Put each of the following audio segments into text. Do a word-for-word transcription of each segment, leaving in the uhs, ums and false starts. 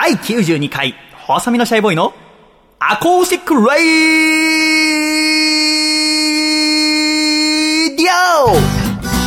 だいきゅうじゅうにかい細身のシャイボーイのアコースティックラディオ。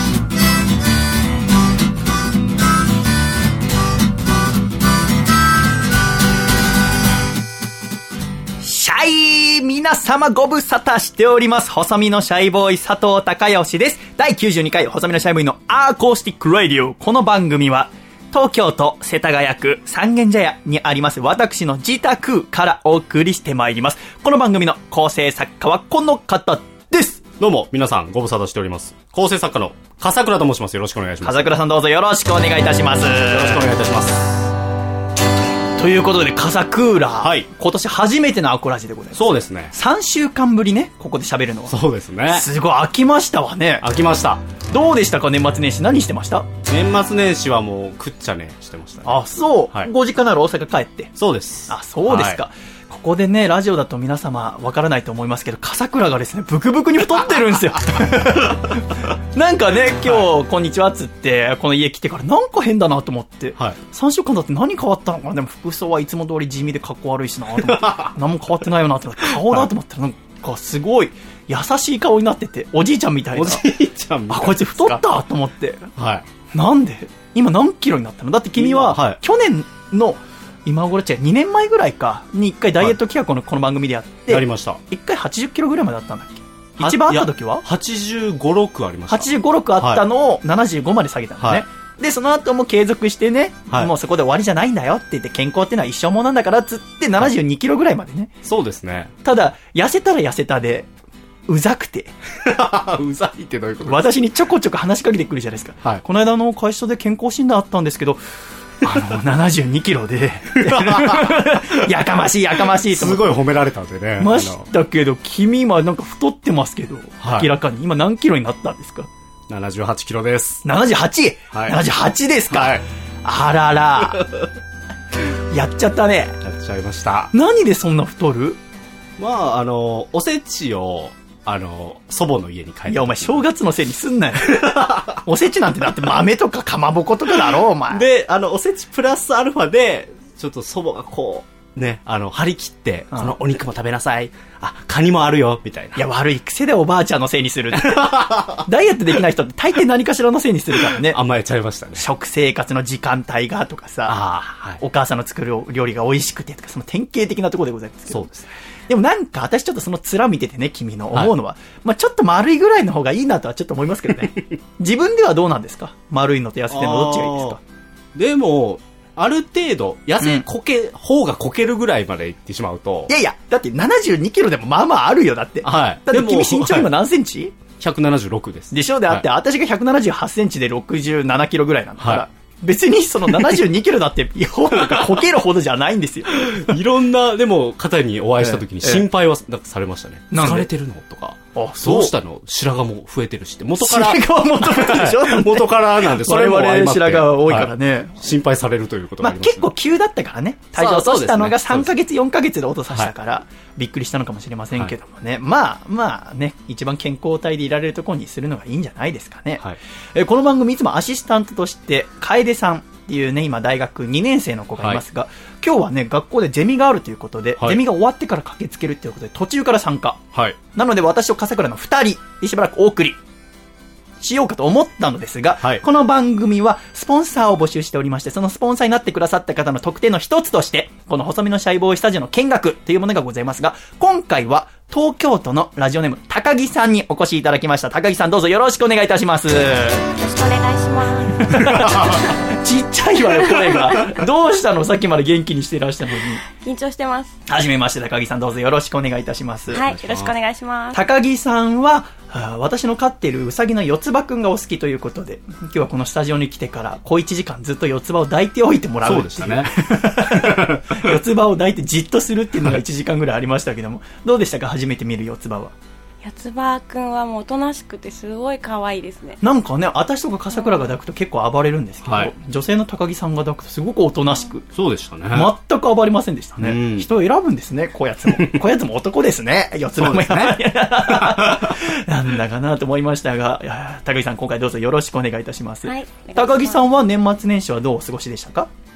シャイ皆様ご無沙汰しております。細身のシャイボーイ佐藤孝義です。だいきゅうじゅうにかい細身のシャイボーイのアコースティックラディオ。この番組は東京都世田谷区三軒茶屋にあります私の自宅からお送りしてまいります。この番組の構成作家はこの方です。 どうも皆さんご無沙汰しております。構成作家の笠倉と申します。よろしくお願いします。 笠倉さんどうぞよろしくお願いいたします。よろしくお願いいたします。 ということで笠倉、 はい、 今年初めてのアコラジでございます。 そうですね。 さんしゅうかんぶりね、ここで喋るのは。 そうですね。 すごい飽きましたわね。 飽きました。 どうでしたか年末年始。何してました？ 年末年始はもう食っちゃねしてましたね。 あ、そう、はい、ご実家なら大阪帰って。 そうです。 あ、そうですか、はい、ここでねラジオだと皆様わからないと思いますけど、笠倉がですねブクブクに太ってるんですよなんかね今日、はい、こんにちはっつってこの家来てからなんか変だなと思って、はい、さんしゅうかんだって何変わったのかな。でも服装はいつも通り地味でかっこ悪いしなと思って何も変わってないよなと思って顔だと思ったらなんかすごい優しい顔になってて、おじいちゃんみたいな。 おじいちゃんみたいな。 あ、こいつ太ったと思って、 はい、 なんで今何キロになったの。だって君は、はい、去年の今頃違うにねんまえぐらいかにいっかいダイエット企画のこの番組でやって、 やりました。 いっかいはちじゅっキロぐらいまであったんだっけ。一番あった時ははちじゅうご、ろくありました。 はちじゅうご、ろくあったのをななじゅうごまで下げたんだね、はい、でその後も継続してね、はい、もうそこで終わりじゃないんだよって言って、健康ってのは一生ものなんだからっつってななじゅうにキロぐらいまでね、はい、 そうですね。 ただ痩せたら痩せたでうざくてうざいってどういうことですか。 私にちょこちょこ話しかけてくるじゃないですか、はい、この間の会社で健康診断あったんですけどあのななじゅうにキロでやかましいやかましいとすごい褒められたんでねましたけど、君今なんか太ってますけど、はい、明らかに今何キロになったんですか。 ななじゅうはちキロです。 ななじゅうはち、はい、ななじゅうはちですか、はい、あららやっちゃったね。 やっちゃいました。 何でそんな太る。 まああのおせちをあの祖母の家に帰って。 いやお前正月のせいにすんなよおせちなんてだって豆とかかまぼことかだろお前で、あのおせちプラスアルファでちょっと祖母がこうね、あの張り切って、うん、このお肉も食べなさい、あカニもあるよみたいな。 いや悪い癖でおばあちゃんのせいにするダイエットできない人って大抵何かしらのせいにするからね。 甘えちゃいましたね。 食生活の時間帯がとかさ、あ、はい、お母さんの作る料理が美味しくてとか、その典型的なところでございますけど。 そうですね。 でもなんか私ちょっとその面見ててね、君の思うのは、はい、まあちょっと丸いぐらいの方がいいなとはちょっと思いますけどね自分ではどうなんですか。丸いのと痩せてるのどっちがいいですか。 でもある程度痩せこけ、うん、方がこけるぐらいまでいってしまうと、 いやいやだってななじゅうにキロでもまあまああるよ。だって、はい、だって君身長今何センチ、はい、 ひゃくななじゅうろくですでしょ。であって、はい、私がひゃくななじゅうはちセンチでろくじゅうななキロぐらいなんだから、はい、別にそのななじゅうにキロだってこけるほどじゃないんですよいろんなでも方にお会いした時に心配はされましたね、ええ、疲れてるのとか、あ、そうどうしたの、白髪も増えてるしって。元から白髪は元からでしょ元からなんで、それも我々白髪は多いからね、はい、 心配されるということがあります、ね。 まあ、結構急だったからね、体重落としたのがさんかげつよんかげつで落とさせたから、はい、びっくりしたのかもしれませんけどもね、はい、まあまあね、一番健康体でいられるところにするのがいいんじゃないですかね、はい、えこの番組いつもアシスタントとして楓さんっていうね、今大学にねん生の子がいますが、はい、今日はね学校でゼミがあるということで、はい、ゼミが終わってから駆けつけるということで途中から参加、はい、なので私と笠倉のふたりでしばらくお送りしようかと思ったのですが、はい、この番組はスポンサーを募集しておりまして、そのスポンサーになってくださった方の特典の一つとしてこの細身のシャイボーイスタジオの見学というものがございますが、今回は東京都のラジオネーム高木さんにお越しいただきました。高木さんどうぞよろしくお願いいたします。よろしくお願いしますちっちゃいわよ声がどうしたの、さっきまで元気にしていらしたのに。 緊張してます。 はじめまして高木さん、どうぞよろしくお願いいたします。 はい、よろしくお願いします。 高木さんは私の飼っているウサギの四つ葉くんがお好きということで、今日はこのスタジオに来てから小いちじかんずっと四つ葉を抱いておいてもらうっていう。そうでしたね四つ葉を抱いてじっとするっていうのがいちじかんぐらいありましたけども、どうでしたか、初めて見る四つ葉は。 四つ葉くんはもうおとなしくてすごい可愛いですね。 なんかね、私とか笠倉が抱くと結構暴れるんですけど、はい、女性の高木さんが抱くとすごくおとなしく、 そうでしたね、 全く暴れませんでしたね、うん、人を選ぶんですね、こやつもこやつも男ですね、四つ葉もやねなんだかなと思いましたが、いや高木さん今回どうぞよろしくお願いいたします、はい、高木さんは年末年始はどうお過ごしでしたか。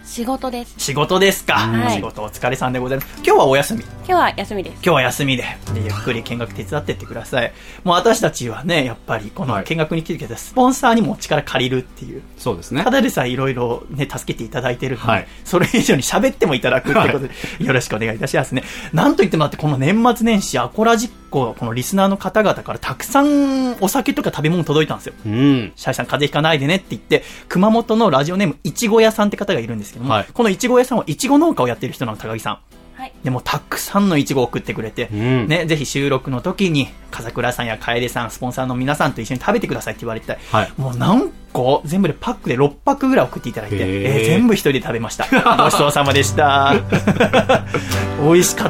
仕事です。 仕事ですか、はい、仕事お疲れさんでございます。今日はお休み。 今日は休みです。 今日は休み で, でゆっくり見学手伝ってってください。もう私たちはね、やっぱりこの見学に来てくれたスポンサーにも力借りるっていう、 そうですね、 ただでさえいろいろね助けていただいてるので、はい、それ以上に喋ってもいただくってことで、はい、よろしくお願いいたしますね。なんといってもだってこの年末年始アコラジッコ、このリスナーの方々からたくさんお酒とか食べ物届いたんですよ。うん、シャイさん風邪ひかないでねって言って、熊本のラジオネームいちご屋さんって方がいるんですけども、はい、このいちご屋さんはいちご農家をやってる人なの、高木さん。はい、でもたくさんのいちごを送ってくれて、うん、ね、ぜひ収録の時に笠倉さんや楓さん、スポンサーの皆さんと一緒に食べてくださいって言われて、はい、もう何個全部でパックでろっパックぐらい送っていただいて、えー、全部一人で食べました。ごちそうさまでした美味しかった。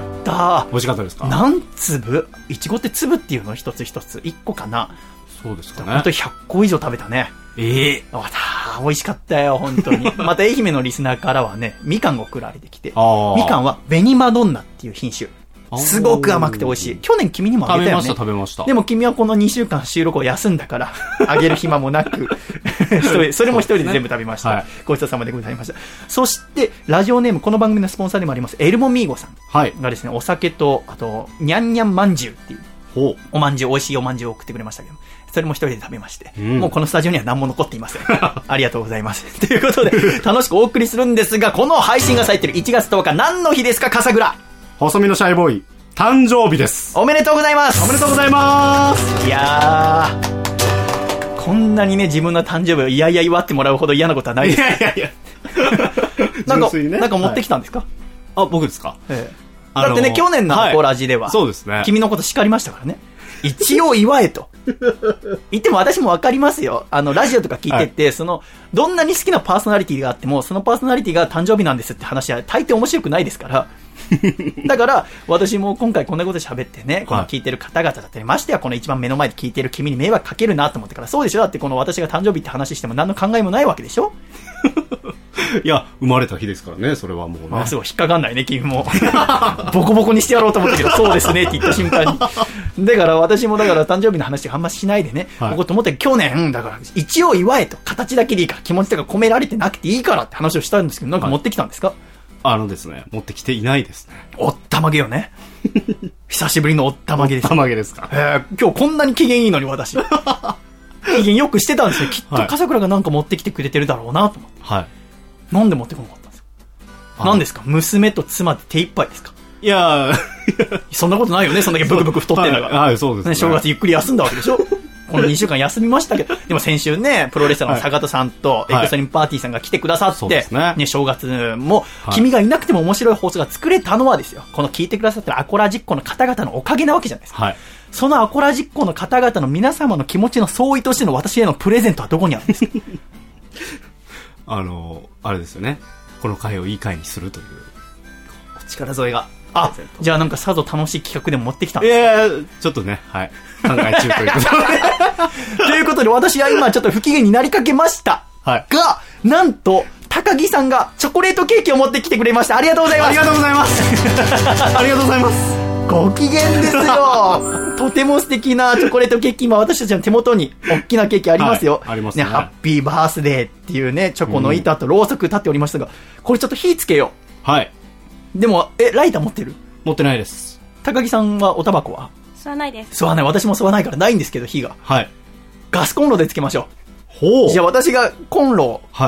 美味しかったですか？ 何粒？いちごって粒っていうの一つ一ついっこかな。 そうですかね。 本当にひゃっこ以上食べたね。ええー、美味しかったよ本当に。また愛媛のリスナーからはね、みかんが送られてきて、みかんは紅マドンナっていう品種、すごく甘くて美味しい。去年君にもあげたよね。 食べました食べました。 でも君はこのにしゅうかん収録を休んだからあげる暇もなくそれも一人で全部食べました、ね、はい、ごちそうさまでございました。そしてラジオネーム、この番組のスポンサーでもありますエルモミーゴさんがですね、はい、お酒とあとニャンニャンまんじゅうっていうおまんじゅう、美味しいおまんじゅうを送ってくれましたけど、それも一人で食べまして、うん、もうこのスタジオには何も残っていませんありがとうございますということで楽しくお送りするんですが、この配信がされているいちがつとおか何の日ですか、笠倉？ 細身のシャイボーイ誕生日です。 おめでとうございます。 おめでとうございます。 いやー、こんなにね自分の誕生日をいやいや祝ってもらうほど嫌なことはないです。いやいやいやなんか、ね、なんか持ってきたんですか？はい、 あ、僕ですか？ええ、 だってね、去年のアコラジでは、はい、 そうですね、 君のこと叱りましたからね。一応祝えと言っても私も分かりますよ。あのラジオとか聞いてて、はい、そのどんなに好きなパーソナリティがあっても、そのパーソナリティが誕生日なんですって話は大抵面白くないですからだから私も今回こんなこと喋ってね、この聞いてる方々だったり、ましてやこの一番目の前で聞いてる君に迷惑かけるなと思ってから、そうでしょ、だってこの私が誕生日って話しても何の考えもないわけでしょいや、生まれた日ですからね、それはもうね。 あ、すごい引っかかんないね、君もボコボコにしてやろうと思ったけどそうですねって言った瞬間にだから私もだから誕生日の話があんましないでね、はい、ここと思って去年だから一応祝えと、形だけでいいから、気持ちとか込められてなくていいからって話をしたんですけど、なんか持ってきたんですか？はい、 あのですね、持ってきていないですね。 おったまげよね久しぶりのおったまげです。 おったまげですか。 えー、今日こんなに機嫌いいのに私機嫌よくしてたんですよ。きっと笠倉がなんか持ってきてくれてるだろうなと思って、はい、なんで持ってこなかったんですか？何ですか？娘と妻で手一杯ですか？ いやそんなことないよね、そんだけブクブク太ってんだから、 はい、はい、そうですね。 正月ゆっくり休んだわけでしょこのにしゅうかん休みましたけど、でも先週ね、プロレスラーの坂田さんとエクストリームパーティーさんが来てくださって、はい、ね、正月も君がいなくても面白い放送が作れたのはですよ、この聞いてくださってるアコラジッコの方々のおかげなわけじゃないですか。はい、そのアコラジッコの方々の皆様の気持ちの相違としての私へのプレゼントはどこにあるんですか？ あの、あれですよね、この回をいい回にするというお力添えが。あ、じゃあなんかさぞ楽しい企画でも持ってきたんですか？ いやいや、ちょっとね、はい、考え中ということでということで私は今ちょっと不機嫌になりかけました、はい、が、なんと高木さんがチョコレートケーキを持ってきてくれました。ありがとうございます。 ありがとうございますありがとうございます。 ご機嫌ですよとても素敵なチョコレートケーキ、今私たちの手元に大きなケーキありますよ、 はい、ありますね。 ハッピーバースデーっていうね、チョコの板、あとろうそく立っておりましたが、これちょっと火つけよう。はい。 でも、え、ライター持ってる？ 持ってないです。 高木さんはおタバコは？ 吸わないです。 吸わない。私も吸わないからないんですけど、火が。 はい。 ガスコンロでつけましょう。 ほう。 じゃあ私がコンロ、はい、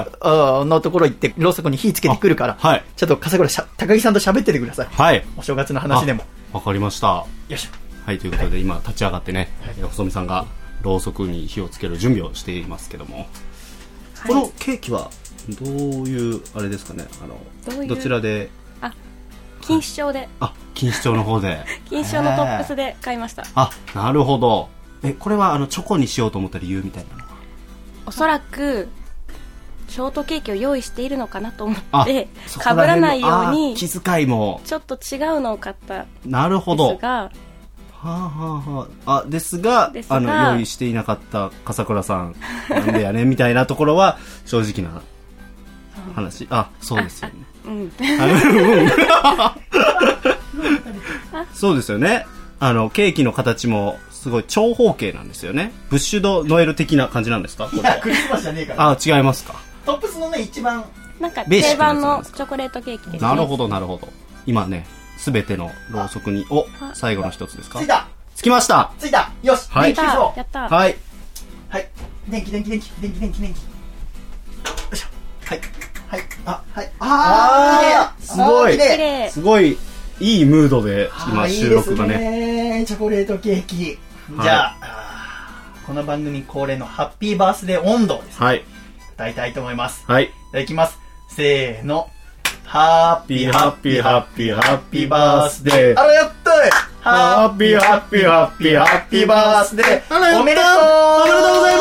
のところ行ってろうそくに火つけてくるから、はい、ちょっと笠倉しゃ高木さんと喋っててください。はい。お正月の話でも。 わかりました。 よいしょ。 はい、ということで、はい、今立ち上がってね、はい、細見さんがろうそくに火をつける準備をしていますけども、はい、このケーキはどういうあれですかね、あの ど, ういうどちらで？ あ、錦糸町で、はい、 あ、錦糸町の方で錦糸町のトップスで買いました。 あ、なるほど。え、これはあのチョコにしようと思った理由みたいなのは？ おそらくショートケーキを用意しているのかなと思って被らないように気遣いもちょっと違うのを買ったんですが、 なるほど。はあ、はあはあ、あですが、ですがあの用意していなかった笠倉さんなんでやねみたいなところは正直な話。あ、そうですよね。うん、そうですよね。あのケーキの形もすごい長方形なんですよね。ブッシュドノエル的な感じなんですか？これ。 いや、クリスマスじゃねえから。 あ、違いますか。 トップスのね、一番なんか定番のチョコレートケーキですね。 なるほどなるほど。今ね、すべてのろうそくに、お、最後の一つですか。 ついたつきました。 ついたよし、 はい、 電気消そう。 やった。 はい。 はい。電気電気電気電気電気電気。よいしょ。はい。はい。あ、はい。あー、 すごい。 綺麗。 すごい、いいムードで、今収録がね。 いいですね。チョコレートケーキ。じゃあ、この番組恒例のハッピーバースデー音頭ですね。 はい。 歌いたいと思います。 はい。 いただきます。せーの。ハッピーハッピーハッピーハッピーバースデー。あら、やったい。ハッピーハッピーハッピーハッピーバースデー。 あら、やったおめでとう。 おめでとうござい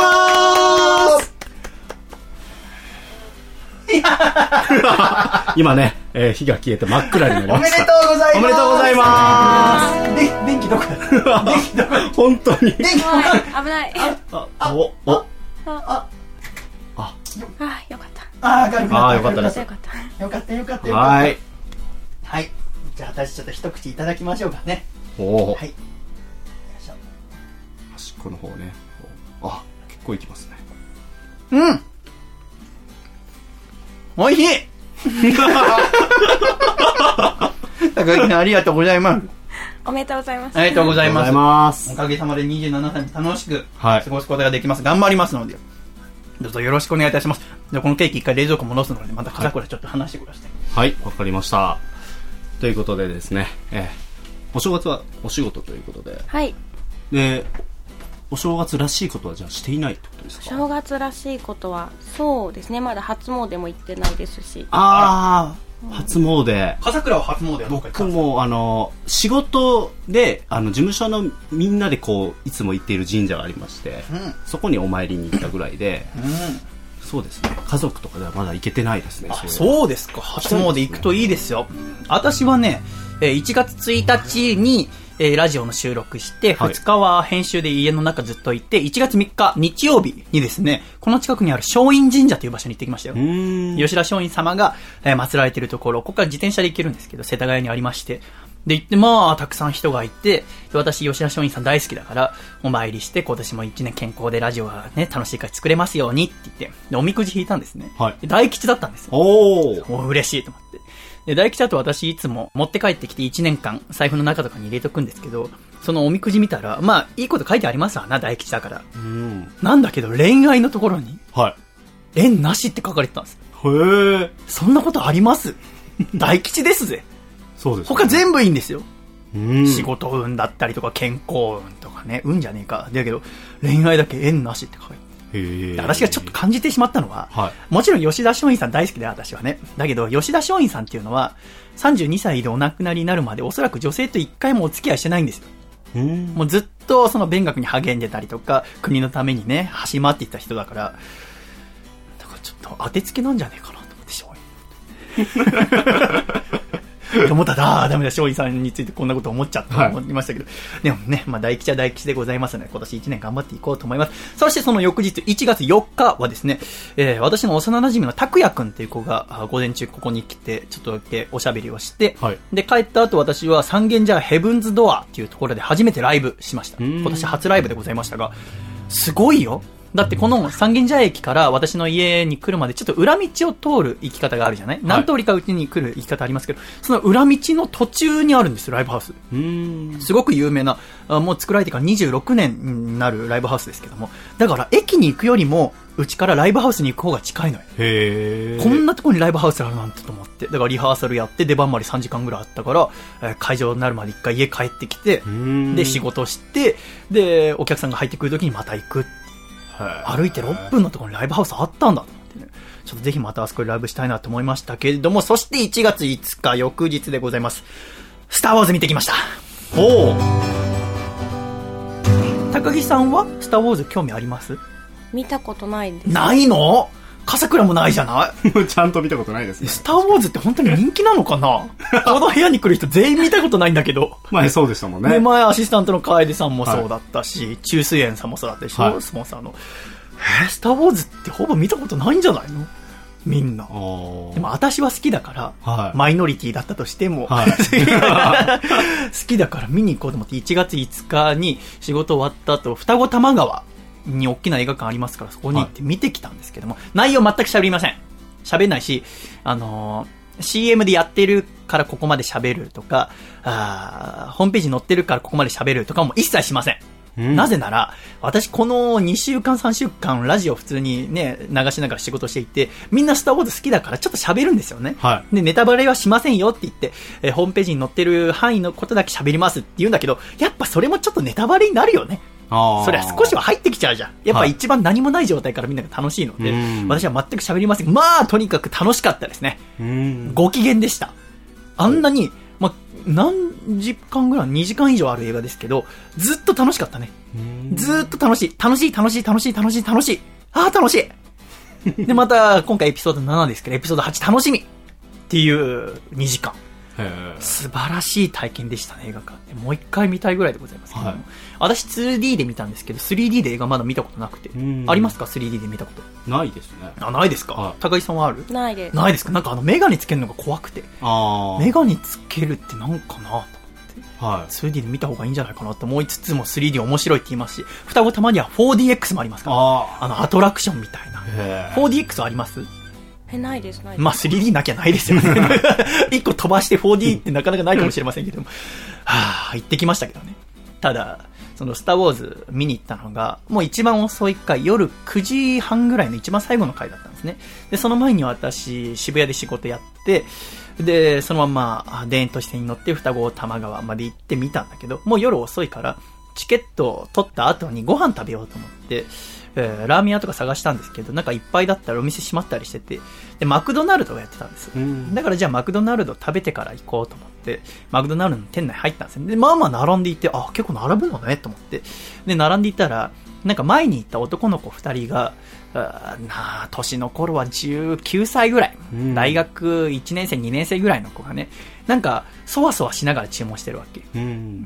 ます。今ね、えー、火が消えて真っ暗になりました。 おめでとうございます。 おめでとうございます。 で、電気どこだ電気どこだ本当に。 電気どこだ危ない。 あ、あ、お、お、 あ、 あ、 あ、あ、よかった。 あー、軽くなった。 あーよかったです。 よかった。 よかったよかったよかった。 はい。 はい。じゃあ私ちょっと一口いただきましょうかね。 おお。 はい。よいしょ。 端っこの方ね。あ、結構いきますね。 うん。おいしい。高木さんありがとうございます。 おめでとうございます。 ありがとうございます。 ますおかげさまでにじゅうななさいも楽しくはい過ごすことができます。頑張りますので、どうぞよろしくお願いいたします。でこのケーキ一回冷蔵庫戻すので、また笠倉ちょっと話してください。 はい、わかりました。ということでですね、えー、お正月はお仕事ということで、 はい。 で、お正月らしいことはじゃあしていないってことですか？ 正月らしいことは、そうですね、まだ初詣も行ってないですし。 ああ、初詣。 笠倉は初詣はどこか行ったんですか？ 僕もあの仕事であの事務所のみんなでこういつも行っている神社がありまして、 うん、 そこにお参りに行ったぐらいで、 うん、 そうですね、家族とかではまだ行けてないですね。 あ、そうですか。初詣行くといいですよ。私はね、いちがつついたちにえー、ラジオの収録して、ふつかは編集で家の中ずっといて、いちがつみっか日曜日にですね、この近くにある松陰神社という場所に行ってきましたよ。吉田松陰様が、えー、祀られているところ、ここから自転車で行けるんですけど、世田谷にありまして、で行って、まあ、たくさん人がいて、私、吉田松陰さん大好きだから、お参りして、今年も一年健康でラジオがね、楽しいから作れますようにって言って、でおみくじ引いたんですね。はい、大吉だったんですよ。 おー。 お嬉しいと思って。で大吉だと私いつも持って帰ってきていちねんかん財布の中とかに入れとくんですけど、そのおみくじ見たら、まあいいこと書いてありますわな、大吉だから。うん。なんだけど恋愛のところに、はい。縁なしって書かれてたんです。へー。そんなことあります？大吉ですぜ。そうです、ね。他全部いいんですよ。うん。仕事運だったりとか健康運とかね、運じゃねえか。だけど恋愛だけ縁なしって書いてある。私がちょっと感じてしまったのは、はい、もちろん吉田松陰さん大好きで私はね。だけど吉田松陰さんっていうのはさんじゅうにさいでお亡くなりになるまでおそらく女性と一回もお付き合いしてないんですよ。うんもうずっとその勉学に励んでたりとか国のためにね走り回っていった人だから、だからちょっと当てつけなんじゃねえかなと思ってしまう。と思ったら、ああ、ダメだ、松陰さんについてこんなこと思っちゃったと思いましたけど、はい、でもね、まあ大吉は大吉でございますので、今年いちねん頑張っていこうと思います。そしてその翌日、いちがつよっかはですね、えー、私の幼馴染の拓也くんっていう子が、午前中ここに来て、ちょっとだけおしゃべりをして、はい、で、帰った後私は三軒茶屋ヘブンズドアっていうところで初めてライブしました。今年初ライブでございましたが、すごいよ。だってこの三軒茶屋駅から私の家に来るまでちょっと裏道を通る行き方があるじゃない、はい、何通りかうちに来る行き方ありますけど、その裏道の途中にあるんですよ、ライブハウス。うーんすごく有名な、もう作られてからにじゅうろくねんになるライブハウスですけども、だから駅に行くよりもうちからライブハウスに行く方が近いのよ。へー。こんなところにライブハウスあるなんてと思って、だからリハーサルやって出番までさんじかんぐらいあったから、えー、会場になるまで一回家帰ってきて、で仕事して、でお客さんが入ってくる時にまた行く。歩いてろっぷんのところにライブハウスあったんだと思ってね、ちょっとぜひまたあそこでライブしたいなと思いましたけれども、そしていちがついつか翌日でございます。スターウォーズ見てきました。おお。高木さんはスターウォーズ興味あります？ 見たことないです。 ないの？笠倉もないじゃない？ ちゃんと見たことないですね。 スターウォーズって本当に人気なのかな？この部屋に来る人全員見たことないんだけど。 前そうでしたもんね。 で前アシスタントの楓さんもそうだったし、はい、中水園さんもそうだったでしょ、はい、スモンさんの。えー、スターウォーズってほぼ見たことないんじゃないの？みんな。でも私は好きだから、はい、マイノリティだったとしても、はい、好きだから見に行こうと思っていちがついつかに仕事終わった後、双子玉川に大きな映画館ありますから、そこに行って見てきたんですけども、はい、内容全く喋りません。 喋んないし、あのー、シーエム でやってるからここまで喋るとか、あホームページに載ってるからここまで喋るとかも一切しません。うん、なぜなら、私このにしゅうかんさんしゅうかんラジオ普通にね、流しながら仕事していて、みんなスターウォーズ好きだからちょっと喋るんですよね。はい。で、ネタバレはしませんよって言って、えー、ホームページに載ってる範囲のことだけ喋りますって言うんだけど、やっぱそれもちょっとネタバレになるよね。あそりゃ少しは入ってきちゃうじゃん。やっぱ一番何もない状態からみんなが楽しいので、はい、私は全く喋りません。まあ、とにかく楽しかったですね。うんご機嫌でした。あんなに、まあ、何時間ぐらい、にじかん以上ある映画ですけど、ずっと楽しかったね。ずっと楽しい。楽しい、楽しい、楽しい、楽しい、楽しい。ああ、楽しい。で、また、今回エピソードななですけど、エピソードはち楽しみっていうにじかん。素晴らしい体験でしたね、映画館で。もう一回見たいぐらいでございますけど、はい、私 ツーディー で見たんですけど スリーディー で映画まだ見たことなくて、ありますか スリーディー で見たこと？ ないですね。 あ、ないですか、はい、高井さんはある？ ないです。 ないですか？なんかあのメガネつけるのが怖くて、あメガネつけるってなんかなと思って、はい、ツーディー で見た方がいいんじゃないかなと思いつつも スリーディー 面白いって言いますし、双子たまには フォーディーエックス もありますから、ああのアトラクションみたいな フォーディーエックス はあります？ え、ないです、ないです。 まあ スリーディー なきゃないですよね。一個飛ばして フォーディー ってなかなかないかもしれませんけども。はぁ、行ってきましたけどね。ただ、そのスターウォーズ見に行ったのが、もう一番遅い回、夜くじはんぐらいの一番最後の回だったんですね。で、その前に私、渋谷で仕事やって、で、そのまま、田園都市線に乗って双子玉川まで行って見たんだけど、もう夜遅いから、チケットを取った後にご飯食べようと思って、えー、ラーメン屋とか探したんですけど、なんかいっぱいだったらお店閉まったりしてて、で、マクドナルドをやってたんです。だからじゃあマクドナルド食べてから行こうと思って、マクドナルドの店内入ったんですよ。で、まあまあ並んでいて、あ、結構並ぶのねと思って。で、並んでいたら、なんか前に行った男の子ふたりが、あなあ、年の頃はじゅうきゅうさいぐらい、大学いちねん生、にねん生ぐらいの子がね、なんか、そわそわしながら注文してるわけ。うん、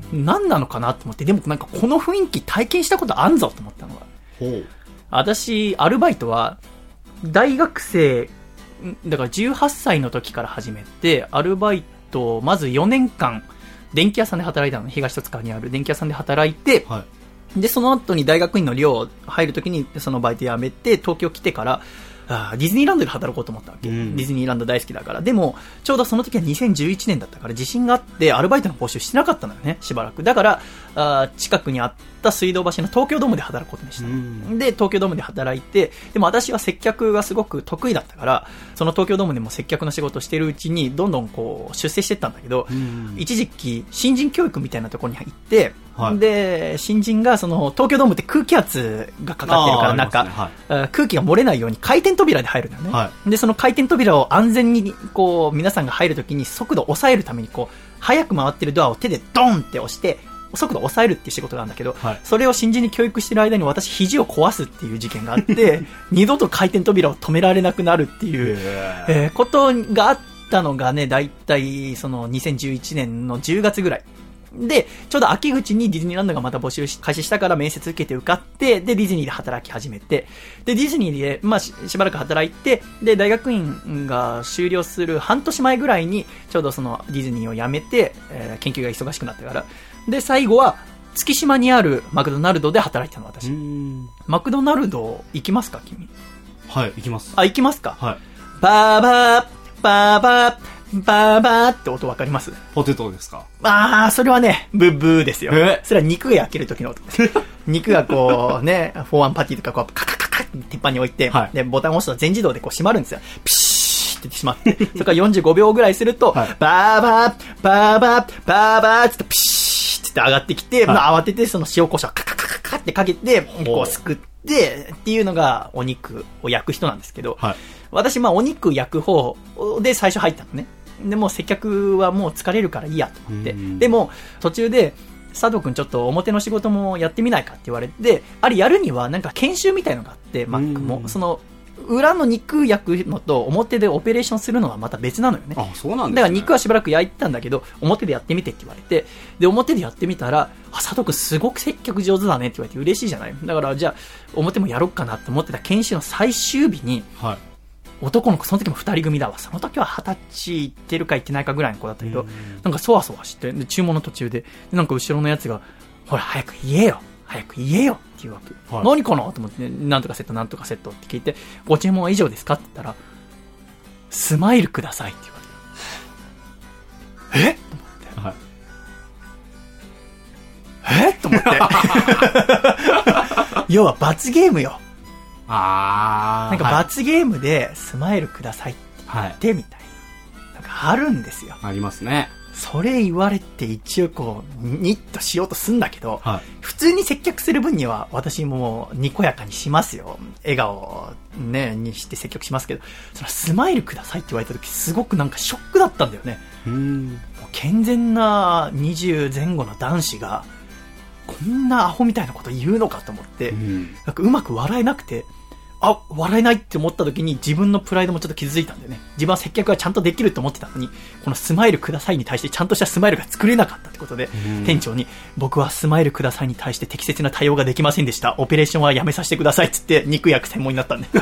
何なのかなと思って、でもなんかこの雰囲気体験したことあんぞと思ったのが。ほう私、アルバイトは、大学生、だからじゅうはっさいの時から始めて、アルバイト、まずよねんかん、電気屋さんで働いたの、東戸塚にある電気屋さんで働いて、はい、で、その後に大学院の寮入る時に、そのバイト辞めて、東京来てから、あディズニーランドで働こうと思ったわけ、うん、ディズニーランド大好きだから。でもちょうどその時はにせんじゅういちねんだったから地震があってアルバイトの募集してなかったのよね、しばらく。だからあ近くにあった水道橋の東京ドームで働くことにした、うん、で東京ドームで働いて、でも私は接客がすごく得意だったから、その東京ドームでも接客の仕事をしているうちにどんどんこう出世していったんだけど、うん、一時期新人教育みたいなところに行って、はい、で新人がその東京ドームって空気圧がかかってるから、なんか、ねはい、空気が漏れないように回転扉で入るんだよね、はい、でその回転扉を安全にこう皆さんが入るときに速度を抑えるためにこう早く回ってるドアを手でドンって押して速度を抑えるっていう仕事があるんだけど、はい、それを新人に教育してる間に私肘を壊すっていう事件があって二度と回転扉を止められなくなるっていう、えー、ことがあったのがね、だいたいそのにせんじゅういちねんのじゅうがつぐらいで、ちょうど秋口にディズニーランドがまた募集開始したから面接受けて受かって、で、ディズニーで働き始めて、で、ディズニーで、まあし、しばらく働いて、で、大学院が終了する半年前ぐらいに、ちょうどそのディズニーを辞めて、えー、研究が忙しくなったから、で、最後は、月島にあるマクドナルドで働いてたの、私。マクドナルド行きますか、君？ はい、行きます。 あ、行きますか？ はい。 バーバー、バーバー、バーバーって音わかります？ ポテトですか？ あー、それはね、ブーブーですよ。それは肉が焼ける時の音です。肉がこうね、フォーワンパティとかこうカカカカって鉄板に置いて、はい、で、ボタンを押すと全自動でこう閉まるんですよ。ピシーって閉まって。それからよんじゅうごびょうぐらいすると、はい、バーバー、バーバー、バーバーってピシーって上がってきて、はい、まあ、慌ててその塩コショウカカカカカってかけて、こうすくってっていうのがお肉を焼く人なんですけど、はい、私まあお肉焼く方で最初入ったのね。でも接客はもう疲れるからいいやと思って、でも途中で佐藤くんちょっと表の仕事もやってみないかって言われて、あれやるにはなんか研修みたいのがあって、マックもその裏の肉焼くのと表でオペレーションするのはまた別なのよね。 あ、そうなんですね。 だから肉はしばらく焼いてたんだけど、表でやってみてって言われて、で表でやってみたら、あ、佐藤くんすごく接客上手だねって言われて嬉しいじゃない。だからじゃあ表もやろうかなって思ってた研修の最終日に、はい、男の子、その時も二人組だわ。その時は二十歳いってるかいってないかぐらいの子だったけど、なんかそわそわして、で注文の途中で、でなんか後ろのやつが、ほら早く言えよ早く言えよっていうわけ。はい、何かなと思って、なんとかセットなんとかセットって聞いて、ご注文は以上ですかって言ったら、 スマイルくださいって言われた。えと思って。はい、えと思って。要は罰ゲームよ。 あなんか罰ゲームでスマイルくださいって言ってみたいな。なんかあるんですよ。 ありますね。 それ言われて一応こう、ニッとしようとすんだけど、 はい、 普通に接客する分には私もにこやかにしますよ。笑顔ね、にして接客しますけど、そのスマイルくださいって言われた時すごくなんかショックだったんだよね。 うーん、 もう健全なにじゅうぜん後の男子が、こんなアホみたいなこと言うのかと思って、 うん、 なんかうまく笑えなくて、あ、笑えないって思った時に自分のプライドもちょっと傷ついたんだよね。自分は接客はちゃんとできると思ってたのに、このスマイルくださいに対してちゃんとしたスマイルが作れなかったってことで、うん、店長に僕はスマイルくださいに対して適切な対応ができませんでした。オペレーションはやめさせてくださいっつって肉焼く専門になったんで。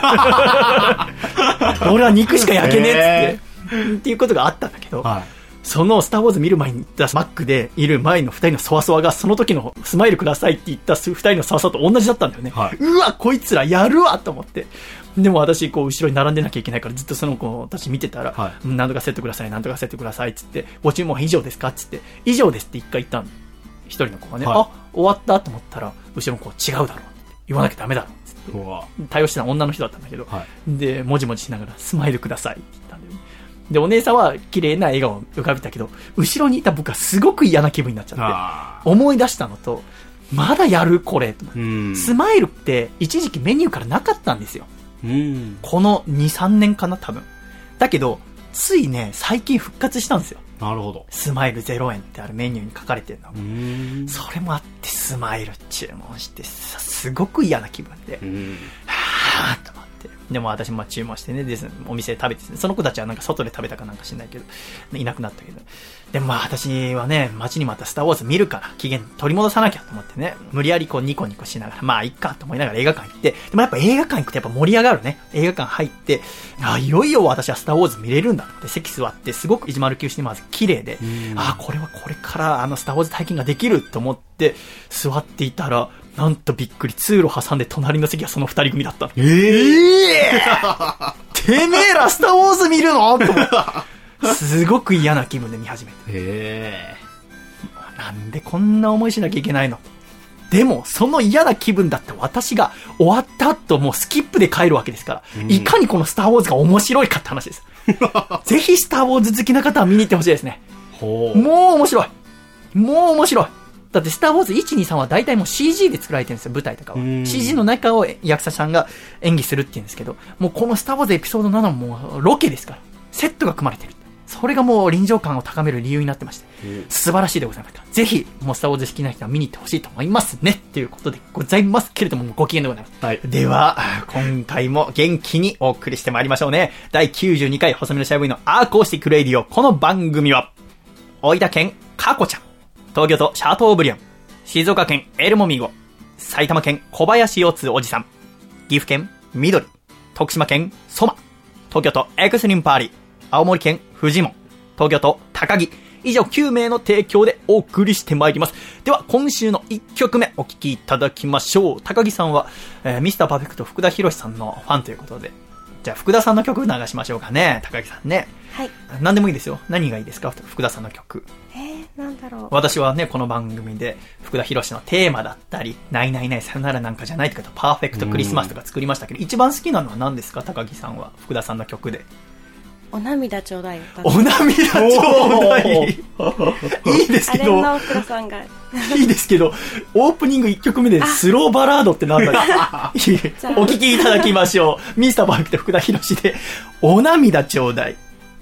俺は肉しか焼けねえっつって、っていうことがあったんだけど、はい、そのスターウォーズ見る前に言ったマックでいる前の二人のそわそわがその時のスマイルくださいって言った二人のそわそわと同じだったんだよね、はい、うわこいつらやるわと思って、でも私こう後ろに並んでなきゃいけないからずっとその子たち見てたら、はい、何とかセットください何とかセットくださいっつって、ご注文は以上ですかっつって、以上ですって一回言ったん一人の子がね、はい、あ終わったと思ったら後ろの子違うだろうって言わなきゃダメだろうっつって対応してた女の人だったんだけど、はい、でもじもじしながらスマイルくださいって言ったんだよね。でお姉さんは綺麗な笑顔を浮かべたけど、後ろにいた僕はすごく嫌な気分になっちゃって思い出したのと、まだやるこれと、スマイルって一時期メニューからなかったんですよ。 うんこの にさんねんかな多分。だけどついね最近復活したんですよ。 なるほど。 スマイルゼロえんってあるメニューに書かれてるの。 うーんそれもあってスマイル注文してさ、すごく嫌な気分で、 うんはぁーと思って、でも私も注文してね、でお店で食べて、その子たちはなんか外で食べたかなんか知んないけどいなくなったけど、でもまあ私はね待ちに待ったスターウォーズ見るから期限取り戻さなきゃと思ってね、無理やりこうニコニコしながらまあいっかと思いながら映画館行って、でもやっぱ映画館行くとやっぱ盛り上がるね。映画館入って、あいよいよ私はスターウォーズ見れるんだって席座って、すごくいちまるきゅうシネマズ綺麗で、あこれはこれからあのスターウォーズ体験ができると思って座っていたら、なんとびっくり、通路挟んで隣の席はその二人組だったの。 えー、 てめえらスターウォーズ見るのと思ってすごく嫌な気分で見始めて、 えー、なんでこんな思いしなきゃいけないの。でもその嫌な気分だって私が終わった後もうスキップで帰るわけですから、うん、いかにこのスターウォーズが面白いかって話ですぜひスターウォーズ好きな方は見に行ってほしいですね。 ほう、 もう面白い、もう面白い。だってスターウォーズいち、に、さんは大体もう シージー で作られてるんですよ、舞台とかは。シージー の中を役者さんが演技するっていうんですけど、もうこのスターウォーズエピソードななももうロケですから、セットが組まれてる。それがもう臨場感を高める理由になってまして、素晴らしいでございますから、ぜひもうスターウォーズ好きな人は見に行ってほしいと思いますねっていうことでございますけれども、ご機嫌でございます、はい、では今回も元気にお送りしてまいりましょうね。だいきゅうじゅうにかい細身のシャイボーイのアーコースティックレイディオ。この番組は大分県かこちゃん、東京都シャトーブリアン、静岡県エルモミーゴ、埼玉県小林四つおじさん、岐阜県緑、徳島県ソマ、東京都エクスリンパーリー、青森県フジモン、東京都高木、以上きゅうめいの提供でお送りしてまいります。では今週のいっきょくめお聴きいただきましょう。高木さんは、えー、ミスターパーフェクト福田博さんのファンということで、じゃあ福田さんの曲流しましょうかね。高木さんね、 はい、 何でもいいですよ。何がいいですか、福田さんの曲。 えー、なんだろう。 私はねこの番組で福田博のテーマだったり、ないないないさよならなんかじゃないとか、パーフェクトクリスマスとか作りましたけど、一番好きなのは何ですか、高木さんは福田さんの曲で。 お涙ちょうだい。 お涙ちょうだいいいですけど、 あれの福田さんがいいですけど、オープニングいっきょくめでスローバラードってなんだろうお聞きいただきましょう。ミスターパーフェクト福田博でお涙ちょうだい。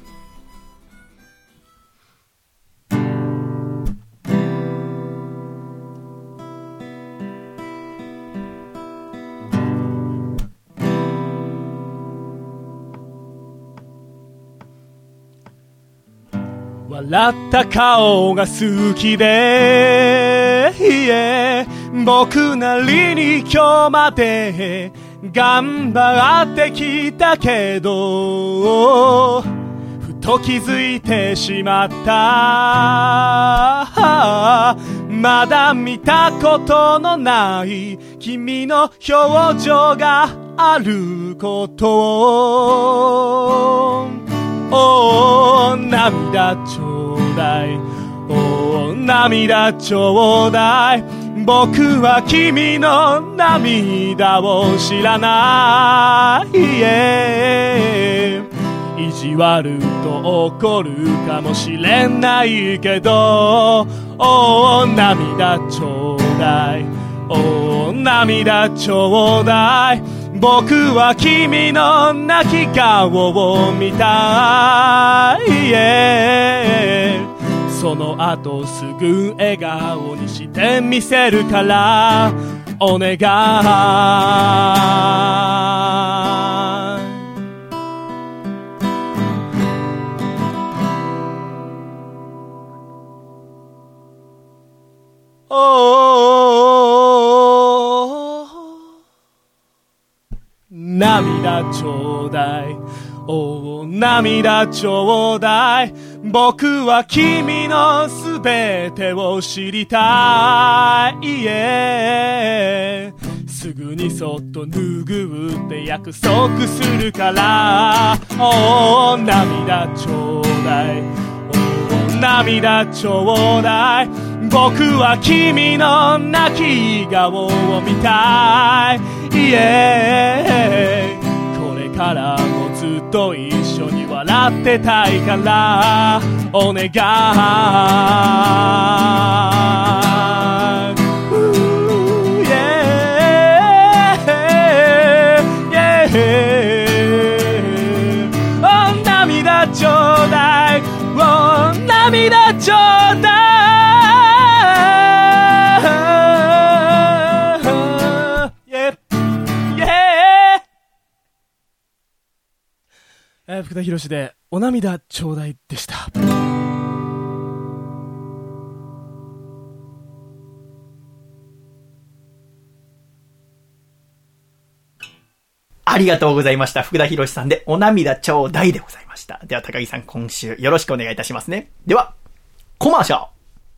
笑った顔が好きで、yeah、僕なりに今日まで頑張ってきたけど、ふと気づいてしまった。まだ見たことのない君の表情があることを、 おー涙ちょうだいおー涙ちょうだい僕は君の涙を知らない、yeah、意地悪と怒るかもしれないけどおー涙ちょうだいおー涙ちょうだい僕は君の泣き顔を見たい、yeah、その後すぐ笑顔にしてみせるからお願い涙ちょうだいおー涙ちょうだい僕は君のすべてを知りたい、yeah、すぐにそっと拭うって約束するからおー涙ちょうだいおー涙ちょうだい僕は君の泣き顔を見たい、yeah、これからもずっと一緒に笑ってたいからお願い、yeah、yeah、お涙ちょうだいお涙ちょうだい福田博でお涙ちょうだいでした。 ありがとうございました。福田博さんでお涙ちょうだいでございました。では高木さん今週よろしくお願いいたしますね。ではコマーシャル。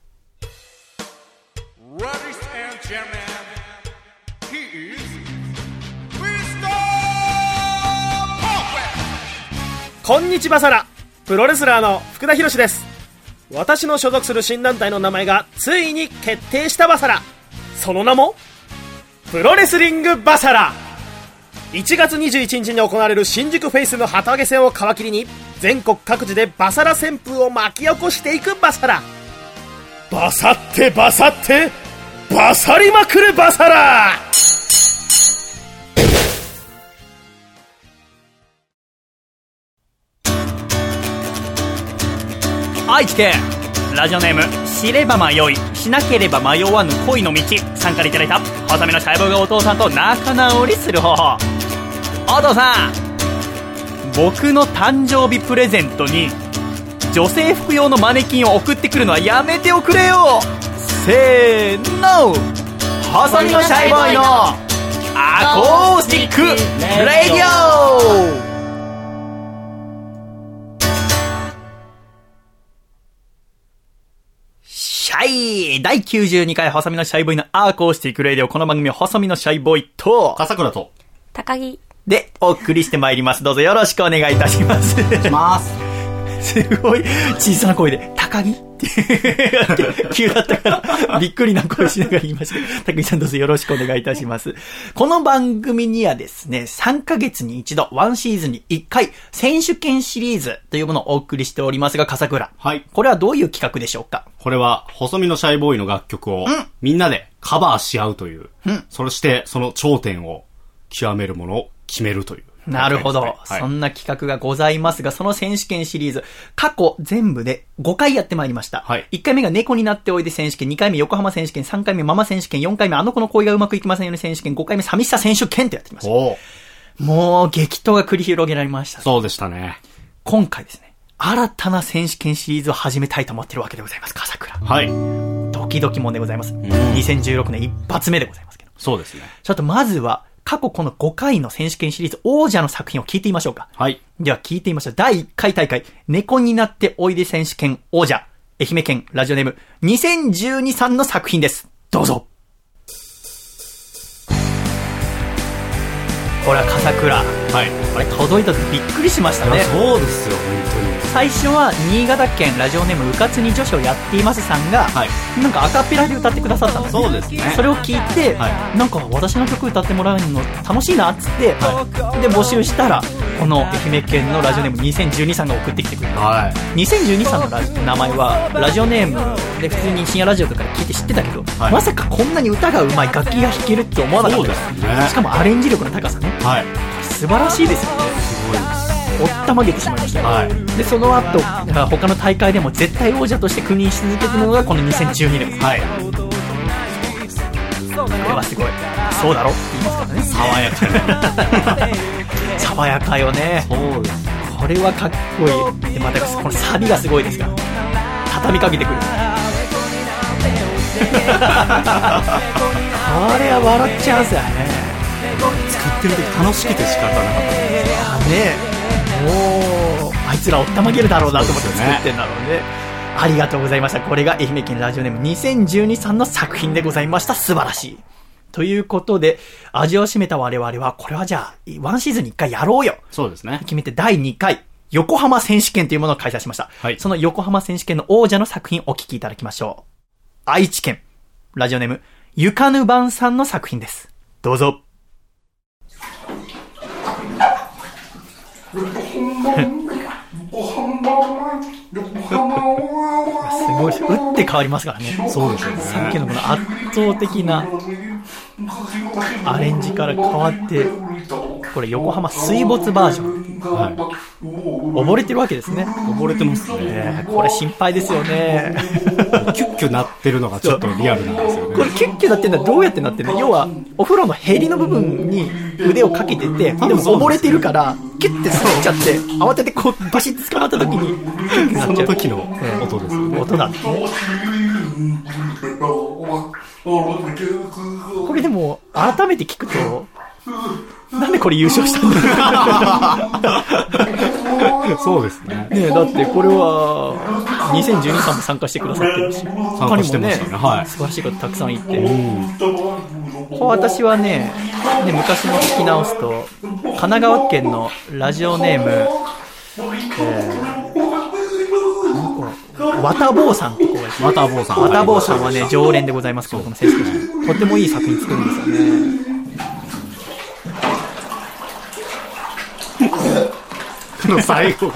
こんにちはサラ、プロレスラーの福田博です。私の所属する新団体の名前がついに決定したバサラ、その名もプロレスリングバサラ。いちがつにじゅういちにちに行われる新宿フェイスの旗揚げ戦を皮切りに全国各地でバサラ旋風を巻き起こしていくバサラ。バサってバサってバサりまくるバサラ。 愛知県ラジオネーム知れば迷いしなければ迷わぬ恋の道さんからいただいた細身のシャイボーがお父さんと仲直りする方法。お父さん、僕の誕生日プレゼントに女性服用のマネキンを送ってくるのはやめておくれよ。せーの、細身のシャイボーイのアコースティックレディオ。はい。だいきゅうじゅうにかい細身のシャイボーイのアーコースティックレディオ。この番組は細身のシャイボーイと笠倉と高木でお送りしてまいります。どうぞよろしくお願いいたします。お願いします。すごい小さな声で高木って急だったからびっくりな声しながら言いましたけど、高木さんどうぞよろしくお願いいたします。この番組にはですね、さんかげつに一度ワンシーズンにいっかい選手権シリーズというものをお送りしておりますが、笠倉、はい、これはどういう企画でしょうか？ これは細身のシャイボーイの楽曲をみんなでカバーし合うという、うん、そしてその頂点を極めるものを決めるという。 なるほど、はい。そんな企画がございますが、その選手権シリーズ、過去全部でごかいやってまいりました。はい、いっかいめが猫になっておいで選手権、にかいめ横浜選手権、さんかいめママ選手権、よんかいめあの子の恋がうまくいきませんよね選手権、ごかいめ寂しさ選手権とやってきました。おもう激闘が繰り広げられました。 そうでしたね。 今回ですね、新たな選手権シリーズを始めたいと思っているわけでございます。笠倉。はい。ドキドキもんでございます。うん、にせんじゅうろくねん一発目でございますけど。 そうですね。 ちょっとまずは、過去このごかいの選手権シリーズ王者の作品を聞いてみましょうか。はい。では聞いてみましょう。だいいっかい大会、猫になっておいで選手権王者、愛媛県ラジオネームにせんじゅうにさんの作品です。どうぞ。ほら、笠倉。 はい、あれ届いた時びっくりしましたね。 そうですよ本当に。 最初は新潟県ラジオネームうかつに女子をやっていますさんが、はい、なんかアカペラで歌ってくださったんです。 そうですね。 それを聞いて、はい、なんか私の曲歌ってもらうの楽しいなっつって、はい、で募集したらこの愛媛県のラジオネームにせんじゅうにさんが送ってきてくれた、はい、にせんじゅうにさんのラ名前はラジオネームで普通に深夜ラジオとかで聞いて知ってたけど、はい、まさかこんなに歌がうまい楽器が弾けるって思わなかったです、ね、しかもアレンジ力の高さね、はい、素晴らしいですよね。すごいです。おったまげてしまいました、はい、でその後他の大会でも絶対王者として君臨し続けているのがこのにせんじゅうにねんです、はい、これはすごい。そうだろって言いますからね。 爽やか爽やかよね。 そうです。 これはかっこいい。でまたこのサビがすごいですから畳みかけてくるこれは笑っちゃうんすよね。 作ってる時楽しくて仕方なかったですね。もうあいつらおったまげるだろうなと思って作ってんだろうね。ありがとうございました。これが愛媛県ラジオネームにせんじゅうにさんの作品でございました。素晴らしい。ということで味を占めた我々はこれはじゃあワンシーズンにいっかいやろうよ。 そうですね。 決めてだいにかい横浜選手権というものを開催しました、はい、その横浜選手権の王者の作品をお聞きいただきましょう。愛知県ラジオネームゆかぬばんさんの作品です。どうぞ。すごいです。打って変わりますからね。 そうですよね。 さっきのこの圧倒的なアレンジから変わってこれ横浜水没バージョン、はい、溺れてるわけですね。 溺れてますね。 これ心配ですよね。 キュッキュなってるのがちょっとリアルなんですよね。 これキュッキュなってるのはどうやってなってるの。要はお風呂のヘリの部分に腕をかけてて、でも溺れてるからキュッてされちゃって慌ててこうバシッて捕まった時にキュッキュなっちゃう。 その時の音ですよね。 音なんですね。これでも改めて聞くとなんでこれ優勝したんだろう。 そうですね。 ねえ、だってこれはにせんじゅうにさんも参加してくださってるし、 参加してましたね。はい。 素晴らしい方たくさんいて、うん、私はね、ね昔の聞き直すと神奈川県のラジオネーム、えー、わたぼうさんって子がいて、 わたぼうさん、 わたぼうさんはね常連でございますけど、この選手権とてもいい作品作るんですよね。 この最後が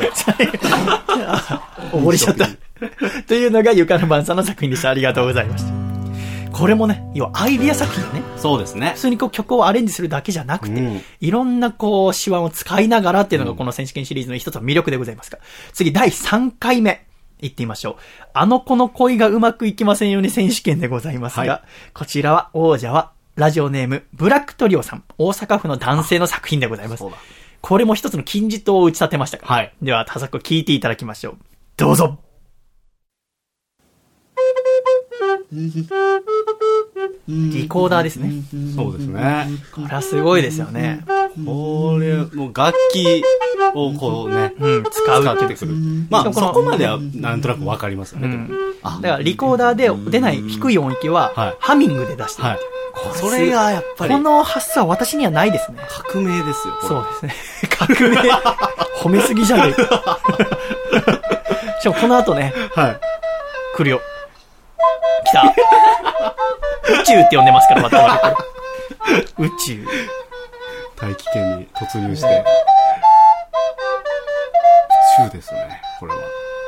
溺れちゃったというのがゆかのばんさんの作品でした。ありがとうございました。これもね、要はアイディア作品ね。 そうですね。 普通にこう曲をアレンジするだけじゃなくて、うん、いろんなこう手腕を使いながらっていうのがこの選手権シリーズの一つの魅力でございますから、次だいさんかいめ行ってみましょう。あの子の恋がうまくいきませんように選手権でございますが、はい、こちらは王者はラジオネームブラックトリオさん、大阪府の男性の作品でございます。これも一つの金字塔を打ち立てましたから、はい、では、田作を聞いていただきましょう。どうぞ。リコーダーですね。 そうですね。 これはすごいですよね。 これもう楽器をこうね、 うん、使う使ってくる。まあそこまではなんとなくわかりますよね。うん、 だからリコーダーで出ない低い音域は、はい、ハミングで出してる。はい、 それがやっぱりこの発想は私にはないですね。 革命ですよ。 そうですね。革命褒めすぎじゃねえか。しかもこの後ね、はい、来るよ。来た。宇宙って呼んでますから、また宇宙。 大気圏に突入して。宇宙ですね、これは。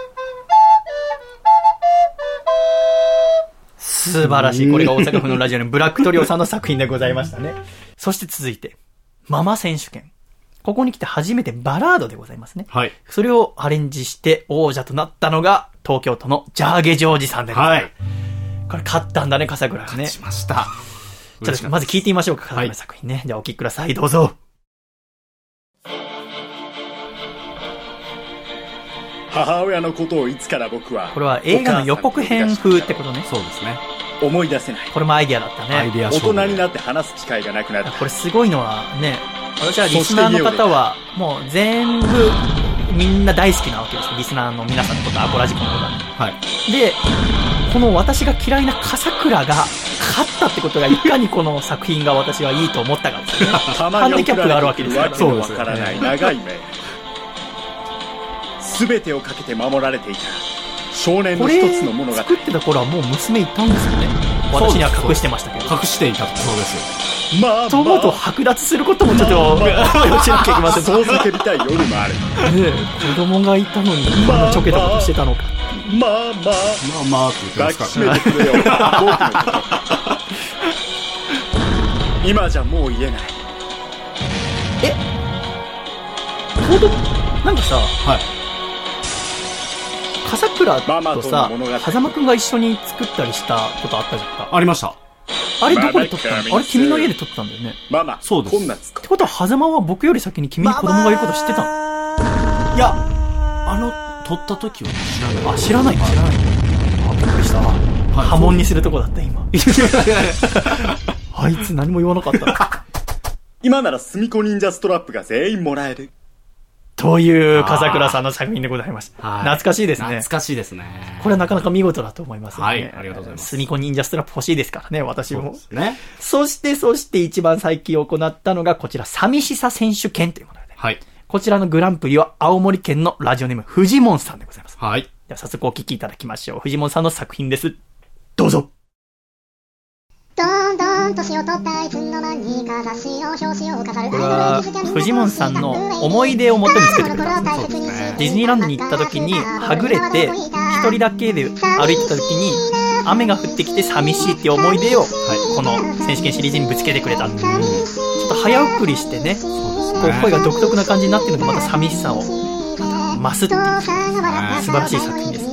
素晴らしい。これが大阪府のラジオのブラックトリオさんの作品でございましたね。そして続いて、ママ選手権。ここに来て初めてバラードでございますね。はい。それをアレンジして王者となったのが東京都のジャーゲジョージさんでございます。はい。これ勝ったんだね、笠倉がね。 勝ちました。 じゃあまず聞いてみましょうか、笠倉の作品ね。はい、じゃあお聞きください。どうぞ。 母親のことをいつから僕は。 これは映画の予告編風ってことね。 そうですね。 思い出せない。 これもアイディアだったね。 アイディア大人になって話す機会がなくなった。 これすごいのはね、私はリスナーの方はもう全部みんな大好きなわけです。リスナーの皆さんのこと、アコラジコのことは。はい。で、 この私が嫌いな笠倉が勝ったってことがいかにこの作品が私はいいと思ったかですね。ハンディキャップがあるわけですからね。 そうですよね。わからない長い目。すべてをかけて守られていた少年の一つの物語。 作ってた頃はもう娘いたんですよね。私には隠してましたけど。 隠していたそうですよ。 まあ、と思うと剥奪することもちょっと予知なきゃいけません。 そう叫びたい夜もある。 ねえ、子供がいたのにこんなちょけたことしてたのか。 まあまあまあまあって言ってますからね。 抱きしめてくれよ。僕のこと今じゃもう言えない。 え、ちょうどなんかさ、 はい。 笠倉とさ、狭間くんが一緒に作ったりしたことあったじゃんか。 ありました。 あれどこで撮ったの？あれ君の家で撮ったんだよね。 ママ、 そうです。 ってことは狭間は僕より先に君に子供がいること知ってたの？ いや、あの撮った時は知らない。 あ、知らない知らない。あ、びっくりした。はい、波紋にするとこだった今。あいつ何も言わなかった今ならスミコ忍者ストラップが全員もらえるという笠倉さんの作品でございました。懐かしいですね。 懐かしいですね。 これはなかなか見事だと思いますね。 はい、ありがとうございます。 スミコ忍者ストラップ欲しいですからね、私も。そうですね。 そしてそして一番最近行ったのがこちら、寂しさ選手権というもので、 はい。 こちらのグランプリは青森県のラジオネームフジモンさんでございます。 はい。 では早速お聞きいただきましょう。フジモンさんの作品です。どうぞ。 どんどん年を取ったいつの間にか雑誌の表紙を飾る。 これはフジモンさんの思い出を元につけてくれたんですね。ディズニーランドに行った時にはぐれて一人だけで歩いてた時に雨が降ってきて寂しいっていう思い出をこの選手権シリーズにぶつけてくれたんで、ちょっと早送りしてね、こう声が独特な感じになってるのがまた寂しさをまた増すっていう素晴らしい作品です。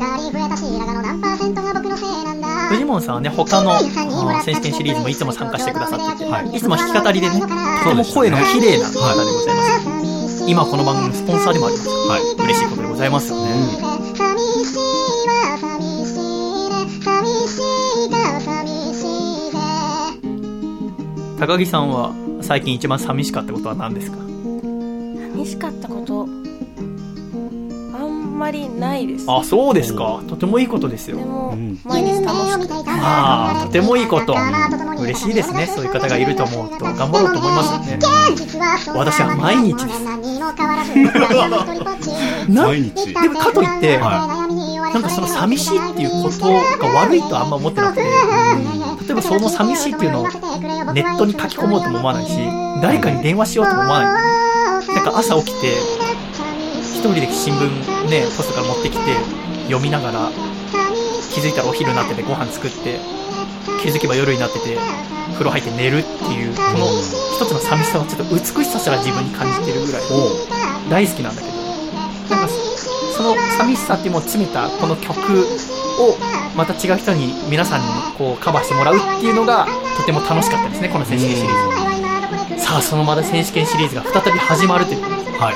フジモンさんはね、他の選手権シリーズもいつも参加してくださってて、はい、いつも弾き語りでね、とても声の綺麗な方でございます。はい、今この番組のスポンサーでもあります。はい、嬉しいことでございますよね。うん、高木さんは最近一番寂しかったことは何ですか？ 寂しかったことあんまりないです。 あ、そうですか。とてもいいことですよ。 でも毎日楽しくて、 ああ、とてもいいこと。嬉しいですね。そういう方がいると思うと頑張ろうと思いますよね。私は毎日です。 毎日。 でもかといって、はい、なんかその寂しいっていうことが悪いとはあんま思ってなくて、例えばその寂しいっていうのをネットに書き込もうとも思わないし、誰かに電話しようとも思わない。なんか朝起きて一人で新聞ね、ポストから持ってきて読みながら、気づいたらお昼になっててご飯作って、気づけば夜になってて風呂入って寝るっていうこの一つの寂しさをちょっと美しさすら自分に感じてるぐらい大好きなんだけど、なんかその寂しさっていうのを詰めたこの曲をまた違う人に皆さんにこうカバーしてもらうっていうのがとても楽しかったですね、この選手権シリーズ。さあそのまだ選手権シリーズが再び始まるということで、はい、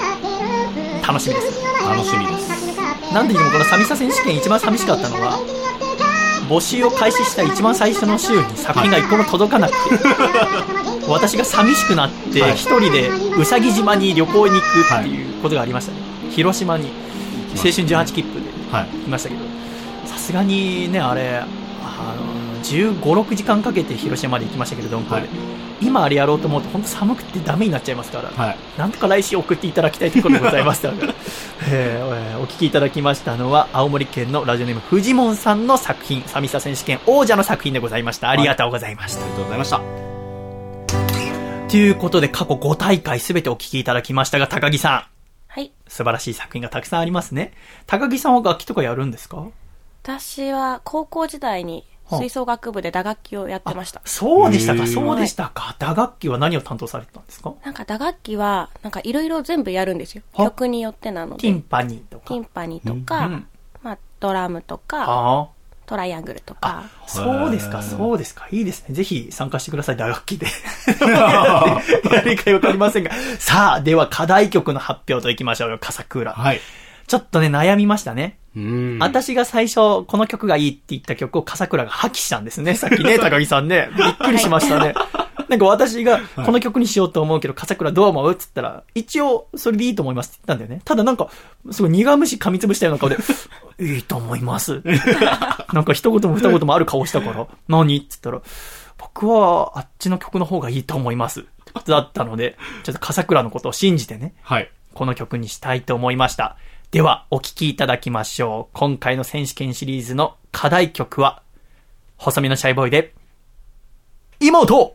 楽しみです。 楽しみです。 なんででもこの寂しさ選手権一番寂しかったのは、募集を開始した一番最初の週に作品が一個も届かなくて、はい、私が寂しくなって一人でうさぎ島に旅行に行くっていうことがありましたね。広島に青春じゅうはち切符で行きましたけど、さすがにね、あれあのじゅうご、ろくじかんかけて広島まで行きましたけど、鈍行で、はい、今あれやろうと思うと本当寒くてダメになっちゃいますから、はい、なんとか来週送っていただきたいところでございましたえー、お聞きいただきましたのは青森県のラジオネームフジモンさんの作品、寂しさ選手権王者の作品でございました。ありがとうございました。 はい、ありがとうございました。 ということで過去ご大会すべてお聞きいただきましたが、高木さん、 はい、 素晴らしい作品がたくさんありますね。高木さんは楽器とかやるんですか？ 私は高校時代に吹奏楽部で打楽器をやってました。 そうでしたか、そうでしたか。打楽器は何を担当されてたんですか？ なんか打楽器はなんかいろいろ全部やるんですよ。曲によってなので。 ティンパニーとか。 ティンパニーとか、うんうん、まあドラムとか、 あトライアングルとか。 そうですか、そうですか。いいですね。ぜひ参加してください、打楽器で。やりかわかりませんが。さあ、では課題曲の発表といきましょうよ、笠倉。 はい。 ちょっとね、悩みましたね。 うん、 私が最初、この曲がいいって言った曲を笠倉が破棄したんですね。さっきね、高木さんね。びっくりしましたね。はい、 なんか私がこの曲にしようと思うけど、笠倉どう思うっつったら、一応それでいいと思いますって言ったんだよね。ただなんか、すごい苦虫噛みつぶしたような顔で、いいと思います。なんか一言も二言もある顔したから、何って言ったら、僕はあっちの曲の方がいいと思います。だったので、ちょっと笠倉のことを信じてね、はい、この曲にしたいと思いました。では、お聴きいただきましょう。今回の選手権シリーズの課題曲は、細身のシャイボーイで、妹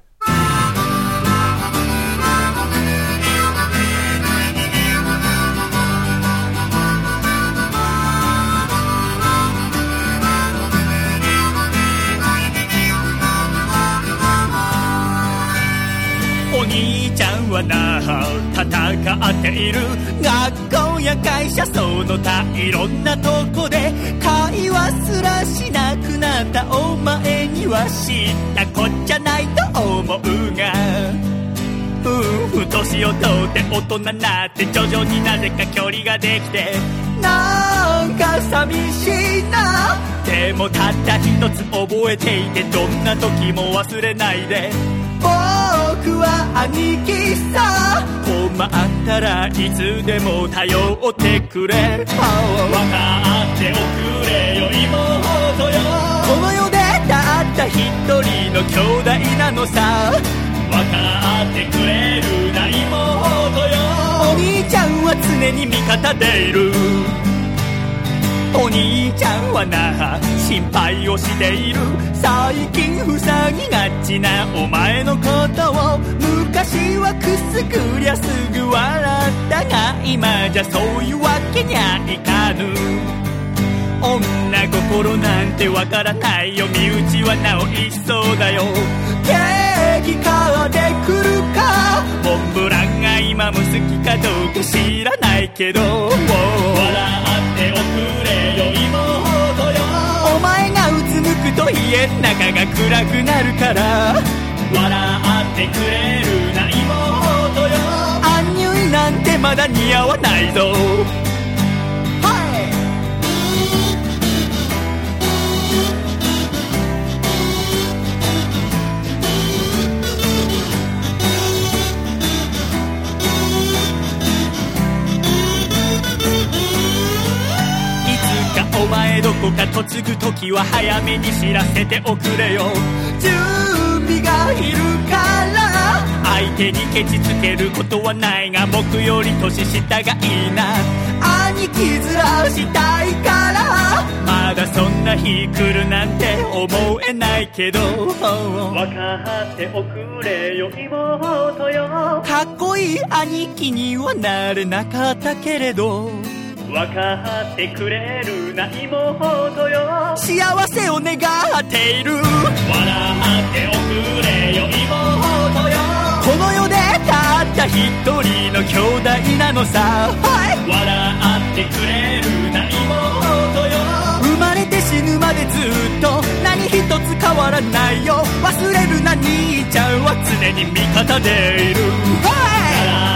お兄ちゃんはな戦っている学校や会社その他いろんなとこで会話すらしなくなったお前には知ったこっちゃないと思うがうん年を取って大人になって徐々になぜか距離ができてなんか寂しいなでもたった一つ覚えていてどんな時も忘れないで僕は兄貴さ困ったらいつでも頼ってくれ分かっておくれよ妹よこの世でたった一人の兄弟なのさ分かってくれるな妹よお兄ちゃんは常に味方でいるお兄ちゃんはな心配をしている最近ふさぎがちなお前のことを昔はくすぐりゃすぐ笑ったが今じゃそういうわけにはいかぬ女心なんてわからないよ身内はなお一層だよ激化で来るかモンブランが今も好きかどうか知らないけど笑っておくれよ妹よお前がうつむくと家の中が暗くなるから笑ってくれるな妹よアンニュイなんてまだ似合わないぞお前どこか嫁ぐときは早めに知らせておくれよ準備がいるから相手にケチつけることはないが僕より年下がいいな兄貴面したいからまだそんな日来るなんて思えないけど分かっておくれよ妹よかっこいい兄貴にはなれなかったけれど分かってくれるな妹よ幸せを願っている笑っておくれよ妹よこの世でたった一人の兄弟なのさ、はい、笑ってくれるな妹よ生まれて死ぬまでずっと何一つ変わらないよ忘れるな兄ちゃんは常に味方でいる、はい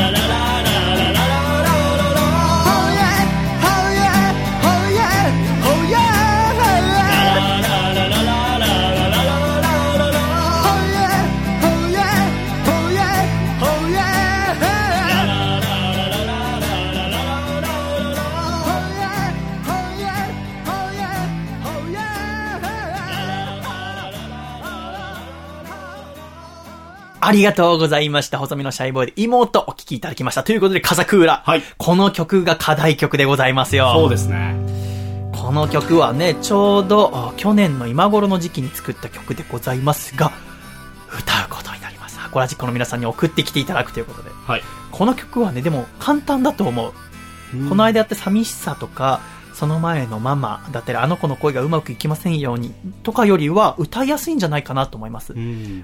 ありがとうございました。細身のシャイボーイで妹お聴きいただきました。ということで、カサクーラ。はい。この曲が課題曲でございますよ。 そうですね。 この曲はね、ちょうど去年の今頃の時期に作った曲でございますが、歌うことになります。アコラジックの皆さんに送ってきていただくということで。はい。この曲はね、でも簡単だと思う。うん、この間やって寂しさとか、その前のママだったりあの子の恋がうまくいきませんようにとかよりは歌いやすいんじゃないかなと思います、うん、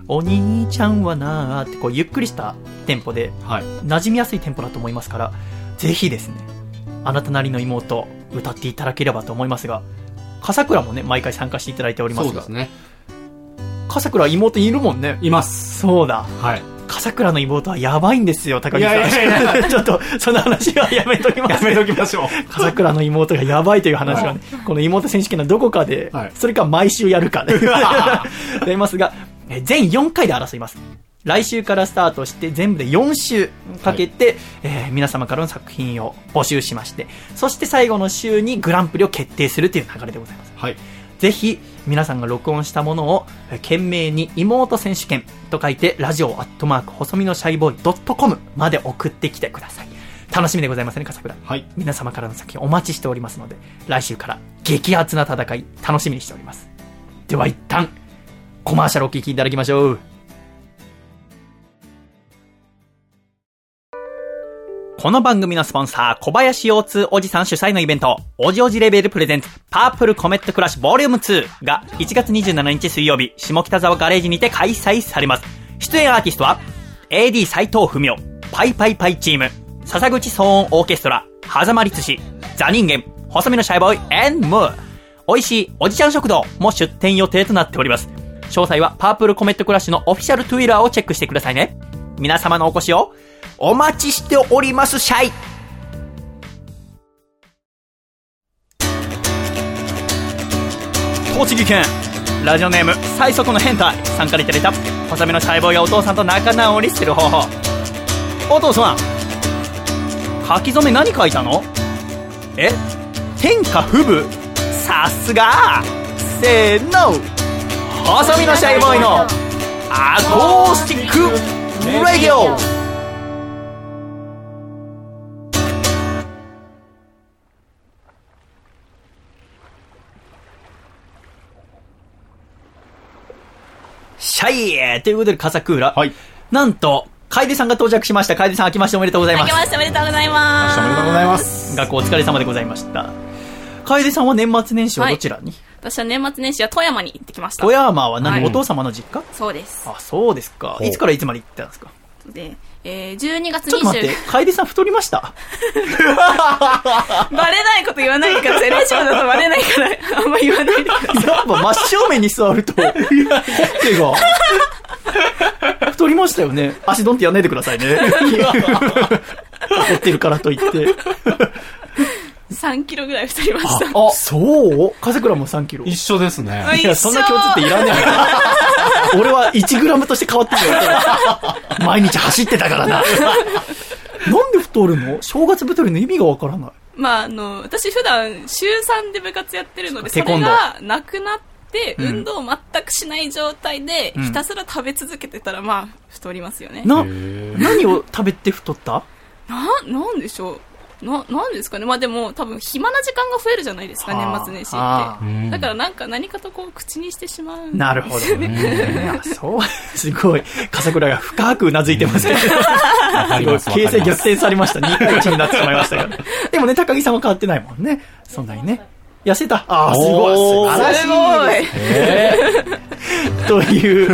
お兄ちゃんはなーってこうゆっくりしたテンポで、はい、馴染みやすいテンポだと思いますからぜひですねあなたなりの妹歌っていただければと思いますが笠倉もね毎回参加していただいておりますがそうですね笠倉妹いるもんねいますそうだはい笠倉の妹はやばいんですよ、高木さん。いやいやいやちょっと、その話はやめときます、 ね。やめときましょう。 笠倉の妹がやばいという話はね、この妹選手権のどこかで、はい、それか毎週やるかね。やりますが、 え全よんかいで争います。来週からスタートして全部でよん週かけて、はい、えー、皆様からの作品を募集しまして、そして最後の週にグランプリを決定するという流れでございます。 はい。 ぜひ皆さんが録音したものを懸命に妹選手権と書いてラジオアットマーク細身のシャイボーイドットコムまで送ってきてください。楽しみでございますね、笠倉。 はい。 皆様からの作品お待ちしておりますので、来週から激アツな戦い楽しみにしております。では一旦コマーシャルをお聞きいただきましょう。この番組のスポンサー、小林腰痛おじさん主催のイベント、おじおじレベルプレゼンツ、パープルコメットクラッシュボリュームツーがいちがつにじゅうしちにち水曜日、下北沢ガレージにて開催されます。出演アーティストは、エーディー 斉藤文夫、パイパイパイチーム、笹口騒音オーケストラ、狭間律師、ザ人間、細身のシャイボーイ、and more。美味しいおじちゃん食堂も出店予定となっております。詳細はパープルコメットクラッシュのオフィシャルトゥイラーをチェックしてくださいね。皆様のお越しをお待ちしております。シャイ栃木県ラジオネーム最速の変態さんからいただいた細身のシャイボーイがお父さんと仲直りする方法。お父さん、書き初め何書いたの？え？天下不武？さすが。せーの、細身のシャイボーイのアコースティックラジオ。シャイということで、笠倉、はい、なんと楓さんが到着しました。楓さん、明けましておめでとうございます。 明けましておめでとうございます。 おめでとうございます。 学校お疲れ様でございました。楓さんは年末年始はどちらに？はい、 私は年末年始は富山に行ってきました。 富山は何、はい、お父様の実家？ そうです。 あ、そうですか。いつからいつまで行ってたんですか？ で、えー、じゅうにがつにじゅう。 ちょっと待って、楓さん太りました？ バレないこと言わないから、ラジオだとバレないから、あんま言わないでください。 やっぱ真正面に座ると、ほっぺが、太りましたよね。足ドンってやんないでくださいね。太ってるからといって。 さんキロぐらい太りました。 あ、あ、そう？笠倉もさんキロ。 一緒ですね。 いや、そんな共通っていらんねえから。俺はいちグラムとして変わってるよ。毎日走ってたからな。なんで太るの？正月太りの意味がわからない。 まあ、あの、私普段週さんで部活やってるので、それがなくなって、運動を全くしない状態で、ひたすら食べ続けてたら、まあ、太りますよね。 な、何を食べて太った？ な、なんでしょう。な、なんですかね。まあでも多分暇な時間が増えるじゃないですか、年末年始って。だからなんか何かとこう口にしてしまうんですよね。 なるほどね。あ、そう。すごい。笠倉が深くうなずいてますけど。すごい。形勢逆転されました。にたいいちになってしまいましたから。でもね、高木さんは変わってないもんね。そんなにね。痩せた。ああ、すごい。素晴らしい。すごい。えー、という、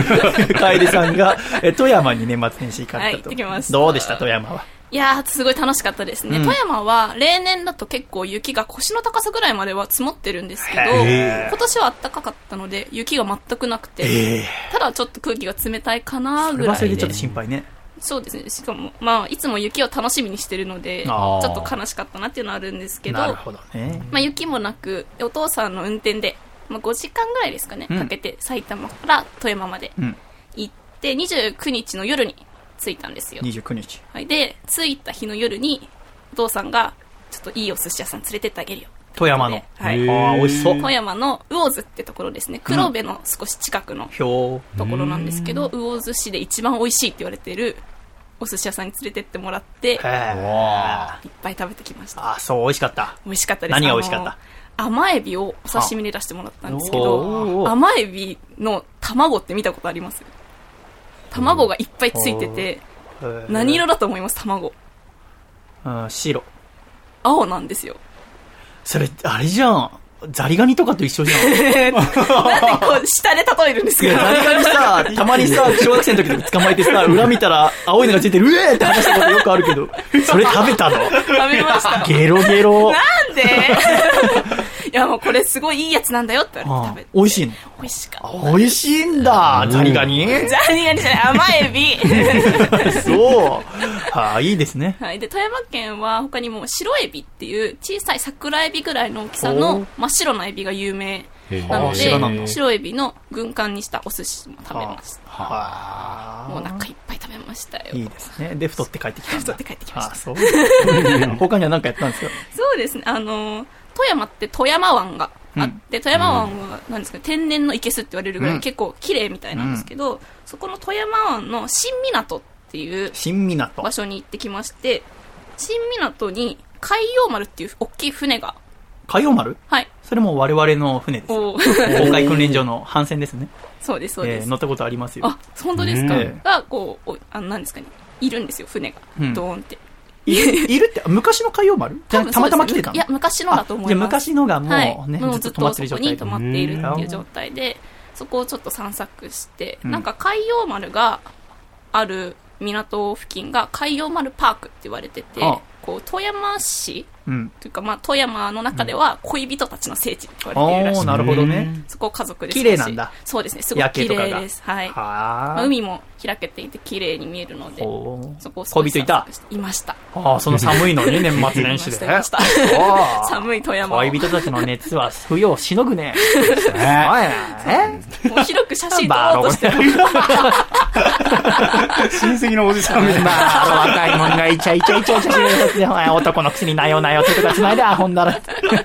楓さんが富山に年末年始行かれたと。はい、行ってきました。 どうでした、富山は？ いやー、すごい楽しかったですね、うん、富山は例年だと結構雪が腰の高さぐらいまでは積もってるんですけど、今年は暖かかったので雪が全くなくて、ただちょっと空気が冷たいかなぐらいで、 それはそれでちょっと心配ね。 そうですね。しかも、まあ、いつも雪を楽しみにしてるのでちょっと悲しかったなっていうのはあるんですけど、 なるほどね。 まあ、雪もなくお父さんの運転で、まあ、ごじかんぐらいですかね、うん、かけて埼玉から富山まで行って、うん、にじゅうくにちの夜に着いたんですよ。 にじゅうくにち、 はい、で着いた日の夜にお父さんがちょっといいお寿司屋さん連れてってあげるよ。 富山の、 はい、 あ、美味しそう。 富山の魚津ってところですね。黒部の少し近くのところなんですけど、うん、魚津市で一番美味しいって言われているお寿司屋さんに連れてってもらっていっぱい食べてきました。 あ、そう、美味しかった。 美味しかったです。 何が美味しかった？ 甘エビをお刺身で出してもらったんですけど、甘エビの卵って見たことあります？卵がいっぱいついてて、何色だと思います？卵。 あ、白。 青なんですよ。 それあれじゃん、ザリガニとかと一緒じゃん。 なんでこう下で例えるんですか？ ザリガニさ、たまにさ、小学生の時とか捕まえてさ、裏見たら青いのがついてる、うえーって話したことよくあるけど、それ食べたの？ 食べました。 ゲロゲロ。 なんで？いや、もうこれすごいいいやつなんだよって言われて食べて。 美味しいの？ 美味しかった。 美味しいんだ。ザリガニ？ ザリガニじゃない、甘エビ。 そう。はあ、いいですね。 はい。で、富山県は他にも白エビっていう小さい桜エビぐらいの大きさの真っ白なエビが有名なので、白エビの軍艦にしたお寿司も食べました。はもうお腹いっぱい食べましたよ。 いいですね。で、太って帰ってきたんだ。 太って帰ってきました。あ、 そう。他には何かやったんですか？ そうですね。あの、富山って富山湾があって、うん、富山湾は何ですか、天然の生けすって言われるぐらい結構綺麗みたいなんですけど、うん、そこの富山湾の新港っていう場所に行ってきまして、新港に海洋丸っていう大きい船が。 海洋丸？ はい。 それも我々の船です。公海訓練場の帆船ですね。 そうです、そうです、 えー。乗ったことありますよ。 あ、本当ですか？が、こう、あの、何ですかね。いるんですよ、船が。うん、ドーンって。 いる、いるって昔の海洋丸じゃたまたま来てたの？ いや、昔のだと思います。 じゃ昔のがもうね、 はい、ずっとそこに止まっているっていう状態で、そこをちょっと散策して、うん、なんか海洋丸がある港付近が海洋丸パークって言われてて、ああこう富山市、うん、というかまあ富山の中では恋人たちの聖地って言われているらしい、うん、 なるほどね。 そこを家族で綺麗なんだ。 そうですね、すごい綺麗です。はい。まあ、海も開けていて綺麗に見えるので、そこを恋人いた？ いました。 ああ、その寒いのに年末年始で。 いました。寒い富山。 恋人たちの熱は冬をしのぐね。 え？もう広く写真撮ろうとしてる。 親戚のおじさんみたいな。 若いもんがイチャイチャイチャイチャしてる。男のくせになよなよ手とかつないであほんだら。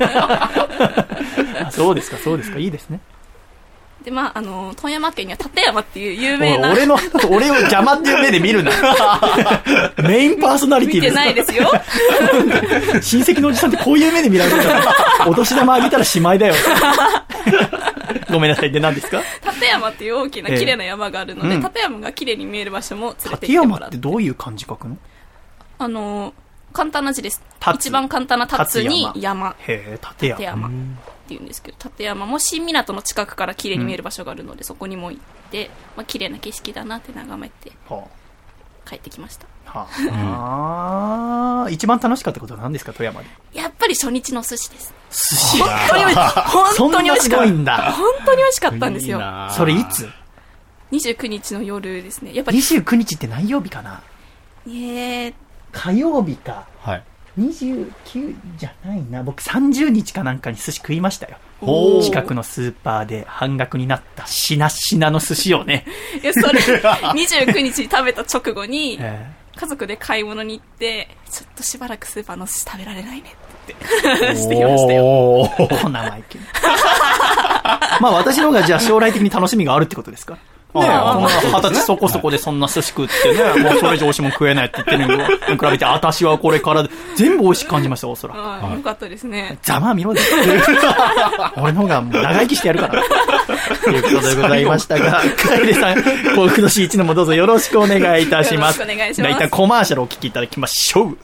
そうですか、そうですか、いいですね。 で、まあ、あの、富山県には立山っていう有名な。 俺の、俺を邪魔っていう目で見るな。メインパーソナリティです。 見てないですよ。 親戚のおじさんってこういう目で見られるから、お年玉あげたらしまいだよ。ごめんなさい。で、何ですか？ 立山っていう大きな綺麗な山があるので、えーうん、立山が綺麗に見える場所も連れて行ってもらって。 立山ってどういう漢字書くの？ あの、簡単な字です。一番簡単な立つに山。 へー、立山。 立山って言うんですけど、立山も新港の近くから綺麗に見える場所があるので、うん、そこにも行って、まあ、綺麗な景色だなって眺めて、帰ってきました。はあ、うん、一番楽しかったことは何ですか、富山で？ やっぱり初日の寿司です。 寿司本当に本当に美味しかった。本当に美味しかったんですよ。 いいそれいつ？ にじゅうくにちの夜ですね。やっぱりにじゅうくにちって何曜日かな？ えー、 火曜日か。 はい。 にじゅうきゅうじゃないな。僕さんじゅうにちかなんかに寿司食いましたよ。近くのスーパーで半額になったしなしなの寿司をね。 いや、それ、にじゅうくにち食べた直後に、家族で買い物に行って、ちょっとしばらくスーパーの寿司食べられないねって言ってしてきましたよ。 こ生意気。まあ私の方がじゃあ将来的に楽しみがあるってことですか？ねえ、こんな二十歳そこそこでそんな寿司食ってね、もうそれ以上美味しいもん食えないって言ってるのに比べて、私はこれから全部美味しく感じました、おそらく。 ああ、よかったですね。 ざまあ見ろで。俺の方がもう長生きしてやるから。ということでございましたが、カエレさん、幸福のしいちのもどうぞよろしくお願いいたします。 よろしくお願いします。 一旦コマーシャルをお聞きいただきましょう。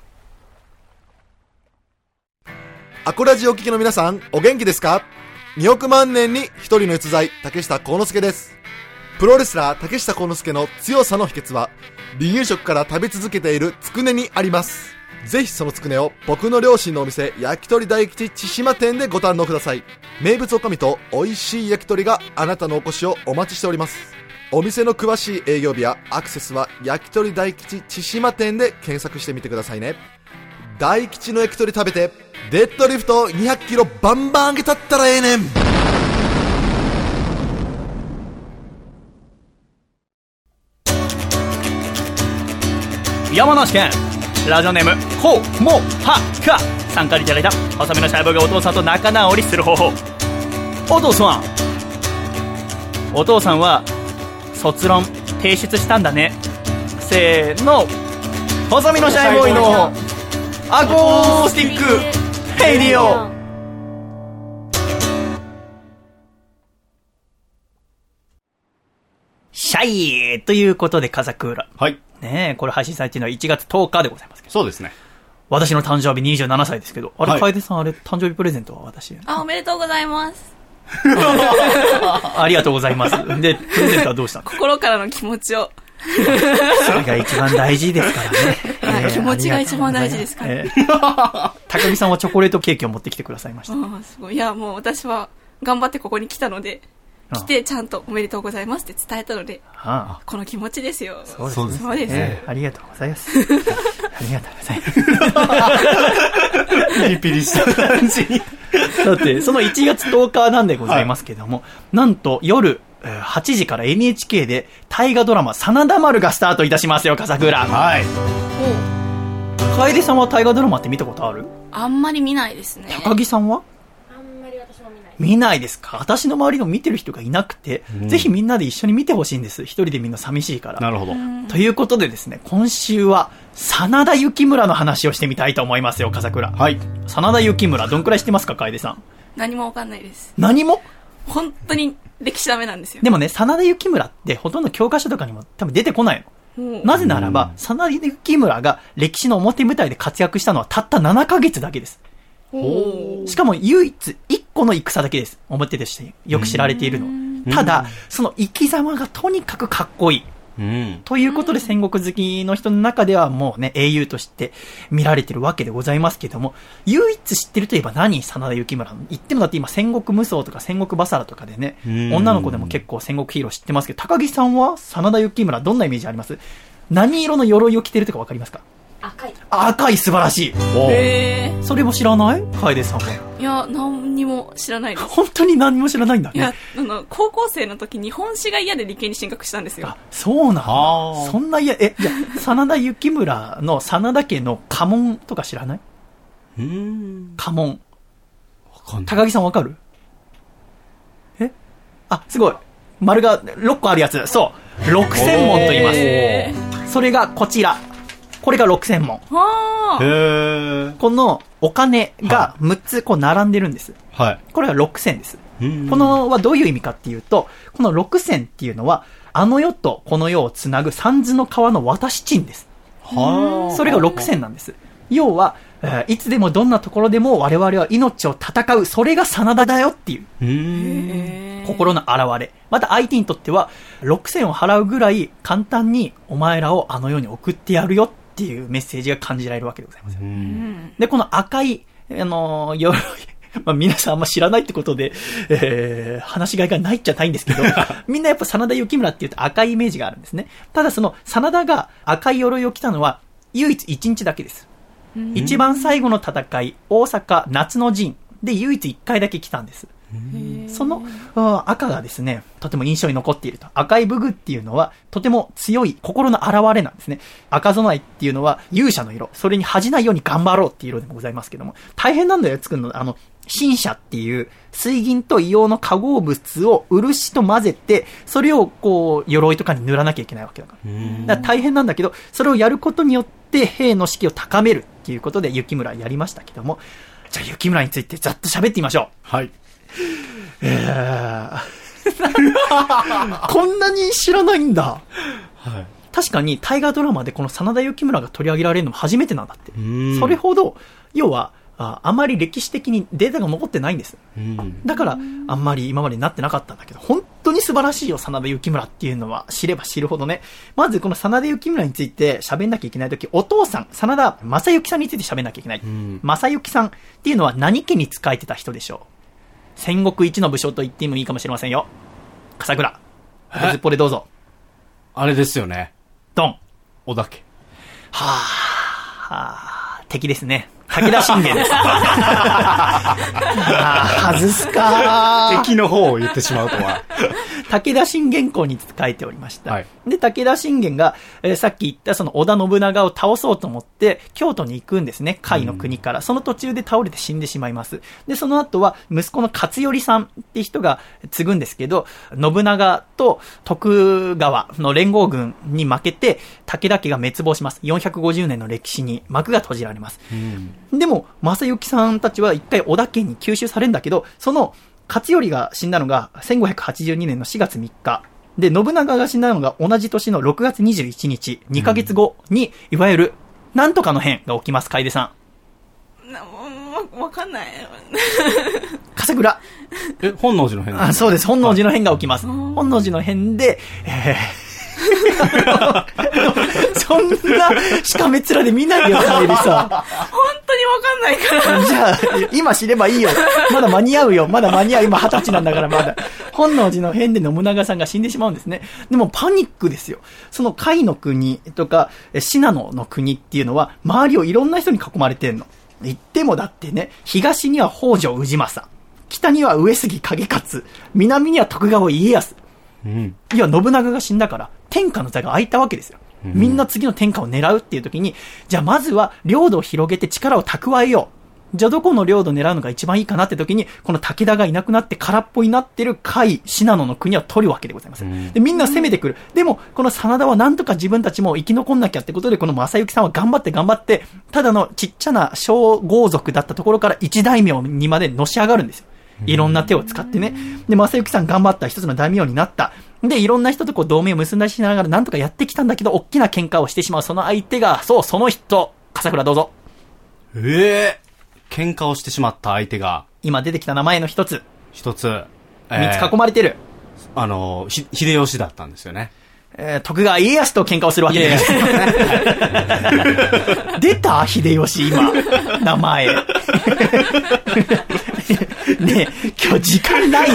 アコラジお聞きの皆さん、お元気ですか？におく万年に一人の逸材、竹下幸之助です。プロレスラー竹下幸之助の強さの秘訣は、離乳食から食べ続けているつくねにあります。ぜひそのつくねを僕の両親のお店、焼き鳥大吉千島店でご堪能ください。名物おかみと美味しい焼き鳥があなたのお越しをお待ちしております。お店の詳しい営業日やアクセスは焼き鳥大吉千島店で検索してみてくださいね。大吉の焼き鳥食べてデッドリフトにひゃくキロバンバン上げたったらええねん。 山梨県ラジオネームほうもはかさんからいただいた細身の細胞がお父さんと仲直りする方法。お父さんお父さんは卒論提出したんだね。せーの、細身のシャイボーイのアコースティックヘイディオ。シャイということで風倉、 はいねえ、これ配信されているのはいちがつとおかでございますけど。 そうですね。 私の誕生日にじゅうななさいですけど、あれ、はい、楓さん、あれ、誕生日プレゼントは私。 あ、おめでとうございます。 ありがとうございます。で、プレゼントはどうしたの？ 心からの気持ちを。 それが一番大事ですからね。 はい、えー、気持ちが一番大事ですから、ね。えー、高木さんはチョコレートケーキを持ってきてくださいました。 あ、すごい。いや、もう私は頑張ってここに来たので、来てちゃんとおめでとうございますって伝えたので、ああ、この気持ちですよ。 そうです。 そうです、 えー、ありがとうございます。ありがとうございます。 ピリピリした感じに。 さて、そのいちがつとおかなんでございますけども、はい、なんと夜はちじから エヌエイチケー で大河ドラマ真田丸がスタートいたしますよ、笠倉。はい。楓さんは大河ドラマって見たことある？ あんまり見ないですね。 高木さんは？見ないですか？私の周りの見てる人がいなくて、うん、ぜひみんなで一緒に見てほしいんです。一人でみんな寂しいから。 なるほど。 ということでですね、今週は真田幸村の話をしてみたいと思いますよ、笠倉。はい。真田幸村、どんくらい知ってますか、楓さん？ 何もわかんないです。 何も？ 本当に歴史ダメなんですよ。 でもね、真田幸村ってほとんど教科書とかにも多分出てこないの。うん、なぜならば、真田幸村が歴史の表舞台で活躍したのはたったななかげつだけです。しかも唯一いっこの戦だけです。表としてよく知られているの。ただ、その生き様がとにかくかっこいい。うん、ということで戦国好きの人の中ではもうね、英雄として見られてるわけでございますけども、唯一知ってるといえば何？真田幸村。言ってもだって今戦国無双とか戦国バサラとかでね、女の子でも結構戦国ヒーロー知ってますけど、高木さんは真田幸村どんなイメージあります？何色の鎧を着てるとかわかりますか？ 赤い。 赤い、素晴らしい。へー。それも知らない？楓さんは。 いや、何にも知らないです。 本当に何も知らないんだね。 いや、あの、高校生の時日本史が嫌で理系に進学したんですよ。 あ、そうなんだ。そんな嫌、え、じゃあ、真田幸村の真田家の家紋とか知らない？うーん。家紋。わかんない。高木さんわかる？え？あ、すごい。丸がろっこあるやつ。そう。六千門と言います。それがこちら。これがろくせんもん。へこのお金がむっつこう並んでるんです。はい。これがろくせんです。このはどういう意味かっていうと、このろくせんっていうのは、あの世とこの世をつなぐ三途の川の渡し賃です。はそれがろくせんなんです。要は、えー、いつでもどんなところでも我々は命を戦う。それが真田だよっていう。へ心の表れ。また相手にとっては、ろくせんを払うぐらい簡単にお前らをあの世に送ってやるよっていうメッセージが感じられるわけでございます。で、この赤い、あのー、鎧、まあ皆さんあんま知らないってことで、えー、話しがいがないっちゃないんですけど、みんなやっぱ真田幸村っていうと赤いイメージがあるんですね。ただその真田が赤い鎧を着たのは唯一いちにちだけです。一番最後の戦い、大阪夏の陣で唯一いっかいだけ来たんです。その赤がですね、とても印象に残っていると。赤い武具っていうのはとても強い心の表れなんですね。赤備えっていうのは勇者の色。それに恥じないように頑張ろうっていう色でもございますけども、大変なんだよ、作るの。あの、新車っていう水銀と硫黄の化合物を漆と混ぜて、それをこう、鎧とかに塗らなきゃいけないわけだから。だから大変なんだけど、それをやることによって兵の士気を高めるっていうことで幸村やりましたけども、じゃあ幸村についてざっと喋ってみましょう。はい。えー、こんなに知らないんだ。はい。確かに大河ドラマでこの真田幸村が取り上げられるのも初めてなんだって。それほど、要は、あ, あまり歴史的にデータが残ってないんです。だから、あんまり今までなってなかったんだけど、本当に素晴らしいよ、真田幸村っていうのは知れば知るほどね。まずこの真田幸村について喋んなきゃいけないとき、お父さん、真田正幸さんについて喋んなきゃいけない。正幸さんっていうのは何家に仕えてた人でしょう？戦国一の武将と言ってもいいかもしれませんよ。笠倉。ずっぽでどうぞ。 あれですよね。 ドン。 織田家。 はぁ、はぁ、敵ですね。武田信玄です。あー、外すか敵の方を言ってしまうとは。 武田信玄公に仕えておりました。はい、で、武田信玄が、えー、さっき言ったその織田信長を倒そうと思って京都に行くんですね。甲斐の国から、うん。その途中で倒れて死んでしまいます。で、その後は息子の勝頼さんって人が継ぐんですけど、信長と徳川の連合軍に負けて武田家が滅亡します。よんひゃくごじゅうねんの歴史に幕が閉じられます。うん、でも、正幸さんたちは一回織田家に吸収されるんだけど、その勝頼が死んだのがせんごひゃくはちじゅうにねんのしがつみっか。で、信長が死んだのが同じ年のろくがつにじゅういちにち、にかげつごに、いわゆる、なんとかの変が起きます、楓さん。な、わ、わかんない。 笠倉。 え、本能寺の変あ、そうです。本能寺の変が起きます。本能寺の変で、えーそんなしかめ面で見ないよ、カエルさ。 本当にわかんないから。 じゃあ、今知ればいいよ。まだ間に合うよ。まだ間に合う。今二十歳なんだからまだ。本能寺の変で信長さんが死んでしまうんですね。でもパニックですよ。その甲斐の国とか信濃の国っていうのは、周りをいろんな人に囲まれてるの。 言ってもだってね、東には北条氏政、北には上杉景勝、南には徳川家康。うん、いや、信長が死んだから、天下の座が空いたわけですよ。うん、みんな次の天下を狙うっていう時に、じゃあまずは領土を広げて力を蓄えよう。じゃあどこの領土を狙うのが一番いいかなって時に、この武田がいなくなって空っぽになってる甲斐、信濃の国は取るわけでございます。うん、で、みんな攻めてくる。でも、この真田はなんとか自分たちも生き残んなきゃってことで、この正幸さんは頑張って頑張って、ただのちっちゃな小豪族だったところから一大名にまでのし上がるんですよ。いろんな手を使ってね。で、正幸さん頑張った一つの大名になった。で、いろんな人とこう同盟を結んだりしながらなんとかやってきたんだけど、大きな喧嘩をしてしまうその相手が、そう、その人、笠倉どうぞ。 ええー。喧嘩をしてしまった相手が今出てきた名前の一つ一つ、 えー、三つ囲まれてるあのひ秀吉だったんですよね。 えー、徳川家康と喧嘩をするわけですよね。出た秀吉今名前ねえ今日時間ないの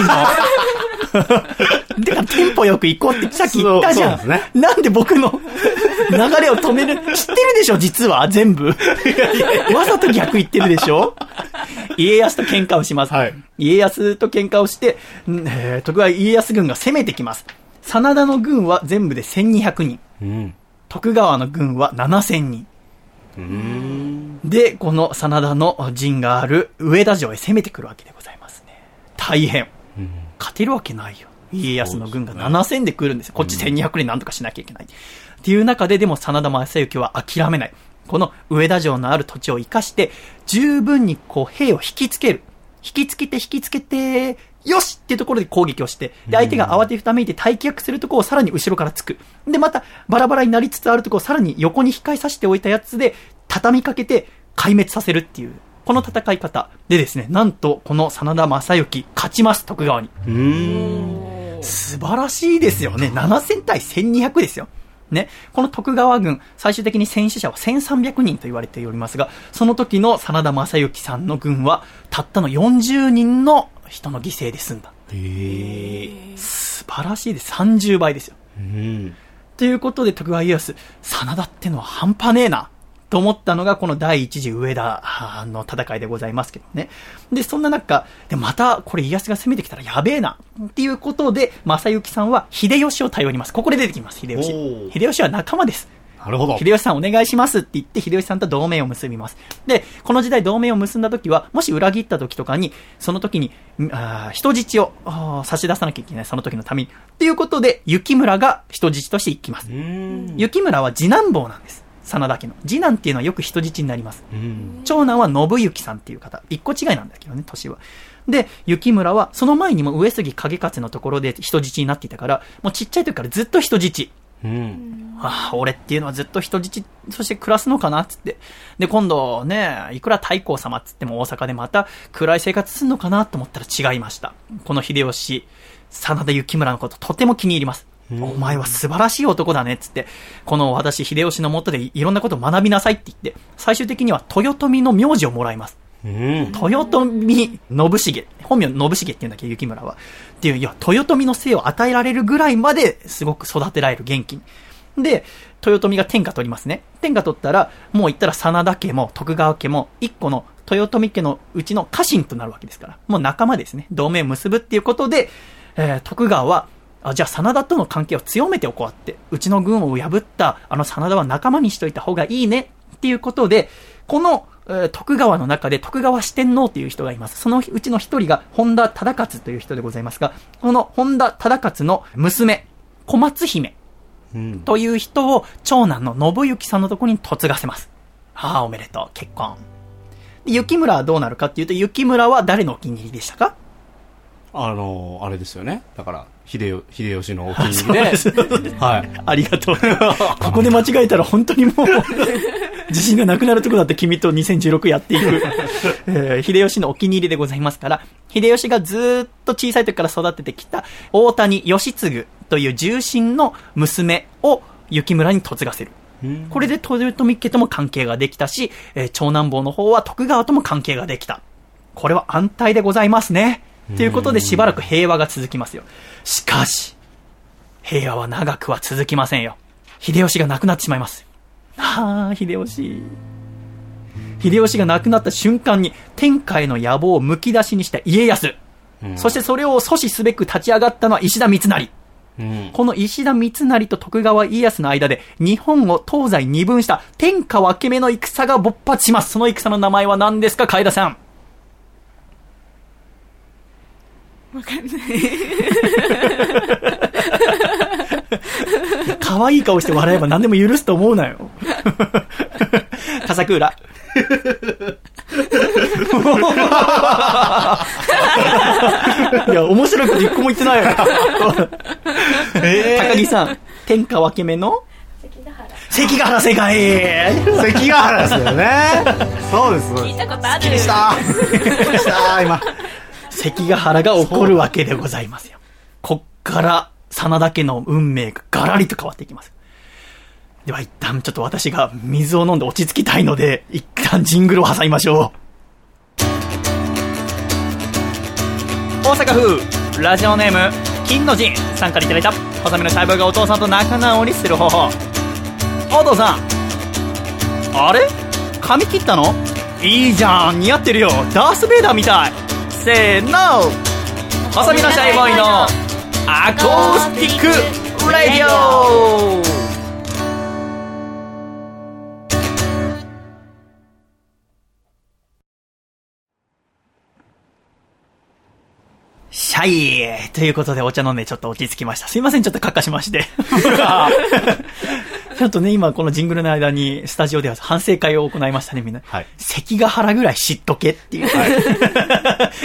でかテンポよく行こうってさっき言ったじゃん。そうそうですね、なんで僕の流れを止める知ってるでしょ実は全部わざと逆言ってるでしょ。家康と喧嘩をします、はい、家康と喧嘩をして、えー、徳川家康軍が攻めてきます。真田の軍は全部でせんにひゃくにん、うん、徳川の軍はななせんにん、うーんでこの真田の陣がある上田城へ攻めてくるわけでございますね。大変、うん、勝てるわけないよ。家康の軍がななせんで来るんですよ。こっちせんにひゃくにんなんとかしなきゃいけない、うん、っていう中ででも真田正幸は諦めない。この上田城のある土地を生かして十分にこう兵を引きつける。引きつけて引きつけてよしっていうところで攻撃をして、で相手が慌てふためいて退却するところをさらに後ろからつく。でまたバラバラになりつつあるところをさらに横に控えさせておいたやつで畳みかけて壊滅させるっていうこの戦い方でですね、なんとこの真田正幸勝ちます。徳川に。うーん素晴らしいですよね。ななせん対せんにひゃくですよね。この徳川軍最終的に戦死者はせんさんびゃくにんと言われておりますが、その時の真田正幸さんの軍はたったのよんじゅうにんの人の犠牲で済んだ。へー素晴らしいです。さんじゅうばいですよ。うんということで徳川家康真田ってのは半端ねえなと思ったのがこの第一次上田の戦いでございますけどね。でそんな中でまたこれ家康が攻めてきたらやべえなっていうことで正幸さんは秀吉を頼ります。ここで出てきます。秀吉秀吉は仲間です。なるほど。秀吉さんお願いしますって言って秀吉さんと同盟を結びます。でこの時代同盟を結んだ時はもし裏切った時とかにその時にあ人質を差し出さなきゃいけない。その時のためにっていうことで雪村が人質として行きます。雪村は次男坊なんです。真田家の次男っていうのはよく人質になります。長男は信行さんっていう方、一個違いなんだけどね年は。で雪村はその前にも上杉景勝のところで人質になっていたからもうちっちゃい時からずっと人質。うん、ああ俺っていうのはずっと人質そして暮らすのかなっつって、で今度ねいくら太閤様っつっても大阪でまた暗い生活するのかなと思ったら違いました。この秀吉真田幸村のこととても気に入ります。お前は素晴らしい男だねっつって、この私秀吉の下でいろんなことを学びなさいって言って最終的には豊臣の名字をもらいます。うん、豊臣信繁、本名信繁って言うんだけど雪村はっていう、いや豊臣の姓を与えられるぐらいまですごく育てられる元気に。で豊臣が天下取りますね。天下取ったらもう言ったら真田家も徳川家も一個の豊臣家のうちの家臣となるわけですから、もう仲間ですね。同盟を結ぶっていうことで、えー、徳川はあじゃあ真田との関係を強めておこうって、うちの軍を破ったあの真田は仲間にしといた方がいいねっていうことで、この、えー、徳川の中で徳川四天王という人がいます。そのうちの一人が本田忠勝という人でございますが、この本田忠勝の娘小松姫という人を長男の信行さんのところに嫁がせます。ああおめでとう結婚。で雪村はどうなるかっていうと、雪村は誰のお気に入りでしたか？ あのあれですよね。だから秀秀吉のお気に入りで、はい、 ありがとう。ここで間違えたら本当にもう自信がなくなるところだって君とにせんじゅうろくやっていく、えー、秀吉のお気に入りでございますから、秀吉がずっと小さい時から育ててきた大谷義継という重臣の娘を雪村に嫁がせる。これで豊臣家とも関係ができたし、えー、長男坊の方は徳川とも関係ができた。これは安泰でございますね。ということでしばらく平和が続きますよ。しかし平和は長くは続きませんよ。秀吉が亡くなってしまいます。はあ秀吉秀吉が亡くなった瞬間に天下への野望をむき出しにした家康、うん、そしてそれを阻止すべく立ち上がったのは石田三成、うん、この石田三成と徳川家康の間で日本を東西二分した天下分け目の戦が勃発します。その戦の名前は何ですか、海田さん。 わかんない可愛い顔して笑えば何でも許すと思うなよ笠倉いや面白いこと一個も言ってないよ、えー、高木さん、天下分け目の関ヶ原。関ヶ原、正解。 関ヶ原ですよねそうです。 聞いたことある。 好きでした好きでした今関ヶ原が起こるわけでございますよ。こっから真田家の運命がガラリと変わっていきます。では一旦ちょっと私が水を飲んで落ち着きたいので、一旦ジングルを挟みましょう。大阪風ラジオネーム金の陣さんからいただいた細身の細胞がお父さんと仲直りする方法。お父さん、あれ髪切ったの？いいじゃん、似合ってるよ、ダースベイダーみたい。せーの、細身のシャイボーイのアコースティックラディオ。シャイということでお茶飲んでちょっと落ち着きました。すいません、ちょっとカッカしましてちょっとね、今このジングルの間にスタジオでは反省会を行いましたね、みんな。はい、関ヶ原ぐらい知っとけっていう。はい、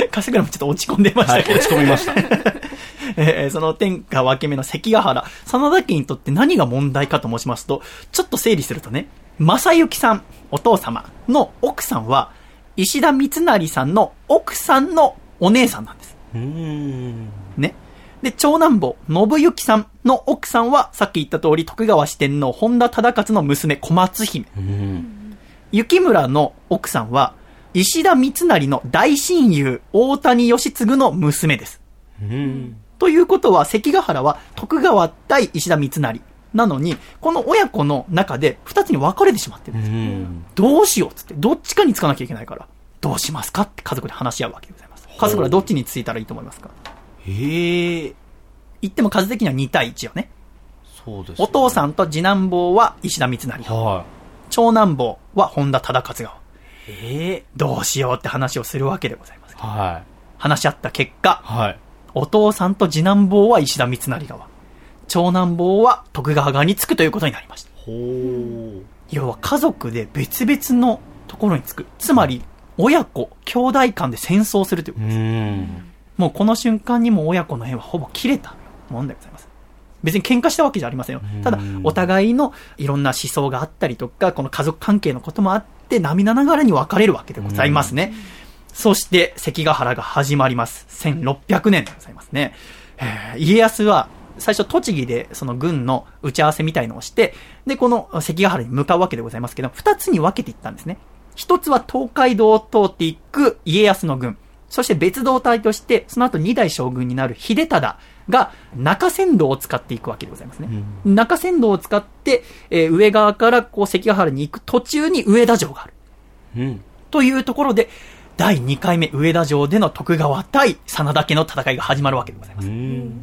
笠倉もちょっと落ち込んでましたけど、はい、 落ち込みました。 えー、その天下分け目の関ヶ原、真田家にとって何が問題かと申しますと、ちょっと整理するとね、正行さん、お父様の奥さんは、石田三成さんの奥さんのお姉さんなんです。うーんね。で、長男坊、信行さんの奥さんは、さっき言った通り、徳川四天王、本田忠勝の娘、小松姫。雪村の奥さんは、石田三成の大親友、大谷義継の娘です。うんということは、関ヶ原は徳川対石田三成なのに、この親子の中で二つに分かれてしまってるんです。うんどうしようっつって、どっちかにつかなきゃいけないから、どうしますかって家族で話し合うわけでございます。家族はどっちについたらいいと思いますか？ へえ。 言っても数的にはに対いちよね。 そうですね。 お父さんと次男坊は石田三成。はい。長男坊は本田忠勝側。ええ。どうしようって話をするわけでございます。はい。話し合った結果。はい。お父さんと次男坊は石田三成側。長男坊は徳川側につくということになりました。ほう。要は家族で別々のところにつく。つまり、親子、兄弟間で戦争するということです。うんもうこの瞬間にも親子の縁はほぼ切れたもんでございます。別に喧嘩したわけじゃありませんよ。ただ、お互いのいろんな思想があったりとか、この家族関係のこともあって、涙ながらに別れるわけでございますね。そして、関ヶ原が始まります。せんろっぴゃくねんでございますね。えー、家康は、最初栃木でその軍の打ち合わせみたいのをして、で、この関ヶ原に向かうわけでございますけど、二つに分けていったんですね。一つは東海道を通っていく家康の軍。そして別動隊として、その後二代将軍になる秀忠が中山道を使っていくわけでございますね。うん、中山道を使って、えー、上側からこう関ヶ原に行く途中に上田城がある。うん、というところで、だいにかいめ上田城での徳川対真田家の戦いが始まるわけでございます。うん、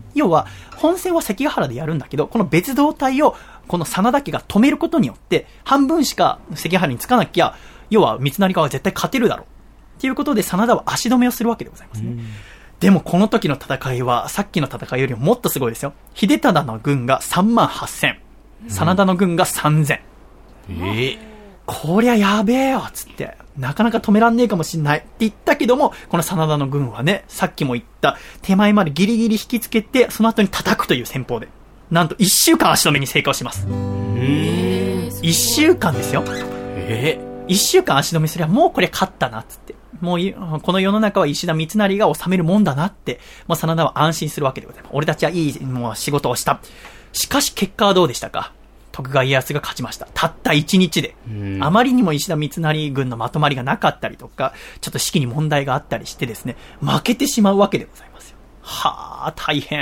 要は、本戦は関ヶ原でやるんだけど、この別動隊をこの真田家が止めることによって、半分しか関ヶ原につかなきゃ、要は三成側は絶対勝てるだろう。ということで、真田は足止めをするわけでございますね。でも、この時の戦いは、さっきの戦いよりももっとすごいですよ。秀忠の軍がさんまんはっせん。真田の軍がさんぜん。えー、こりゃやべえよつって、なかなか止めらんねえかもしんないって言ったけども、この真田の軍はね、さっきも言った、手前までギリギリ引きつけて、その後に叩くという戦法で、なんといっしゅうかん足止めに成功します。えー、いっしゅうかんですよ。えー一週間足止めすればもうこれ勝ったなっつって。もうこの世の中は石田三成が治めるもんだなって、もう真田は安心するわけでございます。俺たちはいいもう仕事をした。しかし結果はどうでしたか？徳川家康が勝ちました。たった一日で。あまりにも石田三成軍のまとまりがなかったりとか、ちょっと指揮に問題があったりしてですね、負けてしまうわけでございますよ。はぁ、大変。